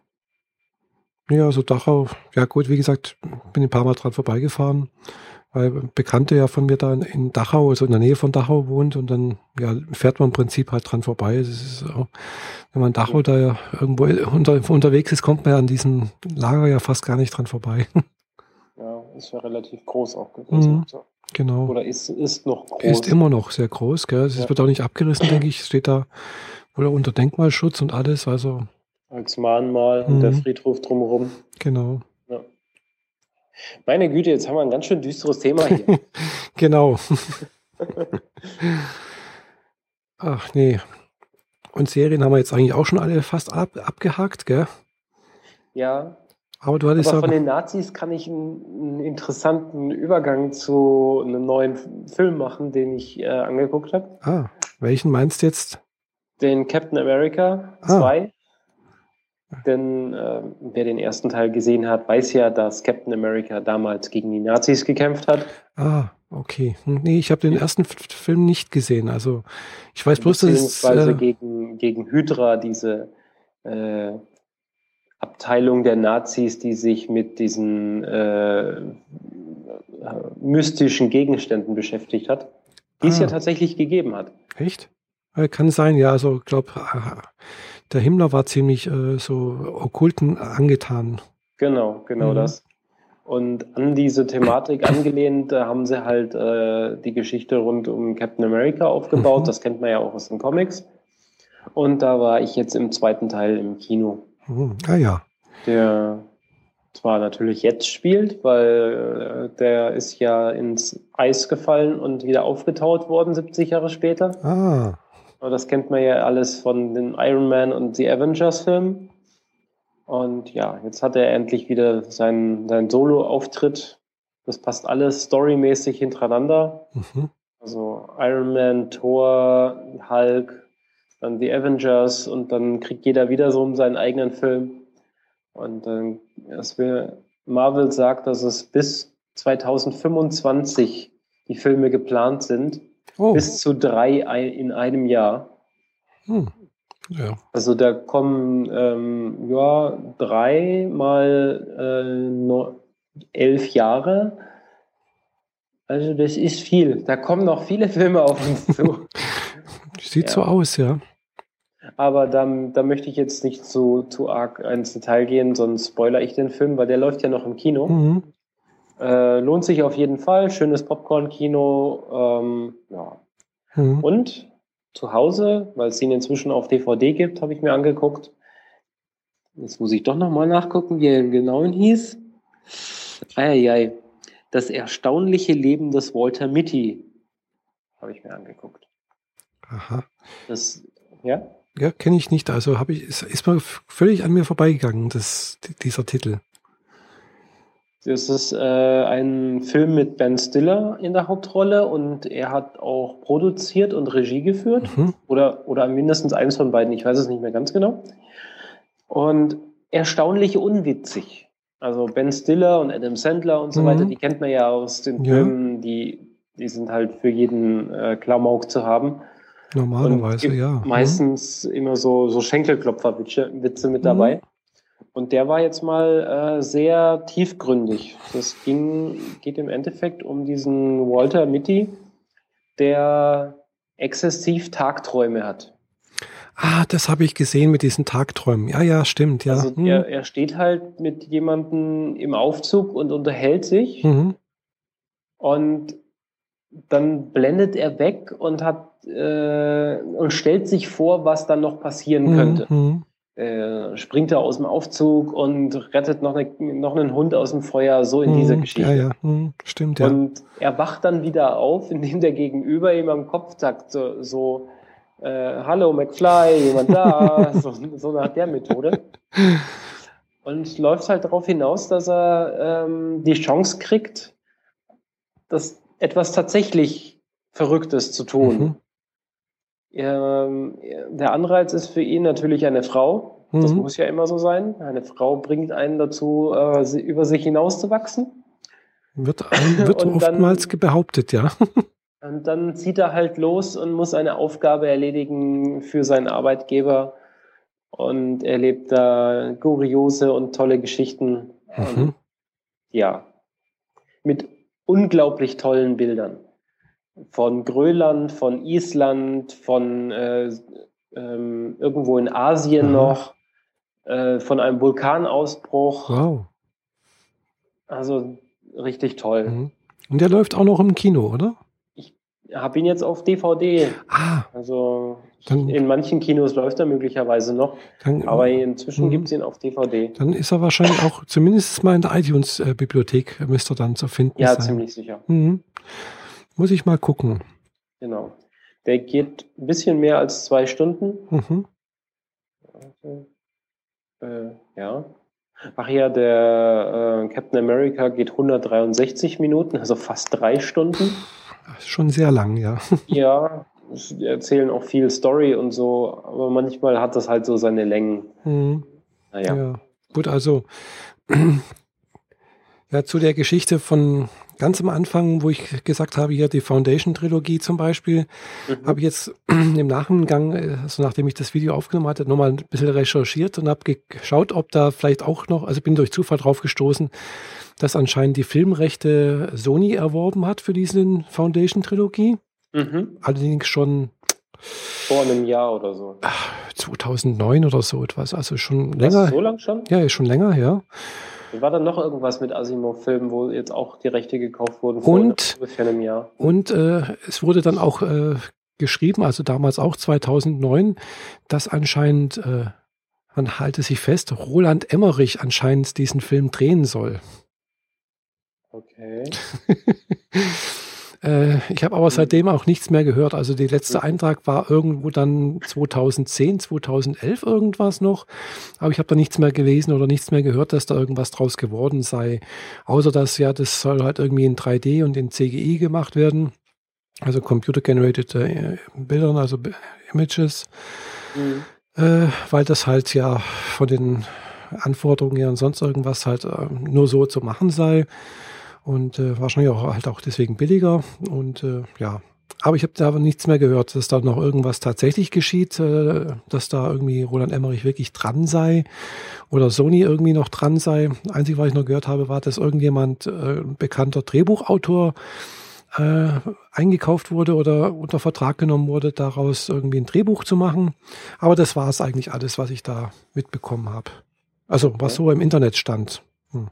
Speaker 1: Ja, also Dachau, ja gut, wie gesagt, bin ein paar Mal dran vorbeigefahren, weil Bekannte ja von mir da in Dachau, also in der Nähe von Dachau wohnt und dann ja, fährt man im Prinzip halt dran vorbei. Das ist auch, wenn man in Dachau da ja irgendwo unter, unterwegs ist, kommt man ja an diesem Lager ja fast gar nicht dran vorbei.
Speaker 2: Ja, ist ja relativ groß auch gewesen.
Speaker 1: Mhm, genau.
Speaker 2: Oder ist, ist noch groß.
Speaker 1: Ist immer noch sehr groß, gell? Es ja. wird auch nicht abgerissen, denke ich. Es steht da wohl unter Denkmalschutz und alles, also.
Speaker 2: Als Mahnmal und mhm. der Friedhof drumherum.
Speaker 1: Genau.
Speaker 2: Ja. Meine Güte, jetzt haben wir ein ganz schön düsteres Thema hier.
Speaker 1: Genau. Ach nee. Und Serien haben wir jetzt eigentlich auch schon alle fast ab, abgehakt, gell?
Speaker 2: Ja.
Speaker 1: Aber du hattest
Speaker 2: aber von den Nazis kann ich einen, einen interessanten Übergang zu einem neuen Film machen, den ich äh, angeguckt habe.
Speaker 1: Ah, welchen meinst du jetzt?
Speaker 2: Den Captain America zwei. Ah. Denn äh, wer den ersten Teil gesehen hat, weiß ja, dass Captain America damals gegen die Nazis gekämpft hat.
Speaker 1: Ah, okay. Nee, ich habe den ersten F- Film nicht gesehen. Also ich weiß bloß, dass es...
Speaker 2: Beziehungsweise äh, gegen, gegen Hydra, diese äh, Abteilung der Nazis, die sich mit diesen äh, mystischen Gegenständen beschäftigt hat, die ah. es ja tatsächlich gegeben hat.
Speaker 1: Echt? Kann sein, ja. Also ich glaube... Der Himmler war ziemlich äh, so Okkulten angetan.
Speaker 2: Genau, genau mhm. das. Und an diese Thematik angelehnt äh, haben sie halt äh, die Geschichte rund um Captain America aufgebaut. Mhm. Das kennt man ja auch aus den Comics. Und da war ich jetzt im zweiten Teil im Kino.
Speaker 1: Mhm. Ah ja.
Speaker 2: Der zwar natürlich jetzt spielt, weil äh, der ist ja ins Eis gefallen und wieder aufgetaut worden, siebzig Jahre später.
Speaker 1: Ah.
Speaker 2: Aber das kennt man ja alles von den Iron Man und die Avengers-Filmen. Und ja, jetzt hat er endlich wieder seinen, seinen Solo-Auftritt. Das passt alles storymäßig hintereinander. Mhm. Also Iron Man, Thor, Hulk, dann die Avengers und dann kriegt jeder wieder so seinen eigenen Film. Und dann, äh, Marvel sagt, dass es bis zwanzig fünfundzwanzig die Filme geplant sind. Oh. Bis zu drei in einem Jahr. Hm. Ja. Also da kommen ähm, ja drei mal äh, no, elf Jahre. Also das ist viel. Da kommen noch viele Filme auf uns zu.
Speaker 1: Sieht ja so aus, ja.
Speaker 2: Aber da, da möchte ich jetzt nicht zu, zu arg ins Detail gehen, sonst spoilere ich den Film, weil der läuft ja noch im Kino. Mhm. Äh, lohnt sich auf jeden Fall. Schönes Popcorn-Kino. Ähm, ja. Mhm. Und zu Hause, weil es ihn inzwischen auf D V D gibt, habe ich mir angeguckt. Jetzt muss ich doch nochmal nachgucken, wie er genau hieß. Eieiei. Das erstaunliche Leben des Walter Mitty habe ich mir angeguckt.
Speaker 1: Aha.
Speaker 2: Das, ja?
Speaker 1: Ja, kenne ich nicht. Also habe ich, ist, ist mal völlig an mir vorbeigegangen, das, dieser Titel.
Speaker 2: Das ist äh, ein Film mit Ben Stiller in der Hauptrolle und er hat auch produziert und Regie geführt. Mhm. Oder, oder mindestens eins von beiden, ich weiß es nicht mehr ganz genau. Und erstaunlich unwitzig. Also Ben Stiller und Adam Sandler und so mhm. weiter, die kennt man ja aus den ja. Filmen, die, die sind halt für jeden äh, Klamauk zu haben.
Speaker 1: Normalerweise, ja.
Speaker 2: Meistens mhm. immer so, so Schenkelklopfer-Witze mit dabei. Mhm. Und der war jetzt mal äh, sehr tiefgründig. Das ging, geht im Endeffekt um diesen Walter Mitty, der exzessiv Tagträume hat.
Speaker 1: Ah, das habe ich gesehen mit diesen Tagträumen. Ja, ja, stimmt, ja.
Speaker 2: Also
Speaker 1: hm.
Speaker 2: er, er steht halt mit jemandem im Aufzug und unterhält sich. Mhm. Und dann blendet er weg und hat äh, und stellt sich vor, was dann noch passieren könnte. Mhm. Äh, springt er aus dem Aufzug und rettet noch, eine, noch einen Hund aus dem Feuer, so in mhm. dieser Geschichte.
Speaker 1: Ja, ja, mhm. stimmt, ja.
Speaker 2: Und er wacht dann wieder auf, indem der Gegenüber ihm am Kopf sagt, so, so äh, hallo McFly, jemand da, so, so nach der Methode. Und läuft halt darauf hinaus, dass er ähm, die Chance kriegt, das etwas tatsächlich Verrücktes zu tun. Mhm. Ähm, der Anreiz ist für ihn natürlich eine Frau. Mhm. Das muss ja immer so sein. Eine Frau bringt einen dazu, äh, über sich hinauszuwachsen.
Speaker 1: Wird, ein, wird oftmals dann, behauptet, ja.
Speaker 2: Und dann zieht er halt los und muss eine Aufgabe erledigen für seinen Arbeitgeber und erlebt da kuriose und tolle Geschichten. Mhm. Und, ja, mit unglaublich tollen Bildern. Von Grönland, von Island, von äh, ähm, irgendwo in Asien mhm. noch, äh, von einem Vulkanausbruch.
Speaker 1: Wow.
Speaker 2: Also richtig toll.
Speaker 1: Mhm. Und der läuft auch noch im Kino, oder?
Speaker 2: Ich habe ihn jetzt auf D V D.
Speaker 1: Ah.
Speaker 2: Also
Speaker 1: dann,
Speaker 2: in manchen Kinos läuft er möglicherweise noch, dann, aber inzwischen mhm. gibt es ihn auf D V D.
Speaker 1: Dann ist er wahrscheinlich auch zumindest mal in der iTunes-Bibliothek, müsste er dann zu finden
Speaker 2: ja,
Speaker 1: sein.
Speaker 2: Ja, ziemlich sicher.
Speaker 1: Mhm. Muss ich mal gucken.
Speaker 2: Genau. Der geht ein bisschen mehr als zwei Stunden. Mhm. Also, äh, ja. Ach ja, der äh, Captain America geht hundertdreiundsechzig Minuten, also fast drei Stunden.
Speaker 1: Das ist schon sehr lang, ja.
Speaker 2: Ja, sie erzählen auch viel Story und so, aber manchmal hat das halt so seine Längen.
Speaker 1: Mhm. Naja. Ja, gut, also ja, zu der Geschichte von ganz am Anfang, wo ich gesagt habe, hier die Foundation-Trilogie zum Beispiel, mhm. habe ich jetzt im Nachgang, also nachdem ich das Video aufgenommen hatte, nochmal ein bisschen recherchiert und habe geschaut, ob da vielleicht auch noch, also bin durch Zufall drauf gestoßen, dass anscheinend die Filmrechte Sony erworben hat für diese Foundation-Trilogie. Mhm. Allerdings schon
Speaker 2: vor einem Jahr oder so.
Speaker 1: zweitausendneun oder so etwas, also schon länger.
Speaker 2: Was, so lang schon?
Speaker 1: Ja, ist schon länger, ja.
Speaker 2: War dann noch irgendwas mit Asimov-Filmen, wo jetzt auch die Rechte gekauft wurden
Speaker 1: vor und,
Speaker 2: ungefähr einem Jahr?
Speaker 1: Und äh, es wurde dann auch äh, geschrieben, also damals auch zweitausendneun, dass anscheinend äh, man halte sich fest, Roland Emmerich anscheinend diesen Film drehen soll.
Speaker 2: Okay.
Speaker 1: äh, ich habe aber seitdem auch nichts mehr gehört. Also der letzte Eintrag war irgendwo dann zweitausendzehn, zweitausendelf irgendwas noch. Aber ich habe da nichts mehr gelesen oder nichts mehr gehört, dass da irgendwas draus geworden sei. Außer dass ja, das soll halt irgendwie in drei D und in C G I gemacht werden. Also Computer-Generated äh, Bildern, also Images. Mhm. Äh, weil das halt ja von den Anforderungen her und sonst irgendwas halt äh, nur so zu machen sei. Und äh, wahrscheinlich auch halt auch deswegen billiger. Und äh, ja, aber ich habe da aber nichts mehr gehört, dass da noch irgendwas tatsächlich geschieht, äh, dass da irgendwie Roland Emmerich wirklich dran sei oder Sony irgendwie noch dran sei. Einzig, was ich noch gehört habe, war, dass irgendjemand, äh, bekannter Drehbuchautor, äh, eingekauft wurde oder unter Vertrag genommen wurde, daraus irgendwie ein Drehbuch zu machen. Aber das war es eigentlich alles, was ich da mitbekommen habe. Also was so im Internet stand. Hm.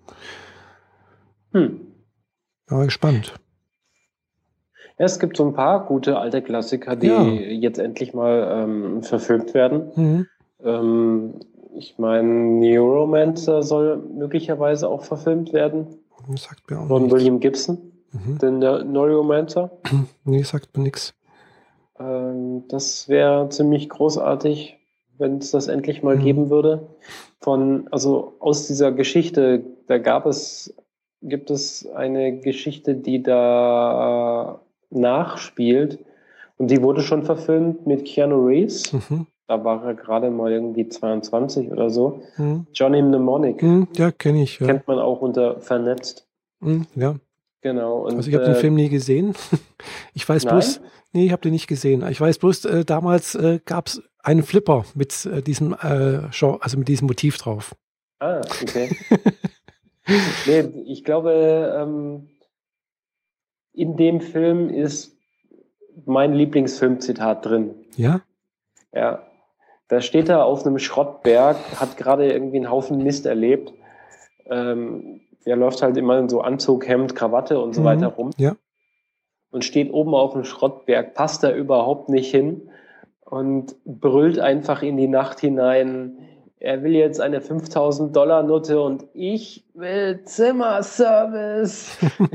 Speaker 2: Hm.
Speaker 1: Ja, gespannt.
Speaker 2: Ja, es gibt so ein paar gute alte Klassiker, die ja. jetzt endlich mal ähm, verfilmt werden. Mhm. Ähm, ich meine, Neuromancer soll möglicherweise auch verfilmt werden.
Speaker 1: Das sagt mir auch
Speaker 2: Von
Speaker 1: nichts.
Speaker 2: William Gibson. Mhm. Den Neuromancer.
Speaker 1: Nee, sagt mir nichts.
Speaker 2: Ähm, das wäre ziemlich großartig, wenn es das endlich mal mhm. geben würde. Von, also aus dieser Geschichte, da gab es, gibt es eine Geschichte, die da nachspielt. Und die wurde schon verfilmt mit Keanu Reeves. Mhm. Da war er gerade mal irgendwie zweiundzwanzig oder so. Mhm. Johnny Mnemonic.
Speaker 1: Mhm, ja, kenne ich. Ja.
Speaker 2: Kennt man auch unter Vernetzt.
Speaker 1: Mhm, ja.
Speaker 2: Genau. Und,
Speaker 1: also ich habe äh, den Film nie gesehen. Ich weiß
Speaker 2: nein?
Speaker 1: bloß, nee, ich habe den nicht gesehen. Ich weiß bloß, äh, damals äh, gab es einen Flipper mit äh, diesem äh, Genre, also mit diesem Motiv drauf.
Speaker 2: Ah, okay. Nee, ich glaube, ähm, in dem Film ist mein Lieblingsfilmzitat drin.
Speaker 1: Ja?
Speaker 2: Ja. Da steht er auf einem Schrottberg, hat gerade irgendwie einen Haufen Mist erlebt. Ähm, er läuft halt immer in so Anzug, Hemd, Krawatte und so mhm, weiter rum.
Speaker 1: Ja.
Speaker 2: Und steht oben auf dem Schrottberg, passt da überhaupt nicht hin und brüllt einfach in die Nacht hinein, er will jetzt eine fünftausend Dollar Note und ich will Zimmerservice.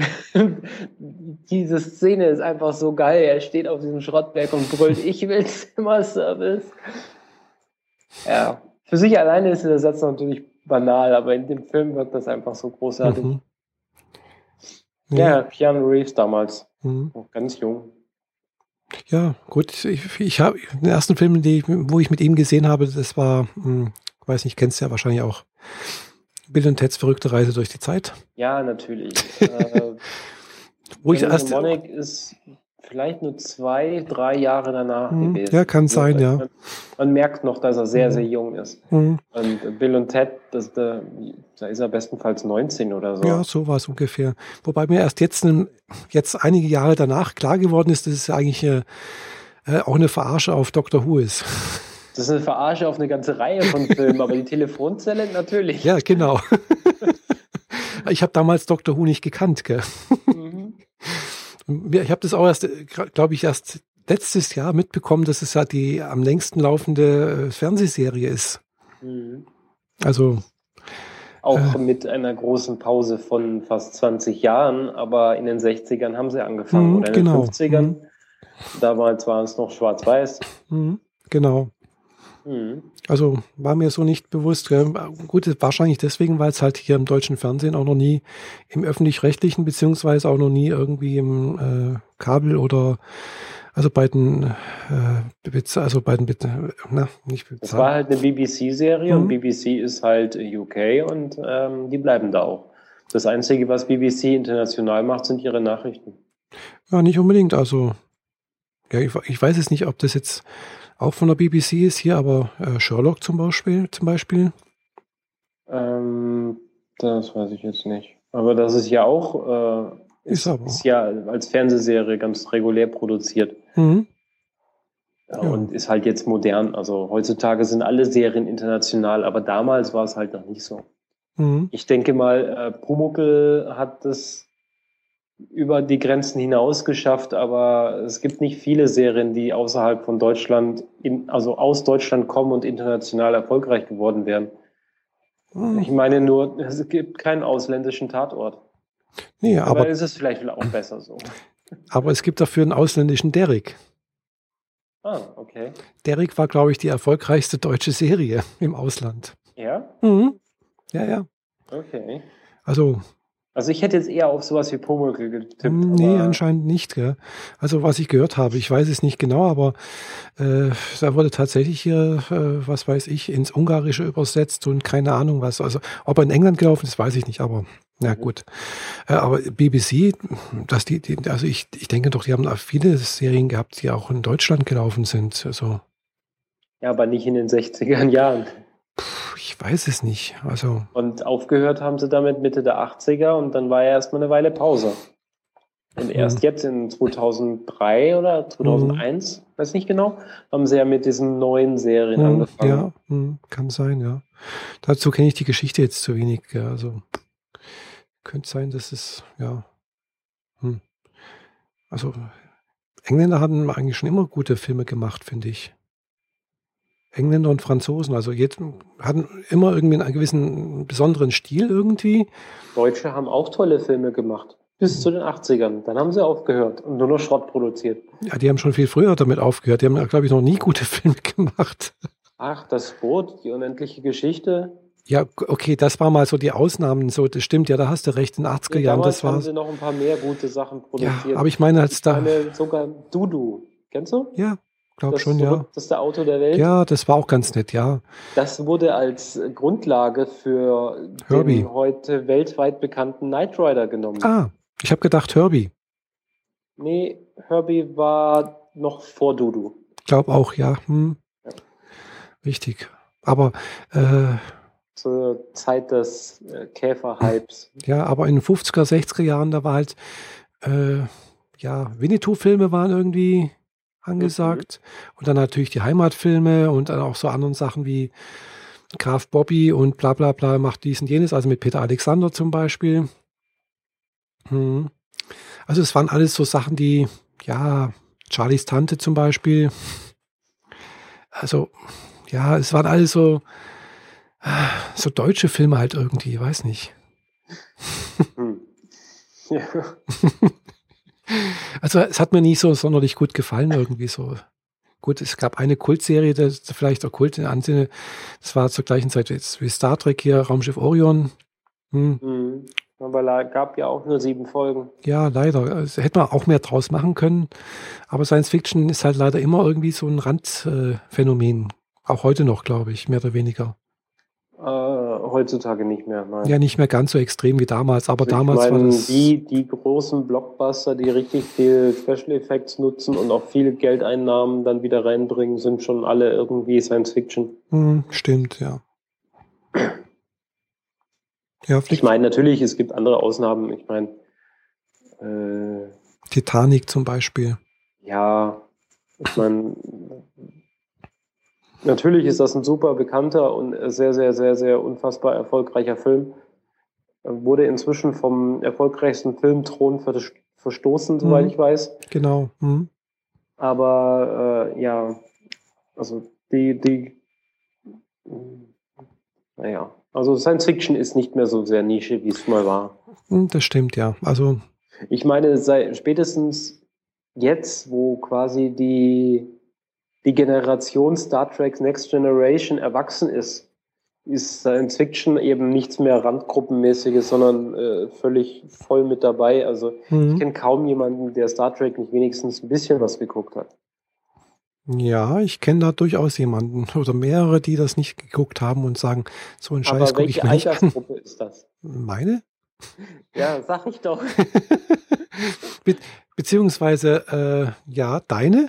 Speaker 2: Diese Szene ist einfach so geil. Er steht auf diesem Schrottberg und brüllt, ich will Zimmerservice. Ja, für sich alleine ist der Satz natürlich banal, aber in dem Film wirkt das einfach so großartig. Mhm. Ja, ja, Keanu Reeves damals, mhm. ganz jung.
Speaker 1: Ja, gut. Ich, ich habe den ersten Film, die, wo ich mit ihm gesehen habe, das war, hm, weiß nicht, kennst du ja wahrscheinlich auch. Bill und Ted's verrückte Reise durch die Zeit.
Speaker 2: Ja, natürlich. äh,
Speaker 1: wo ich erst
Speaker 2: Mnemonic ist vielleicht nur zwei, drei Jahre danach
Speaker 1: mhm,
Speaker 2: gewesen.
Speaker 1: Ja, kann sein,
Speaker 2: man,
Speaker 1: ja.
Speaker 2: Man, man merkt noch, dass er sehr, mhm. sehr jung ist.
Speaker 1: Mhm.
Speaker 2: Und Bill und Ted, das, da, da ist er bestenfalls neunzehn oder so.
Speaker 1: Ja, so war es ungefähr. Wobei mir erst jetzt, jetzt einige Jahre danach klar geworden ist, dass es ja eigentlich äh, auch eine Verarsche auf Doctor Who ist.
Speaker 2: Das ist eine Verarsche auf eine ganze Reihe von Filmen, aber die Telefonzelle natürlich.
Speaker 1: Ja, genau. Ich habe damals Doctor Who nicht gekannt, gell? Mhm. Ich habe das auch erst, glaube ich, erst letztes Jahr mitbekommen, dass es ja die am längsten laufende Fernsehserie ist. Mhm. Also
Speaker 2: auch
Speaker 1: äh,
Speaker 2: mit einer großen Pause von fast zwanzig Jahren, aber in den sechzigern haben sie angefangen
Speaker 1: mh,
Speaker 2: oder in
Speaker 1: genau.
Speaker 2: den fünfzigern.
Speaker 1: Mhm.
Speaker 2: Damals war es noch schwarz-weiß.
Speaker 1: Mhm. Genau.
Speaker 2: Mhm.
Speaker 1: Also war mir so nicht bewusst. Gell? Gut, wahrscheinlich deswegen, weil es halt hier im deutschen Fernsehen auch noch nie im öffentlich-rechtlichen beziehungsweise auch noch nie irgendwie im äh, Kabel oder also bei den äh, also bei den na, nicht
Speaker 2: Es war halt eine B B C-Serie mhm. und B B C ist halt U K und ähm, die bleiben da auch. Das Einzige, was B B C international macht, sind ihre Nachrichten.
Speaker 1: Ja, nicht unbedingt. Also ja, ich, ich weiß es nicht, ob das jetzt auch von der B B C ist hier, aber äh, Sherlock zum Beispiel, zum Beispiel?
Speaker 2: Ähm, das weiß ich jetzt nicht. Aber das ist ja auch, äh, ist, ist, ist ja als Fernsehserie ganz regulär produziert.
Speaker 1: Mhm.
Speaker 2: Ja, ja. Und ist halt jetzt modern. Also heutzutage sind alle Serien international, aber damals war es halt noch nicht so. Mhm. Ich denke mal, äh, Pumuckl hat das über die Grenzen hinaus geschafft, aber es gibt nicht viele Serien, die außerhalb von Deutschland, in, also aus Deutschland kommen und international erfolgreich geworden wären. Hm. Ich meine nur, es gibt keinen ausländischen Tatort.
Speaker 1: Nee, aber,
Speaker 2: aber ist es vielleicht auch besser so.
Speaker 1: Aber es gibt dafür einen ausländischen Derrick.
Speaker 2: Ah, okay.
Speaker 1: Derrick war, glaube ich, die erfolgreichste deutsche Serie im Ausland.
Speaker 2: Ja?
Speaker 1: Mhm. Ja, ja.
Speaker 2: Okay.
Speaker 1: Also,
Speaker 2: Also ich hätte jetzt eher auf sowas wie Pumuckl getippt.
Speaker 1: Nee, anscheinend nicht. Gell? Also was ich gehört habe, ich weiß es nicht genau, aber äh, da wurde tatsächlich hier, äh, was weiß ich, ins Ungarische übersetzt und keine Ahnung was. Also ob er in England gelaufen ist, weiß ich nicht, aber na mhm. gut. Äh, aber B B C, dass die, die, also ich, ich denke doch, die haben auch viele Serien gehabt, die auch in Deutschland gelaufen sind. Also,
Speaker 2: ja, aber nicht in den sechziger Jahren.
Speaker 1: Ich weiß es nicht. Also
Speaker 2: und aufgehört haben sie damit Mitte der achtziger und dann war ja erstmal eine Weile Pause. Und erst hm. jetzt in zweitausenddrei oder zweitausendeins, hm. weiß nicht genau, haben sie ja mit diesen neuen Serien hm, angefangen.
Speaker 1: Ja, hm, kann sein, ja. Dazu kenne ich die Geschichte jetzt zu wenig. Ja, also könnte sein, dass es, ja. Hm. Also Engländer haben eigentlich schon immer gute Filme gemacht, finde ich. Engländer und Franzosen, also jetzt hatten immer irgendwie einen gewissen besonderen Stil irgendwie.
Speaker 2: Deutsche haben auch tolle Filme gemacht, bis zu den achtzigern. Dann haben sie aufgehört und nur noch Schrott produziert.
Speaker 1: Ja, die haben schon viel früher damit aufgehört. Die haben, glaube ich, noch nie gute Filme gemacht.
Speaker 2: Ach, das Boot, die unendliche Geschichte.
Speaker 1: Ja, okay, das war mal so die Ausnahmen, so, das stimmt, ja, da hast du recht, in den achtziger Jahren, das war.
Speaker 2: Haben sie noch ein paar mehr gute Sachen produziert.
Speaker 1: Ja, aber ich meine, als da.
Speaker 2: Ich meine, sogar Dudu, kennst du?
Speaker 1: Ja. Glaube schon, ja.
Speaker 2: Das ist der Auto der Welt.
Speaker 1: Ja, das war auch ganz nett, ja.
Speaker 2: Das wurde als Grundlage für
Speaker 1: Herbie.
Speaker 2: Den heute weltweit bekannten Knight Rider genommen.
Speaker 1: Ah, ich habe gedacht Herbie.
Speaker 2: Nee, Herbie war noch vor Dudu.
Speaker 1: Ich glaube auch, ja. Hm. ja. Richtig. Aber äh,
Speaker 2: zur Zeit des äh, Käferhypes.
Speaker 1: Ja, aber in den fünfziger, sechziger Jahren, da war halt äh, ja, Winnetou-Filme waren irgendwie angesagt. Mhm. Und dann natürlich die Heimatfilme und dann auch so anderen Sachen wie Graf Bobby und bla bla bla macht dies und jenes, also mit Peter Alexander zum Beispiel. Hm. Also es waren alles so Sachen, die, ja, Charlies Tante zum Beispiel. Also, ja, es waren alles so, so deutsche Filme halt irgendwie, weiß nicht.
Speaker 2: Hm. Ja.
Speaker 1: Also es hat mir nie so sonderlich gut gefallen irgendwie so. Gut, es gab eine Kultserie, das vielleicht auch Kult in Ansinne, das war zur gleichen Zeit jetzt wie Star Trek hier, Raumschiff Orion. Hm.
Speaker 2: Mhm. Aber es gab ja auch nur sieben Folgen.
Speaker 1: Ja, leider. Also, hätte man auch mehr draus machen können. Aber Science Fiction ist halt leider immer irgendwie so ein Randphänomen. Äh, auch heute noch, glaube ich, mehr oder weniger.
Speaker 2: Äh, heutzutage nicht mehr, nein.
Speaker 1: Ja, nicht mehr ganz so extrem wie damals, aber also damals
Speaker 2: ich mein,
Speaker 1: war das...
Speaker 2: Die, die großen Blockbuster, die richtig viel Special Effects nutzen und auch viel Geldeinnahmen dann wieder reinbringen, sind schon alle irgendwie Science Fiction.
Speaker 1: Hm, stimmt, ja. ja
Speaker 2: ich meine, natürlich, es gibt andere Ausnahmen. Ich meine... Äh,
Speaker 1: Titanic zum Beispiel.
Speaker 2: Ja, ich meine... Natürlich ist das ein super bekannter und sehr, sehr, sehr, sehr unfassbar erfolgreicher Film. Wurde inzwischen vom erfolgreichsten Filmthron verstoßen, soweit mhm. ich weiß.
Speaker 1: Genau. Mhm.
Speaker 2: Aber äh, ja, also die, die, naja, also Science Fiction ist nicht mehr so sehr Nische, wie es mal war.
Speaker 1: Das stimmt, ja. Also
Speaker 2: ich meine, seit spätestens jetzt, wo quasi die die Generation Star Trek Next Generation erwachsen ist, ist Science Fiction eben nichts mehr Randgruppenmäßiges, sondern äh, völlig voll mit dabei. Also mhm. ich kenne kaum jemanden, der Star Trek nicht wenigstens ein bisschen was geguckt hat.
Speaker 1: Ja, ich kenne da durchaus jemanden oder mehrere, die das nicht geguckt haben und sagen, so ein Scheiß gucke ich mir nicht an.
Speaker 2: Welche Altersgruppe ist das?
Speaker 1: Meine?
Speaker 2: Ja, sag ich doch.
Speaker 1: Be- beziehungsweise, äh, ja, deine?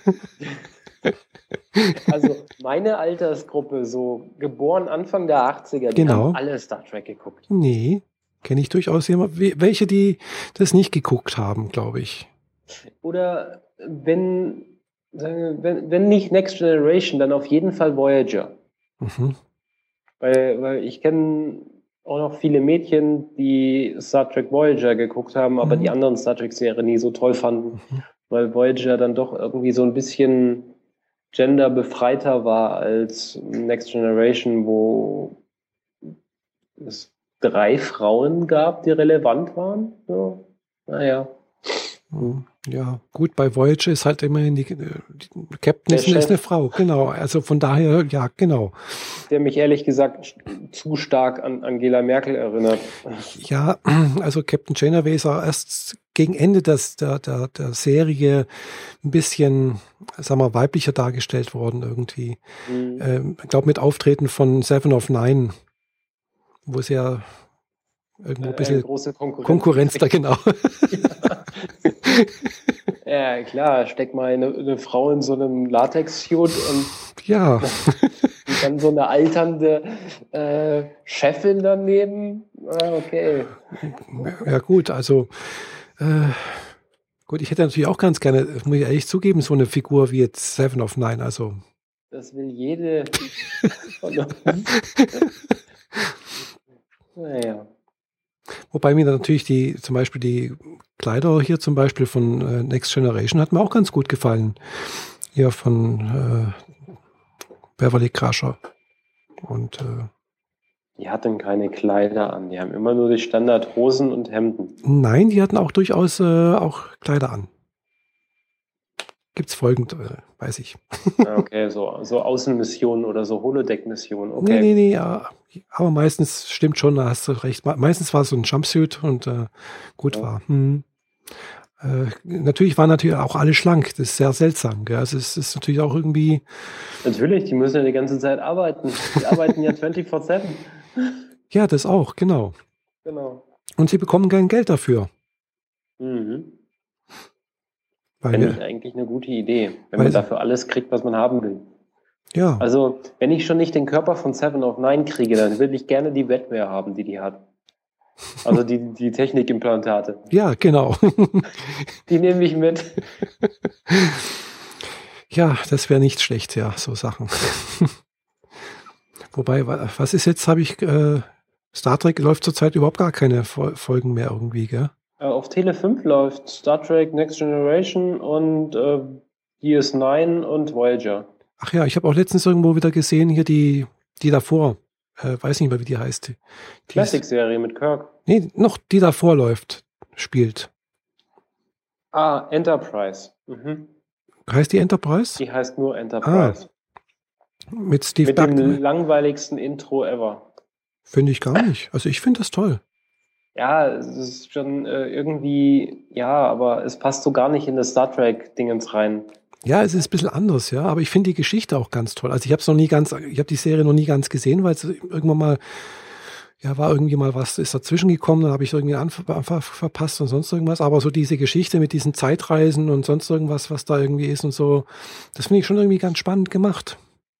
Speaker 2: Also meine Altersgruppe, so geboren Anfang der achtziger, die
Speaker 1: genau.
Speaker 2: haben alle Star Trek geguckt.
Speaker 1: Nee, kenne ich durchaus jemand, welche, die das nicht geguckt haben, glaube ich.
Speaker 2: Oder wenn, wenn, wenn nicht Next Generation, dann auf jeden Fall Voyager. Mhm. Weil, weil ich kenne auch noch viele Mädchen, die Star Trek Voyager geguckt haben, aber mhm. die anderen Star Trek-Serien nie so toll fanden, mhm. weil Voyager dann doch irgendwie so ein bisschen genderbefreiter war als Next Generation, wo es drei Frauen gab, die relevant waren. Ja, naja.
Speaker 1: Ja, gut, bei Voyager ist halt immerhin die, die Captain ist, ist eine Frau, genau. Also von daher, ja, genau.
Speaker 2: Der mich ehrlich gesagt zu stark an Angela Merkel erinnert.
Speaker 1: Ja, also Captain Janeway ist auch erst gegen Ende des, der, der, der Serie ein bisschen, sagen wir, weiblicher dargestellt worden irgendwie. Mhm. Ähm, ich glaube mit Auftreten von Seven of Nine, wo es ja irgendwo ein bisschen
Speaker 2: große Konkurrenz,
Speaker 1: Konkurrenz da, genau.
Speaker 2: Ja. Ja, klar, steck mal eine, eine Frau in so einem Latex-Suit und,
Speaker 1: ja.
Speaker 2: und dann so eine alternde äh, Chefin daneben. Ah, okay.
Speaker 1: Ja gut, also äh, gut, ich hätte natürlich auch ganz gerne, muss ich ehrlich zugeben, so eine Figur wie jetzt Seven of Nine, also
Speaker 2: das will jede von uns. Naja.
Speaker 1: Wobei mir natürlich die, zum Beispiel die Kleider hier zum Beispiel von äh, Next Generation hat mir auch ganz gut gefallen. Hier von äh, Beverly Crusher. Und äh,
Speaker 2: die hatten keine Kleider an, die haben immer nur die Standardhosen und Hemden.
Speaker 1: Nein, die hatten auch durchaus äh, auch Kleider an. Gibt's folgend, äh, weiß ich.
Speaker 2: Okay, so, so Außenmissionen oder so Holodeck-Missionen. Okay.
Speaker 1: Nee, nee, nee, ja, aber meistens stimmt schon, da hast du recht. Meistens war es so ein Jumpsuit und äh, gut ja. war. Hm. Äh, natürlich waren natürlich auch alle schlank. Das ist sehr seltsam. Gell? Also es ist natürlich auch irgendwie...
Speaker 2: Natürlich, die müssen ja die ganze Zeit arbeiten. Die arbeiten ja vierundzwanzig sieben.
Speaker 1: Ja, das auch, genau.
Speaker 2: Genau.
Speaker 1: Und sie bekommen kein Geld dafür.
Speaker 2: Mhm. Finde ich eigentlich eine gute Idee, wenn man dafür alles kriegt, was man haben will.
Speaker 1: Ja.
Speaker 2: Also, wenn ich schon nicht den Körper von Seven of Nine kriege, dann will ich gerne die Wetware haben, die die hat. Also die, die Technikimplantate.
Speaker 1: Ja, genau.
Speaker 2: Die nehme ich mit.
Speaker 1: Ja, das wäre nicht schlecht, ja, so Sachen. Wobei, was ist jetzt, habe ich, äh, Star Trek läuft zurzeit überhaupt gar keine Folgen mehr irgendwie, gell?
Speaker 2: Auf Tele fünf läuft Star Trek Next Generation und äh, D S neun und Voyager.
Speaker 1: Ach ja, ich habe auch letztens irgendwo wieder gesehen, hier die, die davor, äh, weiß nicht mehr, wie die heißt.
Speaker 2: Classic-Serie mit Kirk.
Speaker 1: Nee, noch die davor läuft, spielt.
Speaker 2: Ah, Enterprise. Mhm.
Speaker 1: Heißt die Enterprise?
Speaker 2: Die heißt nur Enterprise.
Speaker 1: Ah, mit Steve
Speaker 2: Mit Duck. Dem langweiligsten Intro ever.
Speaker 1: Finde ich gar nicht. Also ich finde das toll.
Speaker 2: Ja, es ist schon äh, irgendwie, ja, aber es passt so gar nicht in das Star Trek-Dingens rein.
Speaker 1: Ja, es ist ein bisschen anders, ja, aber ich finde die Geschichte auch ganz toll. Also ich habe es noch nie ganz, ich habe die Serie noch nie ganz gesehen, weil es irgendwann mal, ja, war irgendwie mal was, ist dazwischen gekommen, dann habe ich irgendwie einfach verpasst und sonst irgendwas. Aber so diese Geschichte mit diesen Zeitreisen und sonst irgendwas, was da irgendwie ist und so, das finde ich schon irgendwie ganz spannend gemacht.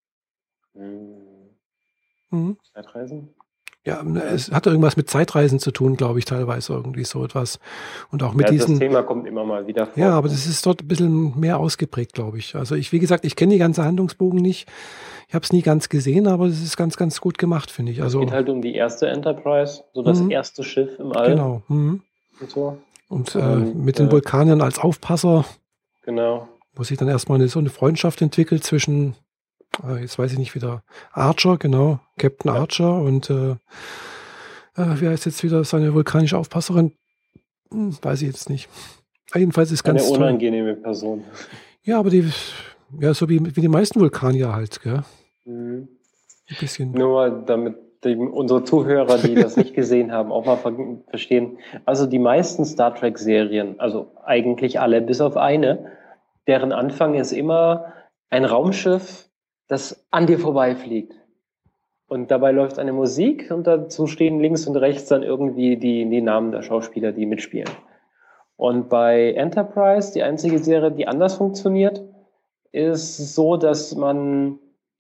Speaker 2: Hm.
Speaker 1: Mhm.
Speaker 2: Zeitreisen?
Speaker 1: Ja, es hat irgendwas mit Zeitreisen zu tun, glaube ich, teilweise irgendwie so etwas. Und auch mit
Speaker 2: ja,
Speaker 1: diesen.
Speaker 2: Das Thema kommt immer mal wieder vor.
Speaker 1: Ja, aber das ist dort ein bisschen mehr ausgeprägt, glaube ich. Also ich, wie gesagt, ich kenne die ganze Handlungsbogen nicht. Ich habe es nie ganz gesehen, aber es ist ganz, ganz gut gemacht, finde ich. Also,
Speaker 2: es geht halt um die erste Enterprise, so das
Speaker 1: mhm.
Speaker 2: erste Schiff im All.
Speaker 1: Genau. Mhm.
Speaker 2: Und so.
Speaker 1: Und äh, mit den Vulkaniern als Aufpasser.
Speaker 2: Genau.
Speaker 1: Wo sich dann erstmal eine, so eine Freundschaft entwickelt zwischen, äh, jetzt weiß ich nicht wieder, Archer, genau, Captain ja. Archer und äh, äh, wie heißt jetzt wieder seine vulkanische Aufpasserin? Hm, weiß ich jetzt nicht. Jedenfalls ist ganz
Speaker 2: eine unangenehme toll. Person.
Speaker 1: Ja, aber die, ja, so wie, wie die meisten Vulkanier halt, gell?
Speaker 2: Mhm.
Speaker 1: Ein bisschen.
Speaker 2: Nur damit die, unsere Zuhörer, die das nicht gesehen haben, auch mal ver verstehen. Also die meisten Star Trek-Serien, also eigentlich alle, bis auf eine, deren Anfang ist immer ein Raumschiff, das an dir vorbeifliegt. Und dabei läuft eine Musik und dazu stehen links und rechts dann irgendwie die, die Namen der Schauspieler, die mitspielen. Und bei Enterprise, die einzige Serie, die anders funktioniert, ist so, dass man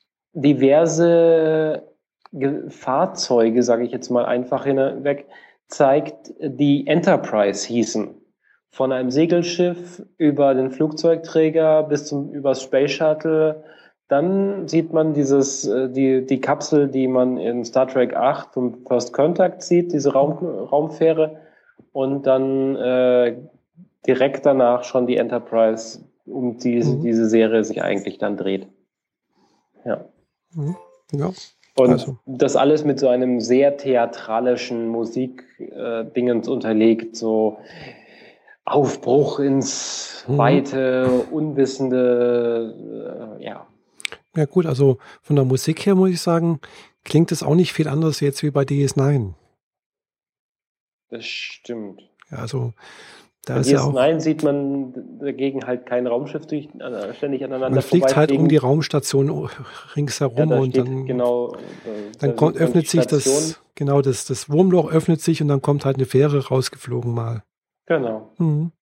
Speaker 2: diverse Fahrzeuge, sage ich jetzt mal einfach hinweg, zeigt, die Enterprise hießen. Von einem Segelschiff über den Flugzeugträger bis zum übers Space Shuttle dann sieht man dieses, die, die Kapsel, die man in Star Trek acht vom First Contact sieht, diese Raum, Raumfähre. Und dann äh, direkt danach schon die Enterprise, um die mhm. diese Serie sich eigentlich dann dreht. Ja.
Speaker 1: Mhm. Ja.
Speaker 2: Und also. Das alles mit so einem sehr theatralischen Musikdingens äh, unterlegt, so Aufbruch ins mhm. Weite, Unwissende, äh, ja.
Speaker 1: Ja gut, also von der Musik her muss ich sagen, klingt es auch nicht viel anders jetzt wie bei D S neun.
Speaker 2: Das stimmt.
Speaker 1: Ja, also da
Speaker 2: bei
Speaker 1: ist ja auch.
Speaker 2: D S neun sieht man dagegen halt kein Raumschiff durch, äh, ständig aneinander.
Speaker 1: Man fliegt halt um die Raumstation ringsherum
Speaker 2: ja, da
Speaker 1: und dann,
Speaker 2: genau,
Speaker 1: dann
Speaker 2: da
Speaker 1: kommt, öffnet sich das, genau, das, das Wurmloch öffnet sich und dann kommt halt eine Fähre rausgeflogen mal.
Speaker 2: Genau.
Speaker 1: Mhm.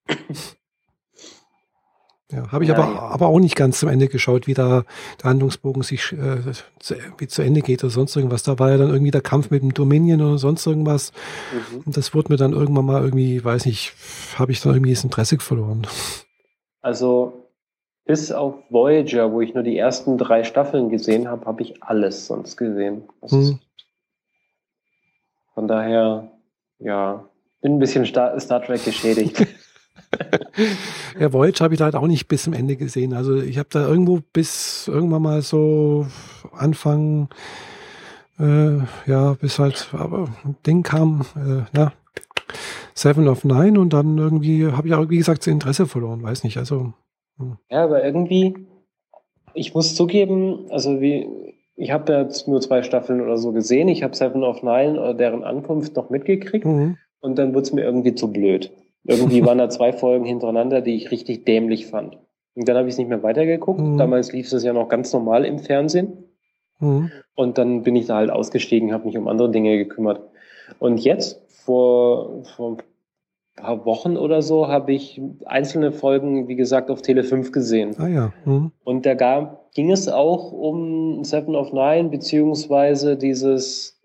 Speaker 1: Ja, habe ich ja, aber, ja. aber auch nicht ganz zum Ende geschaut, wie da der Handlungsbogen sich äh, zu, wie zu Ende geht oder sonst irgendwas. Da war ja dann irgendwie der Kampf mit dem Dominion oder sonst irgendwas. Mhm. Und das wurde mir dann irgendwann mal irgendwie, weiß nicht, habe ich dann irgendwie das Interesse verloren.
Speaker 2: Also bis auf Voyager, wo ich nur die ersten drei Staffeln gesehen habe, habe ich alles sonst gesehen. Mhm. Von daher, ja, bin ein bisschen Star, Star Trek geschädigt.
Speaker 1: Ja, Voyager habe ich leider auch nicht bis zum Ende gesehen. Also ich habe da irgendwo bis irgendwann mal so Anfang, äh, ja, bis halt, aber ein Ding kam, äh, na, Seven of Nine und dann irgendwie habe ich auch, wie gesagt, das Interesse verloren, weiß nicht, also.
Speaker 2: Hm. Ja, aber irgendwie, ich muss zugeben, also wie, ich habe jetzt nur zwei Staffeln oder so gesehen, ich habe Seven of Nine oder deren Ankunft noch mitgekriegt mhm. und dann wurde es mir irgendwie zu blöd. Irgendwie waren da zwei Folgen hintereinander, die ich richtig dämlich fand. Und dann habe ich es nicht mehr weitergeguckt. Mhm. Damals lief es ja noch ganz normal im Fernsehen. Mhm. Und dann bin ich da halt ausgestiegen, habe mich um andere Dinge gekümmert. Und jetzt, vor, vor ein paar Wochen oder so, habe ich einzelne Folgen, wie gesagt, auf Tele fünf gesehen.
Speaker 1: Ah ja. Mhm.
Speaker 2: Und da gab, ging es auch um Seven of Nine, beziehungsweise dieses,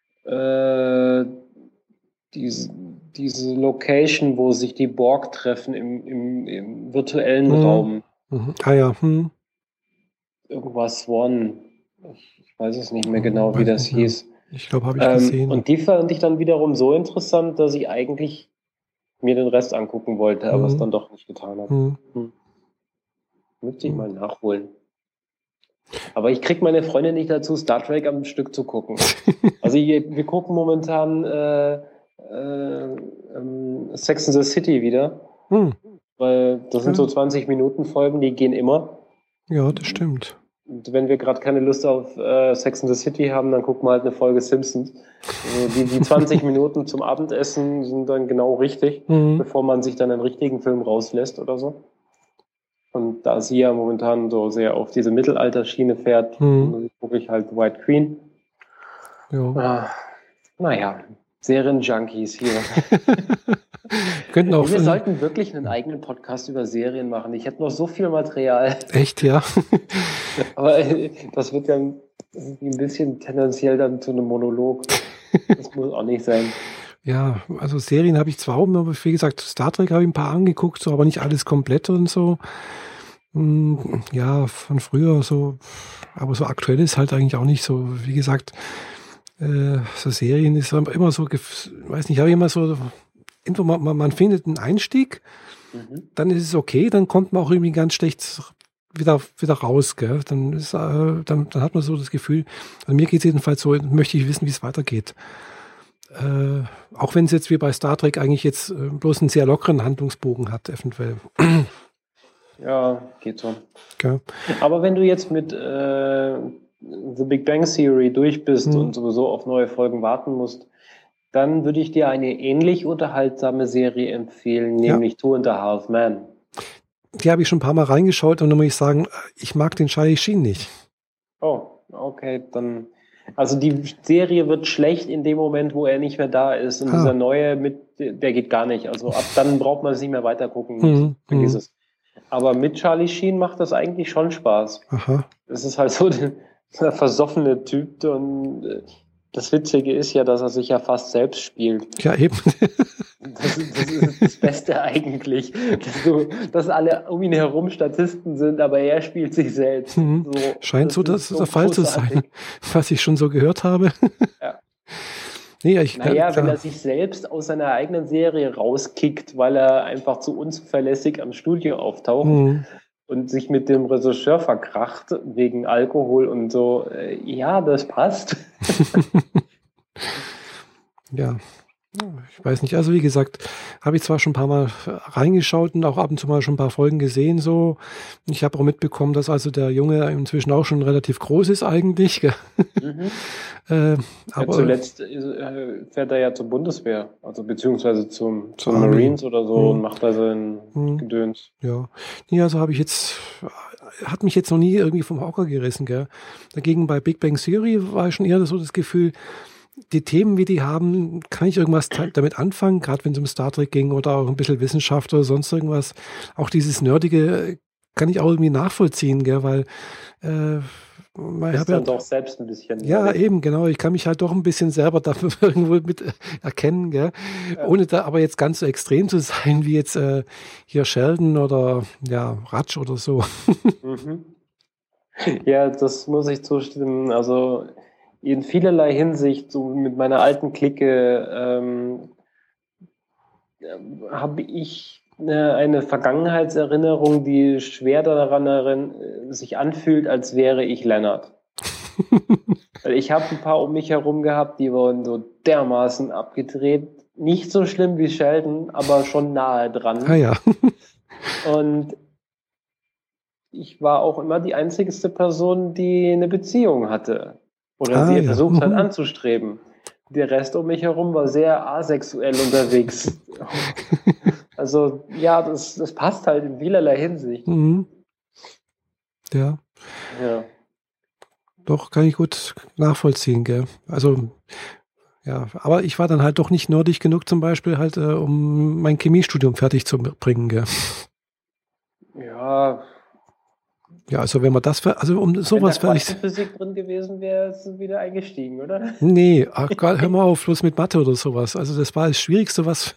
Speaker 2: äh, diese, diese Location, wo sich die Borg treffen im, im, im virtuellen mhm. Raum.
Speaker 1: Mhm. Ah ja. Mhm.
Speaker 2: Irgendwas One. Ich, ich weiß es nicht mehr genau, mhm, wie das hieß.
Speaker 1: Ich glaube, habe ich
Speaker 2: ähm,
Speaker 1: gesehen.
Speaker 2: Und die fand ich dann wiederum so interessant, dass ich eigentlich mir den Rest angucken wollte, aber mhm. es dann doch nicht getan habe. Mhm. Hm. Müsste ich mhm. mal nachholen. Aber ich kriege meine Freundin nicht dazu, Star Trek am Stück zu gucken. Also wir, wir gucken momentan äh, äh, ähm, Sex and the City wieder. Hm. Weil das sind ja. so zwanzig Minuten Folgen, die gehen immer.
Speaker 1: Ja, das stimmt.
Speaker 2: Und wenn wir gerade keine Lust auf äh, Sex and the City haben, dann gucken wir halt eine Folge Simpsons. Also die, die zwanzig Minuten zum Abendessen sind dann genau richtig, mhm. bevor man sich dann einen richtigen Film rauslässt oder so. Und da sie ja momentan so sehr auf diese Mittelalterschiene fährt, mhm. gucke ich halt White Queen. Ja. Äh, naja, Serien-Junkies hier.
Speaker 1: Könnten auch
Speaker 2: wir sollten wirklich einen eigenen Podcast über Serien machen. Ich hätte noch so viel Material.
Speaker 1: Echt, ja?
Speaker 2: Aber das wird dann ein bisschen tendenziell dann zu einem Monolog. Das muss auch nicht sein.
Speaker 1: Ja, also Serien habe ich zwar auch, aber wie gesagt, Star Trek habe ich ein paar angeguckt, so, aber nicht alles komplett und so. Ja, von früher so, aber so aktuell ist halt eigentlich auch nicht so, wie gesagt, äh, so Serien ist immer so, weiß nicht, habe ich immer so, man, man findet einen Einstieg, mhm. dann ist es okay, dann kommt man auch irgendwie ganz schlecht wieder, wieder raus, gell? Dann, ist, äh, dann, dann hat man so das Gefühl, also mir geht es jedenfalls so, möchte ich wissen, wie es weitergeht. Äh, auch wenn es jetzt wie bei Star Trek eigentlich jetzt äh, bloß einen sehr lockeren Handlungsbogen hat, eventuell.
Speaker 2: Ja, geht so.
Speaker 1: Okay.
Speaker 2: Aber wenn du jetzt mit äh, The Big Bang Theory durch bist hm. und sowieso auf neue Folgen warten musst, dann würde ich dir eine ähnlich unterhaltsame Serie empfehlen, nämlich ja. Two and a Half Men.
Speaker 1: Die habe ich schon ein paar Mal reingeschaut und dann muss ich sagen, ich mag den Charlie Sheen nicht.
Speaker 2: Oh, okay, dann... Also die Serie wird schlecht in dem Moment, wo er nicht mehr da ist. Und ah. dieser neue, mit, der geht gar nicht. Also ab dann braucht man es nicht mehr weiter gucken.
Speaker 1: Mhm.
Speaker 2: Vergiss es. Aber mit Charlie Sheen macht das eigentlich schon Spaß.
Speaker 1: Aha.
Speaker 2: Es ist halt so der, der versoffene Typ. Und das Witzige ist ja, dass er sich ja fast selbst spielt.
Speaker 1: Ja, eben.
Speaker 2: Das, das ist das Beste eigentlich, dass, du, dass alle um ihn herum Statisten sind, aber er spielt sich selbst.
Speaker 1: Mhm. So, Scheint das so, dass so der Fall zu sein, was ich schon so gehört habe.
Speaker 2: Ja.
Speaker 1: Nee, ich,
Speaker 2: naja,
Speaker 1: klar.
Speaker 2: wenn er sich selbst aus seiner eigenen Serie rauskickt, weil er einfach zu unzuverlässig am Studio auftaucht mhm. und sich mit dem Regisseur verkracht wegen Alkohol und so, ja, das passt.
Speaker 1: Ja. Ich weiß nicht, also wie gesagt, habe ich zwar schon ein paar Mal reingeschaut und auch ab und zu mal schon ein paar Folgen gesehen, so. Ich habe auch mitbekommen, dass also der Junge inzwischen auch schon relativ groß ist eigentlich. Gell? Mhm. äh, aber,
Speaker 2: ja, zuletzt äh, fährt er ja zur Bundeswehr, also beziehungsweise zum, zum Marines oder so mhm. und macht da sein mhm. Gedöns.
Speaker 1: Ja, nee, also habe ich jetzt, hat mich jetzt noch nie irgendwie vom Hocker gerissen, gell. Dagegen bei Big Bang Theory war ich schon eher so das Gefühl, die Themen, wie die haben, kann ich irgendwas damit anfangen, gerade wenn es um Star Trek ging oder auch ein bisschen Wissenschaft oder sonst irgendwas. Auch dieses Nerdige kann ich auch irgendwie nachvollziehen, gell, weil äh,
Speaker 2: man hat ja doch selbst ein bisschen.
Speaker 1: Ja, nerdig. Eben, genau. Ich kann mich halt doch ein bisschen selber dafür irgendwo mit erkennen, gell, ja. Ohne da aber jetzt ganz so extrem zu sein wie jetzt äh, hier Sheldon oder ja Raj oder so.
Speaker 2: Mhm. Ja, das muss ich zustimmen. Also in vielerlei Hinsicht, so mit meiner alten Clique, ähm, habe ich eine, eine Vergangenheitserinnerung, die schwer daran erin, sich anfühlt, als wäre ich Leonard. Weil ich habe ein paar um mich herum gehabt, die waren so dermaßen abgedreht. Nicht so schlimm wie Sheldon, aber schon nahe dran.
Speaker 1: Ah ja.
Speaker 2: Und ich war auch immer die einzigste Person, die eine Beziehung hatte. Oder ah, sie ja. versucht hat anzustreben. Der Rest um mich herum war sehr asexuell unterwegs. Also ja, das, das passt halt in vielerlei Hinsicht.
Speaker 1: Mhm. Ja.
Speaker 2: Ja.
Speaker 1: Doch, kann ich gut nachvollziehen, gell. Also, ja, aber ich war dann halt doch nicht nerdig genug zum Beispiel halt, äh, um mein Chemiestudium fertig zu bringen, gell.
Speaker 2: Ja.
Speaker 1: Ja, also wenn man das, also um sowas fertig...
Speaker 2: Wenn da Physik drin gewesen wäre, ist es wieder eingestiegen, oder?
Speaker 1: Nee, ach, hör mal auf, bloß mit Mathe oder sowas. Also das war das Schwierigste, was...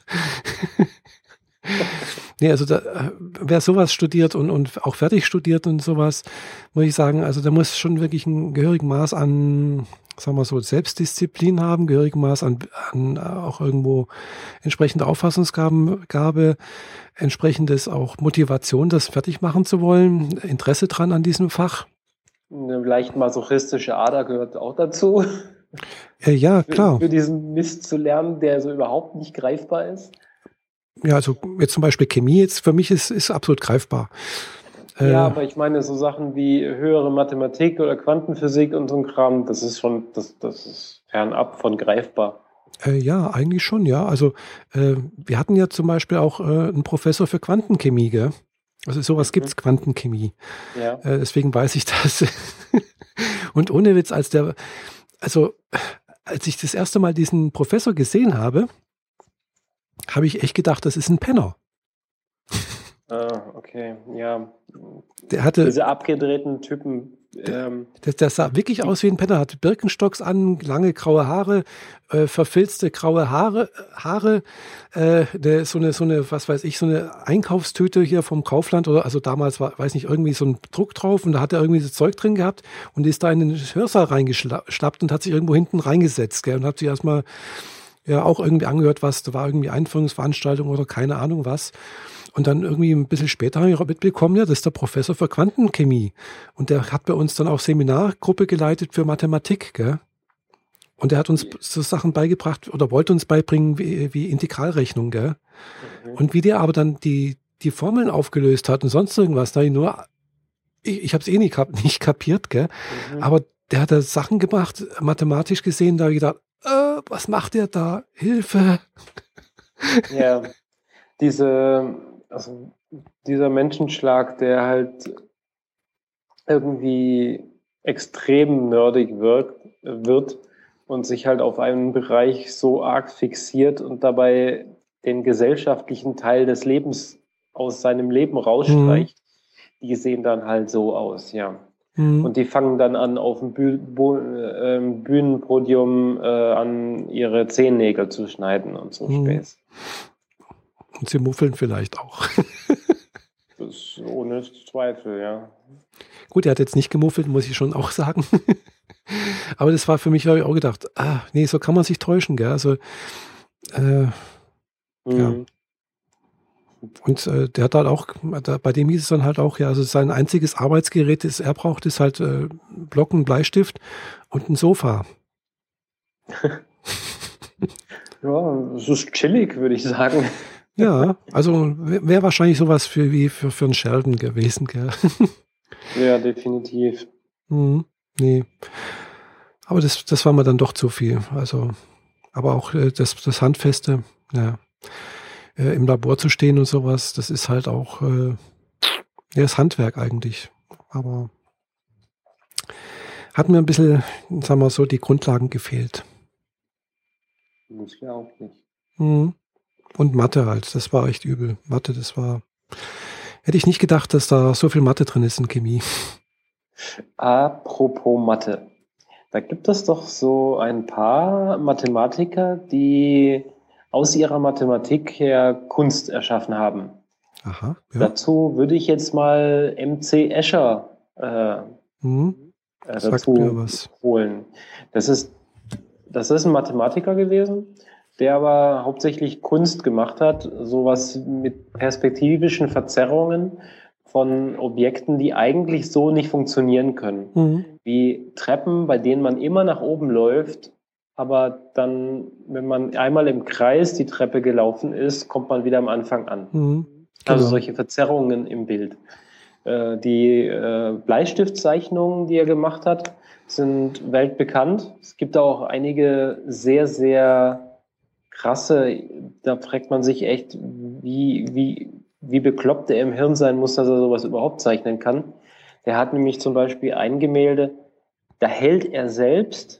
Speaker 1: Nee, also da, wer sowas studiert und, und auch fertig studiert und sowas, muss ich sagen, also da muss schon wirklich ein gehörigen Maß an, sagen wir so, Selbstdisziplin haben, gehörigen Maß an, an auch irgendwo entsprechende Auffassungsgabe, entsprechendes auch Motivation, das fertig machen zu wollen, Interesse dran an diesem Fach.
Speaker 2: Eine leicht masochistische Ader gehört auch dazu.
Speaker 1: Äh, ja, klar.
Speaker 2: Für, für diesen Mist zu lernen, der so überhaupt nicht greifbar ist.
Speaker 1: Ja, also jetzt zum Beispiel Chemie jetzt für mich ist, ist absolut greifbar.
Speaker 2: Ja, äh, aber ich meine so Sachen wie höhere Mathematik oder Quantenphysik und so ein Kram, das ist schon, das, das ist fernab von greifbar.
Speaker 1: Äh, ja, eigentlich schon, ja. Also äh, wir hatten ja zum Beispiel auch äh, einen Professor für Quantenchemie, gell? Also sowas gibt's, mhm. Quantenchemie. Ja. Äh, deswegen weiß ich das. Und ohne Witz, als der, also als ich das erste Mal diesen Professor gesehen habe, habe ich echt gedacht, das ist ein Penner.
Speaker 2: Ah, okay, ja.
Speaker 1: Der hatte,
Speaker 2: diese abgedrehten Typen. Ähm,
Speaker 1: der, der sah wirklich aus wie ein Penner, hatte Birkenstocks an, lange graue Haare, äh, verfilzte graue Haare, Haare, äh, der, so eine, so eine, was weiß ich, so eine Einkaufstüte hier vom Kaufland oder, also damals war, weiß nicht, irgendwie so ein Druck drauf und da hat er irgendwie das Zeug drin gehabt und ist da in den Hörsaal reingeschlappt und hat sich irgendwo hinten reingesetzt, gell, und hat sich erstmal ja auch irgendwie angehört, was, da war irgendwie Einführungsveranstaltung oder keine Ahnung was. Und dann irgendwie ein bisschen später habe ich mitbekommen, ja, das ist der Professor für Quantenchemie. Und der hat bei uns dann auch Seminargruppe geleitet für Mathematik, gell? Und er hat uns so Sachen beigebracht oder wollte uns beibringen wie, wie Integralrechnung, gell? Mhm. Und wie der aber dann die, die Formeln aufgelöst hat und sonst irgendwas, da ich nur, ich, ich habe es eh nicht, nicht kapiert, gell? Mhm. Aber der hat da Sachen gebracht, mathematisch gesehen, da habe ich gedacht, äh, was macht der da? Hilfe!
Speaker 2: Ja, diese, also dieser Menschenschlag, der halt irgendwie extrem nerdig wirkt, wird und sich halt auf einen Bereich so arg fixiert und dabei den gesellschaftlichen Teil des Lebens aus seinem Leben rausstreicht, mhm. die sehen dann halt so aus, ja. Mhm. Und die fangen dann an, auf dem Büh- Bo- äh, Bühnenpodium äh, an ihre Zehennägel zu schneiden und so
Speaker 1: mhm.
Speaker 2: Späß.
Speaker 1: Und sie muffeln vielleicht auch.
Speaker 2: Das ist ohne Zweifel, ja.
Speaker 1: Gut, er hat jetzt nicht gemuffelt, muss ich schon auch sagen. Aber das war für mich, habe ich auch gedacht, ah, nee, so kann man sich täuschen, gell? Also, äh, mhm. ja. Und äh, der hat halt auch, da, bei dem hieß es dann halt auch, ja, also sein einziges Arbeitsgerät, das er braucht, ist halt äh, Block, ein Bleistift und ein Sofa.
Speaker 2: Ja, es ist chillig, würde ich sagen.
Speaker 1: Ja, also wäre wahrscheinlich sowas für wie für, für einen Sheldon gewesen, gell?
Speaker 2: Ja, definitiv.
Speaker 1: Mhm, nee. Aber das, das war mir dann doch zu viel. Also, aber auch äh, das, das Handfeste, ja. Äh, im Labor zu stehen und sowas, das ist halt auch äh, ja, das Handwerk eigentlich. Aber hat mir ein bisschen, sagen wir so, die Grundlagen gefehlt.
Speaker 2: Muss ja auch nicht.
Speaker 1: Mhm. Und Mathe halt, das war echt übel. Mathe, das war, hätte ich nicht gedacht, dass da so viel Mathe drin ist in Chemie.
Speaker 2: Apropos Mathe. Da gibt es doch so ein paar Mathematiker, die aus ihrer Mathematik her Kunst erschaffen haben.
Speaker 1: Aha, ja.
Speaker 2: Dazu würde ich jetzt mal M C Escher äh,
Speaker 1: mhm.
Speaker 2: äh, dazu
Speaker 1: was.
Speaker 2: holen. Das ist, das ist ein Mathematiker gewesen, der aber hauptsächlich Kunst gemacht hat, sowas mit perspektivischen Verzerrungen von Objekten, die eigentlich so nicht funktionieren können.
Speaker 1: Mhm.
Speaker 2: Wie Treppen, bei denen man immer nach oben läuft, aber dann, wenn man einmal im Kreis die Treppe gelaufen ist, kommt man wieder am Anfang an.
Speaker 1: Mhm. Genau.
Speaker 2: Also solche Verzerrungen im Bild. Äh, die äh, Bleistiftzeichnungen, die er gemacht hat, sind weltbekannt. Es gibt auch einige sehr, sehr krasse, da fragt man sich echt, wie, wie, wie bekloppt er im Hirn sein muss, dass er sowas überhaupt zeichnen kann. Der hat nämlich zum Beispiel ein Gemälde, da hält er selbst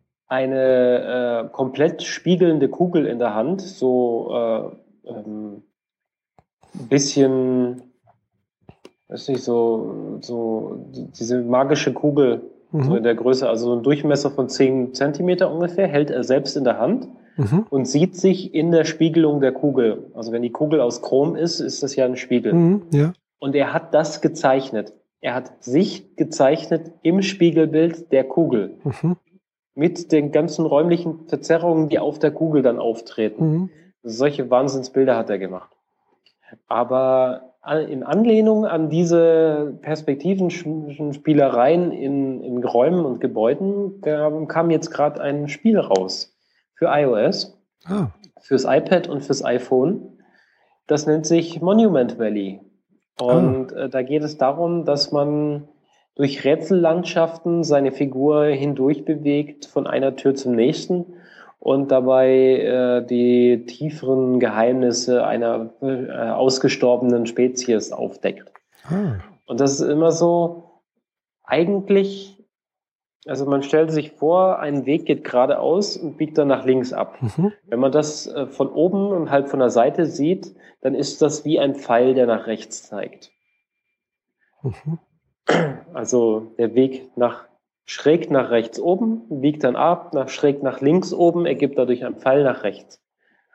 Speaker 2: eine äh, komplett spiegelnde Kugel in der Hand, so äh, ähm, ein bisschen, weiß nicht, so, so diese magische Kugel, mhm. so in der Größe, also so ein Durchmesser von zehn Zentimeter ungefähr, hält er selbst in der Hand. Mhm. Und sieht sich in der Spiegelung der Kugel. Also wenn die Kugel aus Chrom ist, ist das ja ein Spiegel.
Speaker 1: Mhm, ja.
Speaker 2: Und er hat das gezeichnet. Er hat sich gezeichnet im Spiegelbild der Kugel. Mhm. Mit den ganzen räumlichen Verzerrungen, die auf der Kugel dann auftreten. Mhm. Solche Wahnsinnsbilder hat er gemacht. Aber in Anlehnung an diese perspektivischen Spielereien in, in Räumen und Gebäuden kam jetzt gerade ein Spiel raus. Für iOS, ah. fürs iPad und fürs iPhone. Das nennt sich Monument Valley. Und ah. äh, da geht es darum, dass man durch Rätsellandschaften seine Figur hindurch bewegt, von einer Tür zum nächsten und dabei äh, die tieferen Geheimnisse einer äh, ausgestorbenen Spezies aufdeckt. Ah. Und das ist immer so, eigentlich... Also man stellt sich vor, ein Weg geht geradeaus und biegt dann nach links ab. Mhm. Wenn man das äh, von oben und halb von der Seite sieht, dann ist das wie ein Pfeil, der nach rechts zeigt. Mhm. Also der Weg nach schräg nach rechts oben, biegt dann ab, nach schräg nach links oben, ergibt dadurch einen Pfeil nach rechts.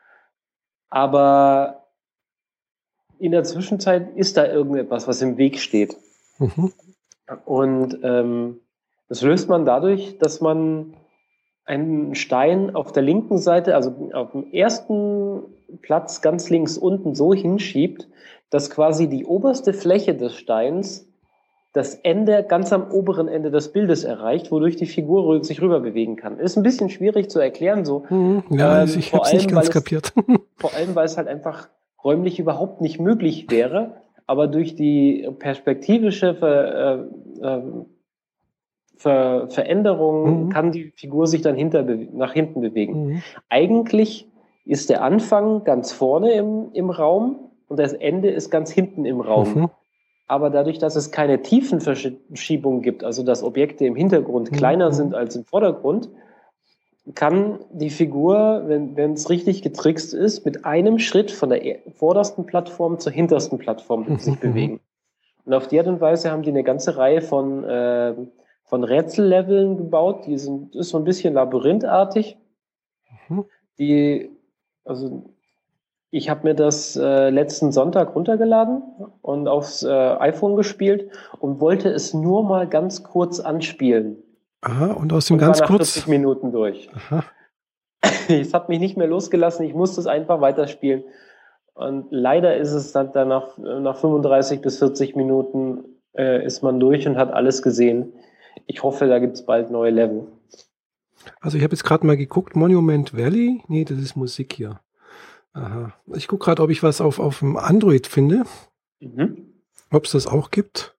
Speaker 2: Aber in der Zwischenzeit ist da irgendetwas, was im Weg steht. Mhm. Und ähm, das löst man dadurch, dass man einen Stein auf der linken Seite, also auf dem ersten Platz ganz links unten so hinschiebt, dass quasi die oberste Fläche des Steins das Ende ganz am oberen Ende des Bildes erreicht, wodurch die Figur sich rüber bewegen kann. Ist ein bisschen schwierig zu erklären so.
Speaker 1: Ja, ähm, ich habe es nicht ganz kapiert.
Speaker 2: Vor allem, weil es halt einfach räumlich überhaupt nicht möglich wäre, aber durch die perspektivische Ver, äh, äh, Ver Veränderung mhm. kann die Figur sich dann hinter, nach hinten bewegen. Mhm. Eigentlich ist der Anfang ganz vorne im, im Raum und das Ende ist ganz hinten im Raum. Mhm. Aber dadurch, dass es keine Tiefenverschiebung gibt, also dass Objekte im Hintergrund mhm. kleiner sind als im Vordergrund, kann die Figur, wenn es richtig getrickst ist, mit einem Schritt von der vordersten Plattform zur hintersten Plattform mhm. sich bewegen. Und auf die Art und Weise haben die eine ganze Reihe von äh, von Rätselleveln gebaut, die sind, ist so ein bisschen labyrinthartig. Mhm. Die, also Ich habe mir das äh, letzten Sonntag runtergeladen und aufs äh, iPhone gespielt und wollte es nur mal ganz kurz anspielen.
Speaker 1: Aha, und aus dem
Speaker 2: und
Speaker 1: ganz
Speaker 2: war nach
Speaker 1: kurz?
Speaker 2: vierzig Minuten durch.
Speaker 1: Aha.
Speaker 2: Es hat mich nicht mehr losgelassen, ich musste es einfach weiterspielen. Und leider ist es dann danach, nach fünfunddreißig bis vierzig Minuten äh, ist man durch und hat alles gesehen. Ich hoffe, da gibt es bald neue Level.
Speaker 1: Also ich habe jetzt gerade mal geguckt, Monument Valley. Nee, das ist Musik hier. Aha. Ich gucke gerade, ob ich was auf, auf dem Android finde. Mhm. Ob es das auch gibt.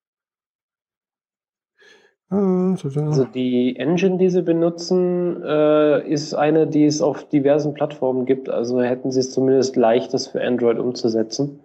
Speaker 2: Also die Engine, die sie benutzen, äh, ist eine, die es auf diversen Plattformen gibt. Also hätten sie es zumindest leicht, das für Android umzusetzen.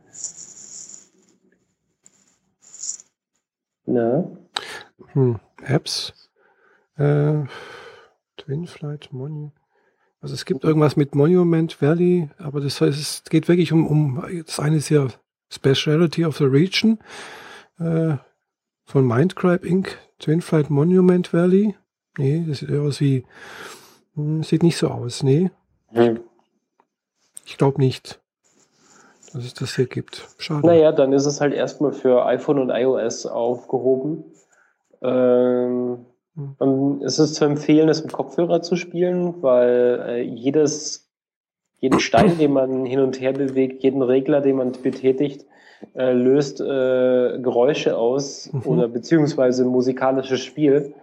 Speaker 2: Na?
Speaker 1: Hm. Apps. Äh, Twinflight, Monument. Also es gibt irgendwas mit Monument Valley, aber das heißt, es geht wirklich um, um das eine ist ja Speciality of the Region äh, von Mindcribe Incorporated. Twinflight Monument Valley. Nee, das sieht aus wie hm, sieht nicht so aus, nee. Hm. Ich glaube nicht, dass es das hier gibt. Schade.
Speaker 2: Naja, dann ist es halt erstmal für iPhone und iOS aufgehoben. Ähm, hm. Dann ist es zu empfehlen, es mit Kopfhörer zu spielen, weil äh, jedes, jeden Stein, den man hin und her bewegt, jeden Regler, den man betätigt, äh, löst äh, Geräusche aus mhm. oder beziehungsweise ein musikalisches Spiel.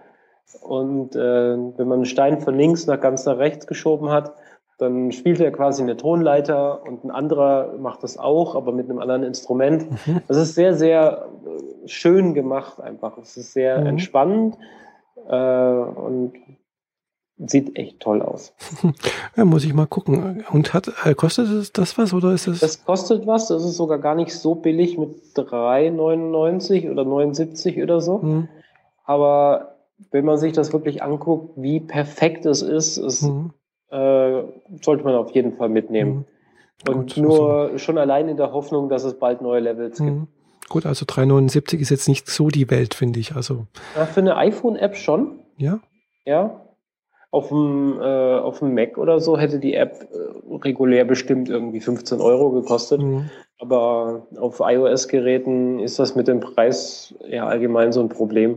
Speaker 2: Und äh, wenn man einen Stein von links nach ganz nach rechts geschoben hat, dann spielt er quasi eine Tonleiter und ein anderer macht das auch, aber mit einem anderen Instrument. Mhm. Das ist sehr, sehr schön gemacht einfach. Es ist sehr mhm. entspannend äh, und sieht echt toll aus.
Speaker 1: Ja, muss ich mal gucken. Und hat, kostet das was oder ist es?
Speaker 2: Das kostet was. Das ist sogar gar nicht so billig mit drei neunundneunzig oder neunundsiebzig oder so. Mhm. Aber wenn man sich das wirklich anguckt, wie perfekt es ist, ist mhm. äh, sollte man auf jeden Fall mitnehmen. Mhm. Und Gut, nur also. schon allein in der Hoffnung, dass es bald neue Levels mhm. gibt.
Speaker 1: Gut, also drei neunundsiebzig ist jetzt nicht so die Welt, finde ich. Also
Speaker 2: ja, für eine iPhone-App schon.
Speaker 1: Ja.
Speaker 2: Ja. Auf dem, äh, auf dem Mac oder so hätte die App äh, regulär bestimmt irgendwie fünfzehn Euro gekostet. Mhm. Aber auf iOS-Geräten ist das mit dem Preis ja allgemein so ein Problem,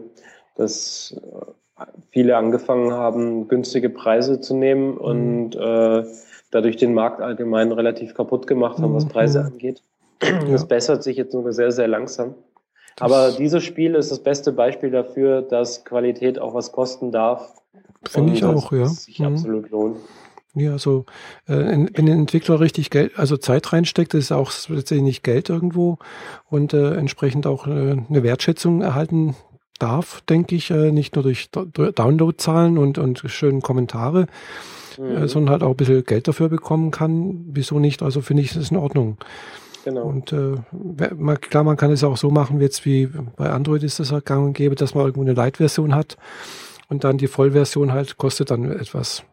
Speaker 2: dass äh, viele angefangen haben, günstige Preise zu nehmen mhm. und äh, dadurch den Markt allgemein relativ kaputt gemacht haben, mhm. was Preise angeht. Ja. Das bessert sich jetzt nur sehr, sehr langsam. Das Aber dieses Spiel ist das beste Beispiel dafür, dass Qualität auch was kosten darf.
Speaker 1: Finde ich auch, ja.
Speaker 2: Sich mhm. absolut lohnt.
Speaker 1: Ja, also äh, wenn ein Entwickler richtig Geld, also Zeit reinsteckt, ist auch letztendlich Geld irgendwo und äh, entsprechend auch äh, eine Wertschätzung erhalten darf, denke ich, äh, nicht nur durch Downloadzahlen und und schöne Kommentare, mhm. äh, sondern halt auch ein bisschen Geld dafür bekommen kann. Wieso nicht? Also finde ich, das ist in Ordnung.
Speaker 2: Genau.
Speaker 1: Und äh, man, klar, man kann es auch so machen, wie jetzt wie bei Android ist das halt gang und gäbe, dass man irgendwo eine Light-Version hat. Und dann die Vollversion halt kostet dann etwas.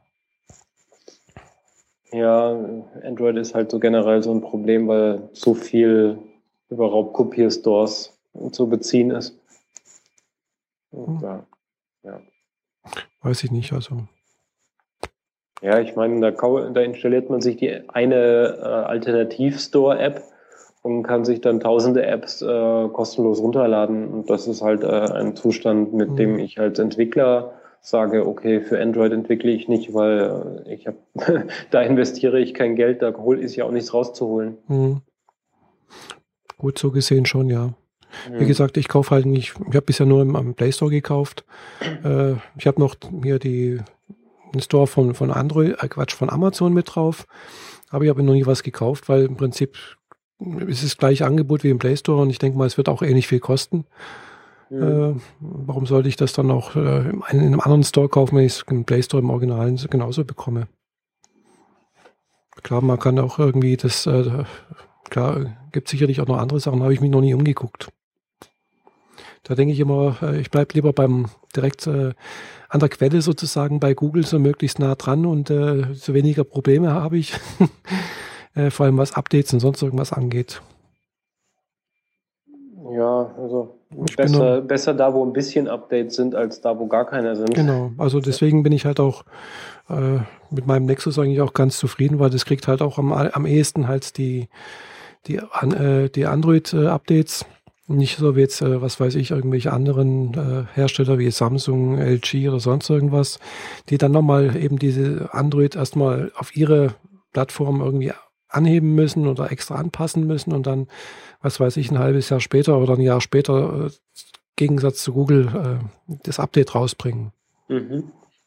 Speaker 2: Ja, Android ist halt so generell so ein Problem, weil so viel über Raubkopierstores zu beziehen ist. Und, ja, ja.
Speaker 1: Weiß ich nicht, also.
Speaker 2: Ja, ich meine, da, da installiert man sich die eine äh, Alternativ-Store-App und kann sich dann tausende Apps äh, kostenlos runterladen. Und das ist halt äh, ein Zustand, mit mhm. dem ich als Entwickler sage, okay, für Android entwickle ich nicht, weil äh, ich habe da investiere ich kein Geld, da hol, ist ja auch nichts rauszuholen.
Speaker 1: Mhm. Gut, so gesehen schon, ja. Mhm. Wie gesagt, ich kaufe halt nicht, ich habe bisher nur im, am Play Store gekauft. Äh, ich habe noch hier die einen Store von, von Android, äh Quatsch, von Amazon mit drauf. Aber ich habe noch nie was gekauft, weil im Prinzip ist es das gleiche Angebot wie im Play Store und ich denke mal, es wird auch ähnlich viel kosten. Mhm. Äh, warum sollte ich das dann auch äh, in einem anderen Store kaufen, wenn ich es im Play Store im Originalen genauso bekomme? Klar, man kann auch irgendwie das, äh, klar, gibt sicherlich auch noch andere Sachen, habe ich mich noch nie umgeguckt. Da denke ich immer, äh, ich bleibe lieber beim direkt äh, an der Quelle sozusagen bei Google so möglichst nah dran und äh, so weniger Probleme habe ich. Äh, vor allem was Updates und sonst irgendwas angeht.
Speaker 2: Ja, also Besser, auch, besser da, wo ein bisschen Updates sind, als da, wo gar keine sind.
Speaker 1: Genau, also deswegen bin ich halt auch äh, mit meinem Nexus eigentlich auch ganz zufrieden, weil das kriegt halt auch am, am ehesten halt die, die, an, äh, die Android-Updates. Nicht so wie jetzt, äh, was weiß ich, irgendwelche anderen äh, Hersteller wie Samsung, L G oder sonst irgendwas, die dann nochmal eben diese Android erstmal auf ihre Plattform irgendwie anheben müssen oder extra anpassen müssen und dann, was weiß ich, ein halbes Jahr später oder ein Jahr später, äh, im Gegensatz zu Google, äh, das Update rausbringen. Mhm.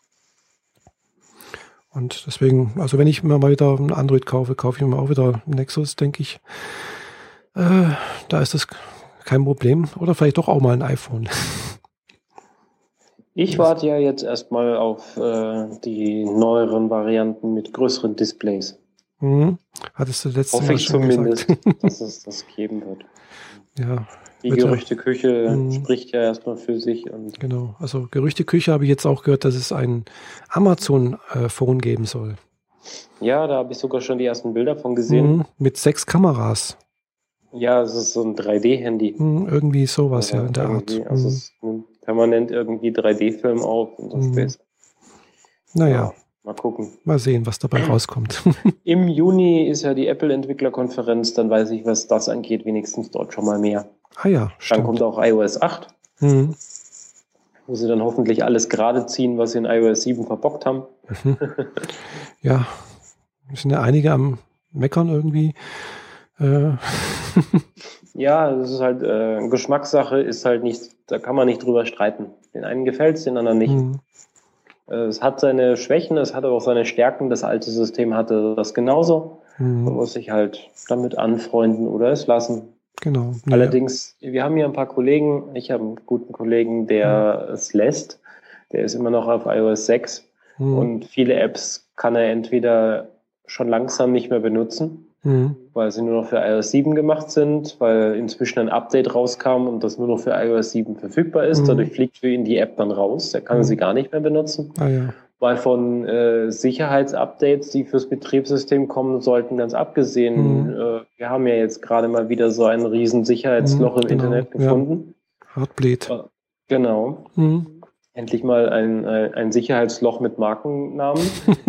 Speaker 1: Und deswegen, also wenn ich mir mal wieder ein Android kaufe, kaufe ich mir auch wieder ein Nexus, denke ich. Äh, da ist das kein Problem. Oder vielleicht doch auch mal ein iPhone.
Speaker 2: Ich warte ja jetzt erstmal auf äh, die neueren Varianten mit größeren Displays.
Speaker 1: Mhm. Hattest du letztes
Speaker 2: Hoffe
Speaker 1: Mal
Speaker 2: ich
Speaker 1: schon
Speaker 2: zumindest,
Speaker 1: gesagt.
Speaker 2: dass es das geben wird.
Speaker 1: Ja.
Speaker 2: Die Gerüchteküche ja, spricht ja erstmal für sich. Und
Speaker 1: genau, also Gerüchteküche habe ich jetzt auch gehört, dass es ein Amazon-Phone geben soll.
Speaker 2: Ja, da habe ich sogar schon die ersten Bilder von gesehen.
Speaker 1: Mhm. Mit sechs Kameras.
Speaker 2: Ja, es ist so ein drei D-Handy.
Speaker 1: Mhm, irgendwie sowas, ja, ja in der Art.
Speaker 2: Also mhm. es nimmt permanent irgendwie drei D-Film auf. Und das
Speaker 1: mhm.
Speaker 2: ist
Speaker 1: naja.
Speaker 2: Ja, mal gucken.
Speaker 1: Mal sehen, was dabei rauskommt.
Speaker 2: Im Juni ist ja die Apple-Entwicklerkonferenz, dann weiß ich, was das angeht, wenigstens dort schon mal mehr.
Speaker 1: Ah ja, stimmt.
Speaker 2: Dann kommt auch i O S acht, mhm. wo sie dann hoffentlich alles gerade ziehen, was sie in i O S sieben verbockt haben.
Speaker 1: Mhm. Ja, es sind ja einige am Meckern irgendwie. Äh.
Speaker 2: Ja, das ist halt äh, Geschmackssache, ist halt nicht, da kann man nicht drüber streiten. Den einen gefällt es, den anderen nicht. Mhm. Äh, es hat seine Schwächen, es hat aber auch seine Stärken. Das alte System hatte das genauso. Mhm. Man muss sich halt damit anfreunden oder es lassen.
Speaker 1: Genau.
Speaker 2: Ja. Allerdings, wir haben hier ein paar Kollegen, ich habe einen guten Kollegen, der mhm. es lässt. Der ist immer noch auf i O S sechs mhm. und viele Apps kann er entweder schon langsam nicht mehr benutzen, mhm. weil sie nur noch für i O S sieben gemacht sind, weil inzwischen ein Update rauskam und das nur noch für i O S sieben verfügbar ist. Mhm. Dadurch fliegt für ihn die App dann raus. Er kann mhm. sie gar nicht mehr benutzen.
Speaker 1: Ah, ja.
Speaker 2: Weil von äh, Sicherheitsupdates, die fürs Betriebssystem kommen sollten, ganz abgesehen, mhm. äh, wir haben ja jetzt gerade mal wieder so ein riesen Sicherheitsloch mhm, im genau, Internet gefunden.
Speaker 1: Ja. Heartbleed.
Speaker 2: Äh, genau. Mhm. Endlich mal ein, ein, ein Sicherheitsloch mit Markennamen.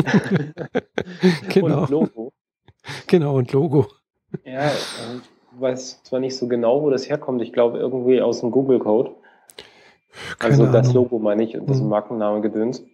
Speaker 1: Genau.
Speaker 2: Und Logo.
Speaker 1: Genau, und Logo.
Speaker 2: Ja, ich weiß zwar nicht so genau, wo das herkommt. Ich glaube irgendwie aus dem Google-Code. Also das
Speaker 1: Ahnung.
Speaker 2: Logo meine ich und das mhm. Markenname gedöns.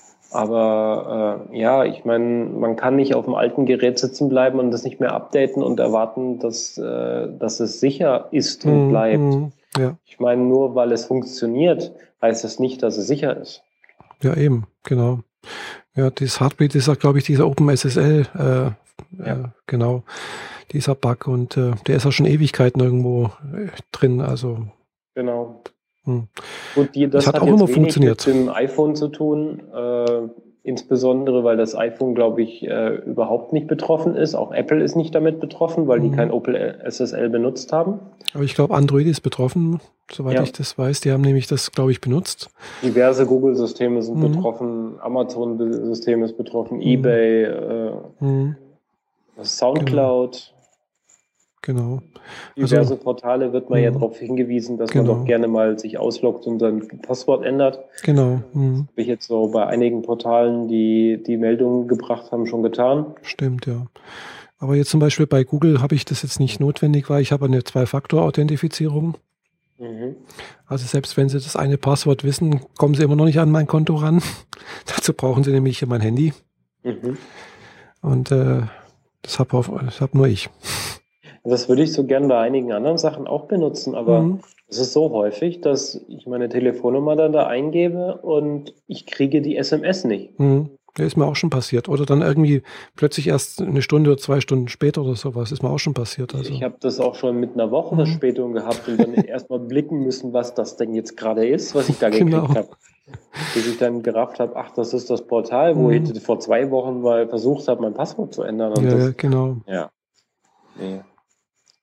Speaker 2: Aber äh, ja, ich meine, man kann nicht auf dem alten Gerät sitzen bleiben und das nicht mehr updaten und erwarten, dass, äh, dass es sicher ist und
Speaker 1: mhm.
Speaker 2: bleibt.
Speaker 1: Ja.
Speaker 2: Ich meine, nur weil es funktioniert, heißt es nicht, dass es sicher ist.
Speaker 1: Ja, eben, genau. Ja, dieses Heartbeat ist auch, glaube ich, dieser OpenSSL, äh, ja. äh, genau, dieser Bug und äh, der ist auch schon Ewigkeiten irgendwo äh, drin, also.
Speaker 2: Genau.
Speaker 1: Hm.
Speaker 2: Gut, die, das,
Speaker 1: das hat,
Speaker 2: hat
Speaker 1: auch
Speaker 2: jetzt
Speaker 1: immer
Speaker 2: wenig
Speaker 1: funktioniert.
Speaker 2: mit dem iPhone zu tun, äh, insbesondere weil das iPhone, glaube ich, äh, überhaupt nicht betroffen ist. Auch Apple ist nicht damit betroffen, weil hm. die kein OpenSSL benutzt haben.
Speaker 1: Aber ich glaube, Android ist betroffen, soweit ja. ich das weiß. Die haben nämlich das, glaube ich, benutzt.
Speaker 2: Diverse Google-Systeme sind hm. betroffen, Amazon-System ist betroffen, hm. eBay, äh, hm. Soundcloud.
Speaker 1: Genau. Genau.
Speaker 2: Diverse also, Portale wird man mh. ja darauf hingewiesen, dass genau. man doch gerne mal sich ausloggt und sein Passwort ändert.
Speaker 1: Genau.
Speaker 2: Mhm. Das habe ich jetzt so bei einigen Portalen, die die Meldungen gebracht haben, schon getan.
Speaker 1: Stimmt, ja. Aber jetzt zum Beispiel bei Google habe ich das jetzt nicht notwendig, weil ich habe eine Zwei-Faktor-Authentifizierung. Mhm. Also selbst wenn Sie das eine Passwort wissen, kommen Sie immer noch nicht an mein Konto ran. Dazu brauchen Sie nämlich mein Handy. Mhm. Und äh, das habe hab nur ich.
Speaker 2: Das würde ich so gern bei einigen anderen Sachen auch benutzen, aber mhm. es ist so häufig, dass ich meine Telefonnummer dann da eingebe und ich kriege die S M S nicht.
Speaker 1: Mhm. Das ist mir auch schon passiert. Oder dann irgendwie plötzlich erst eine Stunde oder zwei Stunden später oder sowas. Ist mir auch schon passiert. Also.
Speaker 2: Ich habe das auch schon mit einer Woche Verspätung mhm. gehabt und dann erstmal blicken müssen, was das denn jetzt gerade ist, was ich da gekriegt genau. habe. Bis ich dann gerafft habe, ach, das ist das Portal, wo mhm. ich vor zwei Wochen mal versucht habe, mein Passwort zu ändern. Und
Speaker 1: ja,
Speaker 2: das,
Speaker 1: genau.
Speaker 2: Ja. Nee.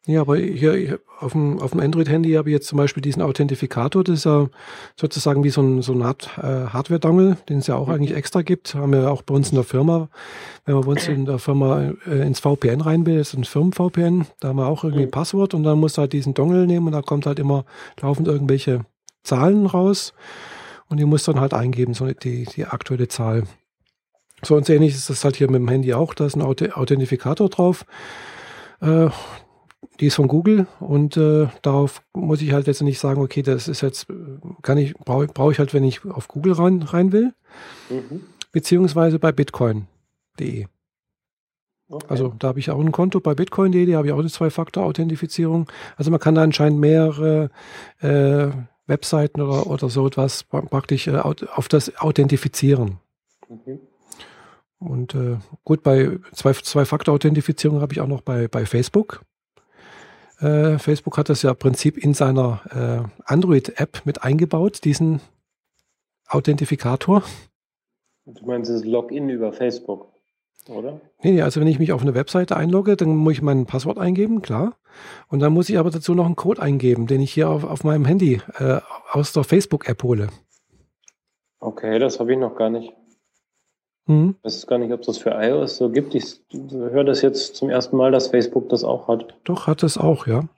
Speaker 1: Ja, aber hier auf dem, auf dem Android-Handy habe ich jetzt zum Beispiel diesen Authentifikator, das ist ja sozusagen wie so ein, so ein Art äh, Hardware-Dongle, den es ja auch eigentlich extra gibt. Haben wir auch bei uns in der Firma, wenn man bei uns in der Firma äh, ins V P N rein will, das ist ein Firmen-V P N, da haben wir auch irgendwie ein Passwort und dann muss halt diesen Dongle nehmen und da kommt halt immer laufend irgendwelche Zahlen raus und die muss dann halt eingeben, so die, die aktuelle Zahl. So und so ähnlich ist das halt hier mit dem Handy auch, da ist ein Authentifikator drauf. Äh, Die ist von Google und äh, darauf muss ich halt letztendlich sagen, okay, das ist jetzt, kann ich, brauche brauch ich halt, wenn ich auf Google rein, rein will, mhm. beziehungsweise bei bitcoin punkt de. Okay. Also da habe ich auch ein Konto bei bitcoin punkt de, da habe ich auch eine Zwei-Faktor-Authentifizierung. Also man kann da anscheinend mehrere äh, Webseiten oder, oder so etwas praktisch äh, auf das authentifizieren. Mhm. Und äh, gut, bei Zwei-Faktor-Authentifizierung habe ich auch noch bei, bei Facebook. Äh, Facebook hat das ja im Prinzip in seiner äh, Android-App mit eingebaut, diesen Authentifikator.
Speaker 2: Du meinst das Login über Facebook, oder?
Speaker 1: Nee, nee, also wenn ich mich auf eine Webseite einlogge, dann muss ich mein Passwort eingeben, klar. Und dann muss ich aber dazu noch einen Code eingeben, den ich hier auf, auf meinem Handy äh, aus der Facebook-App hole.
Speaker 2: Okay, das habe ich noch gar nicht. Hm. Ich weiß gar nicht, ob es das für iOS so gibt. Ich höre das jetzt zum ersten Mal, dass Facebook das auch hat.
Speaker 1: Doch, hat es auch, ja.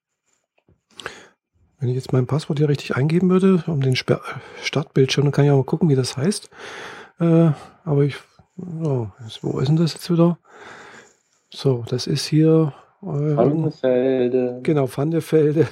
Speaker 1: Wenn ich jetzt mein Passwort hier richtig eingeben würde, um den Sper- Startbildschirm, dann kann ich auch mal gucken, wie das heißt. Äh, aber ich, oh, wo ist denn das jetzt wieder? So, das ist hier... Äh,
Speaker 2: Vandefelde.
Speaker 1: Genau, Vandefelde.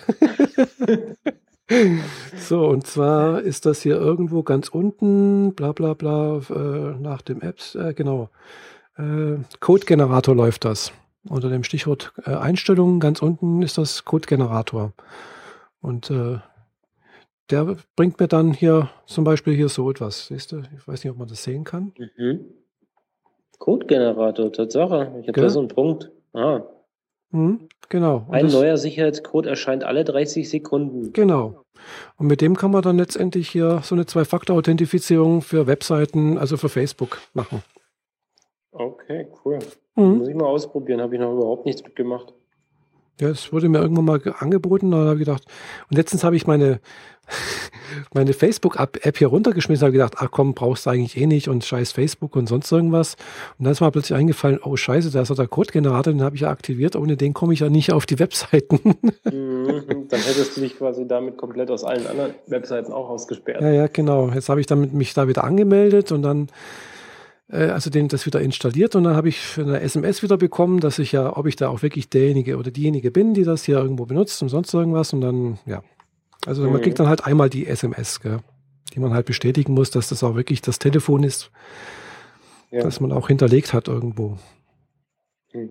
Speaker 1: So, und zwar ist das hier irgendwo ganz unten, bla bla bla, äh, nach dem Apps, äh, genau, äh, Code-Generator läuft das. Unter dem Stichwort äh, Einstellungen, ganz unten ist das Code-Generator. Und äh, der bringt mir dann hier zum Beispiel hier so etwas, siehst du? Ich weiß nicht, ob man das sehen kann.
Speaker 2: Mhm. Code-Generator, Tatsache. Ich habe da so einen Punkt. Ah.
Speaker 1: Mhm, genau. Und
Speaker 2: Ein
Speaker 1: das,
Speaker 2: neuer Sicherheitscode erscheint alle dreißig Sekunden.
Speaker 1: Genau. Und mit dem kann man dann letztendlich hier so eine Zwei-Faktor-Authentifizierung für Webseiten, also für Facebook machen.
Speaker 2: Okay, cool. Mhm. Muss ich mal ausprobieren, habe ich noch überhaupt nichts mitgemacht.
Speaker 1: Ja, es wurde mir irgendwann mal angeboten, da habe ich gedacht, und letztens habe ich meine, meine Facebook-App hier runtergeschmissen, habe gedacht, ach komm, brauchst du eigentlich eh nicht und scheiß Facebook und sonst irgendwas. Und dann ist mir plötzlich eingefallen, oh scheiße, da ist ja der Code-Generator, den habe ich ja aktiviert, ohne den komme ich ja nicht auf die Webseiten.
Speaker 2: Mhm, dann hättest du dich quasi damit komplett aus allen anderen Webseiten auch ausgesperrt.
Speaker 1: Ja, ja, genau. Jetzt habe ich damit mich da wieder angemeldet und dann also den, das wieder installiert und dann habe ich eine S M S wieder bekommen, dass ich ja, ob ich da auch wirklich derjenige oder diejenige bin, die das hier irgendwo benutzt und sonst irgendwas und dann, ja. Also mhm. man kriegt dann halt einmal die S M S, gell, die man halt bestätigen muss, dass das auch wirklich das Telefon ist, ja. das man auch hinterlegt hat irgendwo.
Speaker 2: Mhm.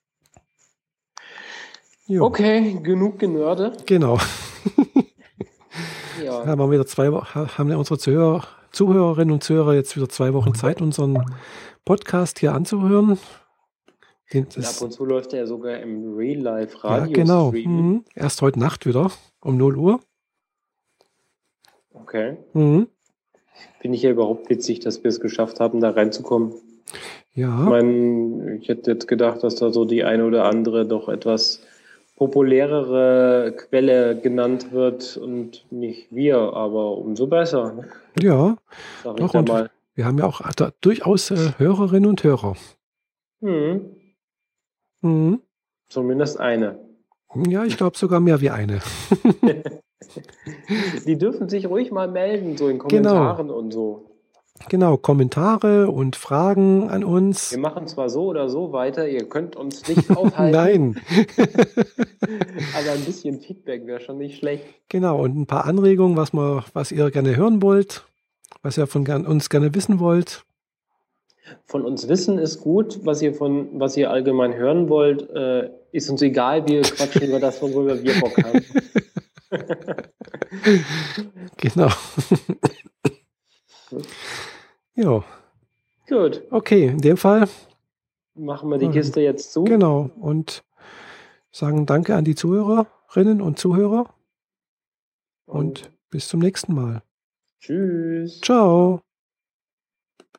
Speaker 2: Okay, genug Genörde.
Speaker 1: Genau. Ja. Haben wir wieder zwei haben ja unsere Zuhörer, Zuhörerinnen und Zuhörer jetzt wieder zwei Wochen Zeit, unseren Podcast hier anzuhören.
Speaker 2: Den, und ab und zu läuft er ja sogar im Real-Life-Radio.
Speaker 1: Ja, genau. Mhm. Erst heute Nacht wieder, um null Uhr.
Speaker 2: Okay. Mhm. Finde ich ja überhaupt witzig, dass wir es geschafft haben, da reinzukommen.
Speaker 1: Ja.
Speaker 2: Ich meine, ich hätte jetzt gedacht, dass da so die eine oder andere doch etwas populärere Quelle genannt wird und nicht wir, aber umso besser. Ne?
Speaker 1: Ja, Sag doch, und mal. Wir haben ja auch da, durchaus äh, Hörerinnen und Hörer.
Speaker 2: Mhm.
Speaker 1: Mhm.
Speaker 2: Zumindest eine.
Speaker 1: Ja, ich glaube sogar mehr wie eine.
Speaker 2: Die dürfen sich ruhig mal melden, so in Kommentaren genau. und so.
Speaker 1: Genau, Kommentare und Fragen an uns.
Speaker 2: Wir machen zwar so oder so weiter, ihr könnt uns nicht aufhalten.
Speaker 1: Nein.
Speaker 2: Aber ein bisschen Feedback wäre schon nicht schlecht.
Speaker 1: Genau, und ein paar Anregungen, was, man, was ihr gerne hören wollt, was ihr von gern, uns gerne wissen wollt.
Speaker 2: Von uns wissen ist gut, was ihr von, was ihr allgemein hören wollt, äh, ist uns egal, wir quatschen über das, worüber wir Bock haben.
Speaker 1: Genau. Ja.
Speaker 2: Gut.
Speaker 1: Okay, in dem Fall
Speaker 2: machen wir die Kiste jetzt zu.
Speaker 1: Genau. Und sagen Danke an die Zuhörerinnen und Zuhörer. Und, und bis zum nächsten Mal.
Speaker 2: Tschüss.
Speaker 1: Ciao.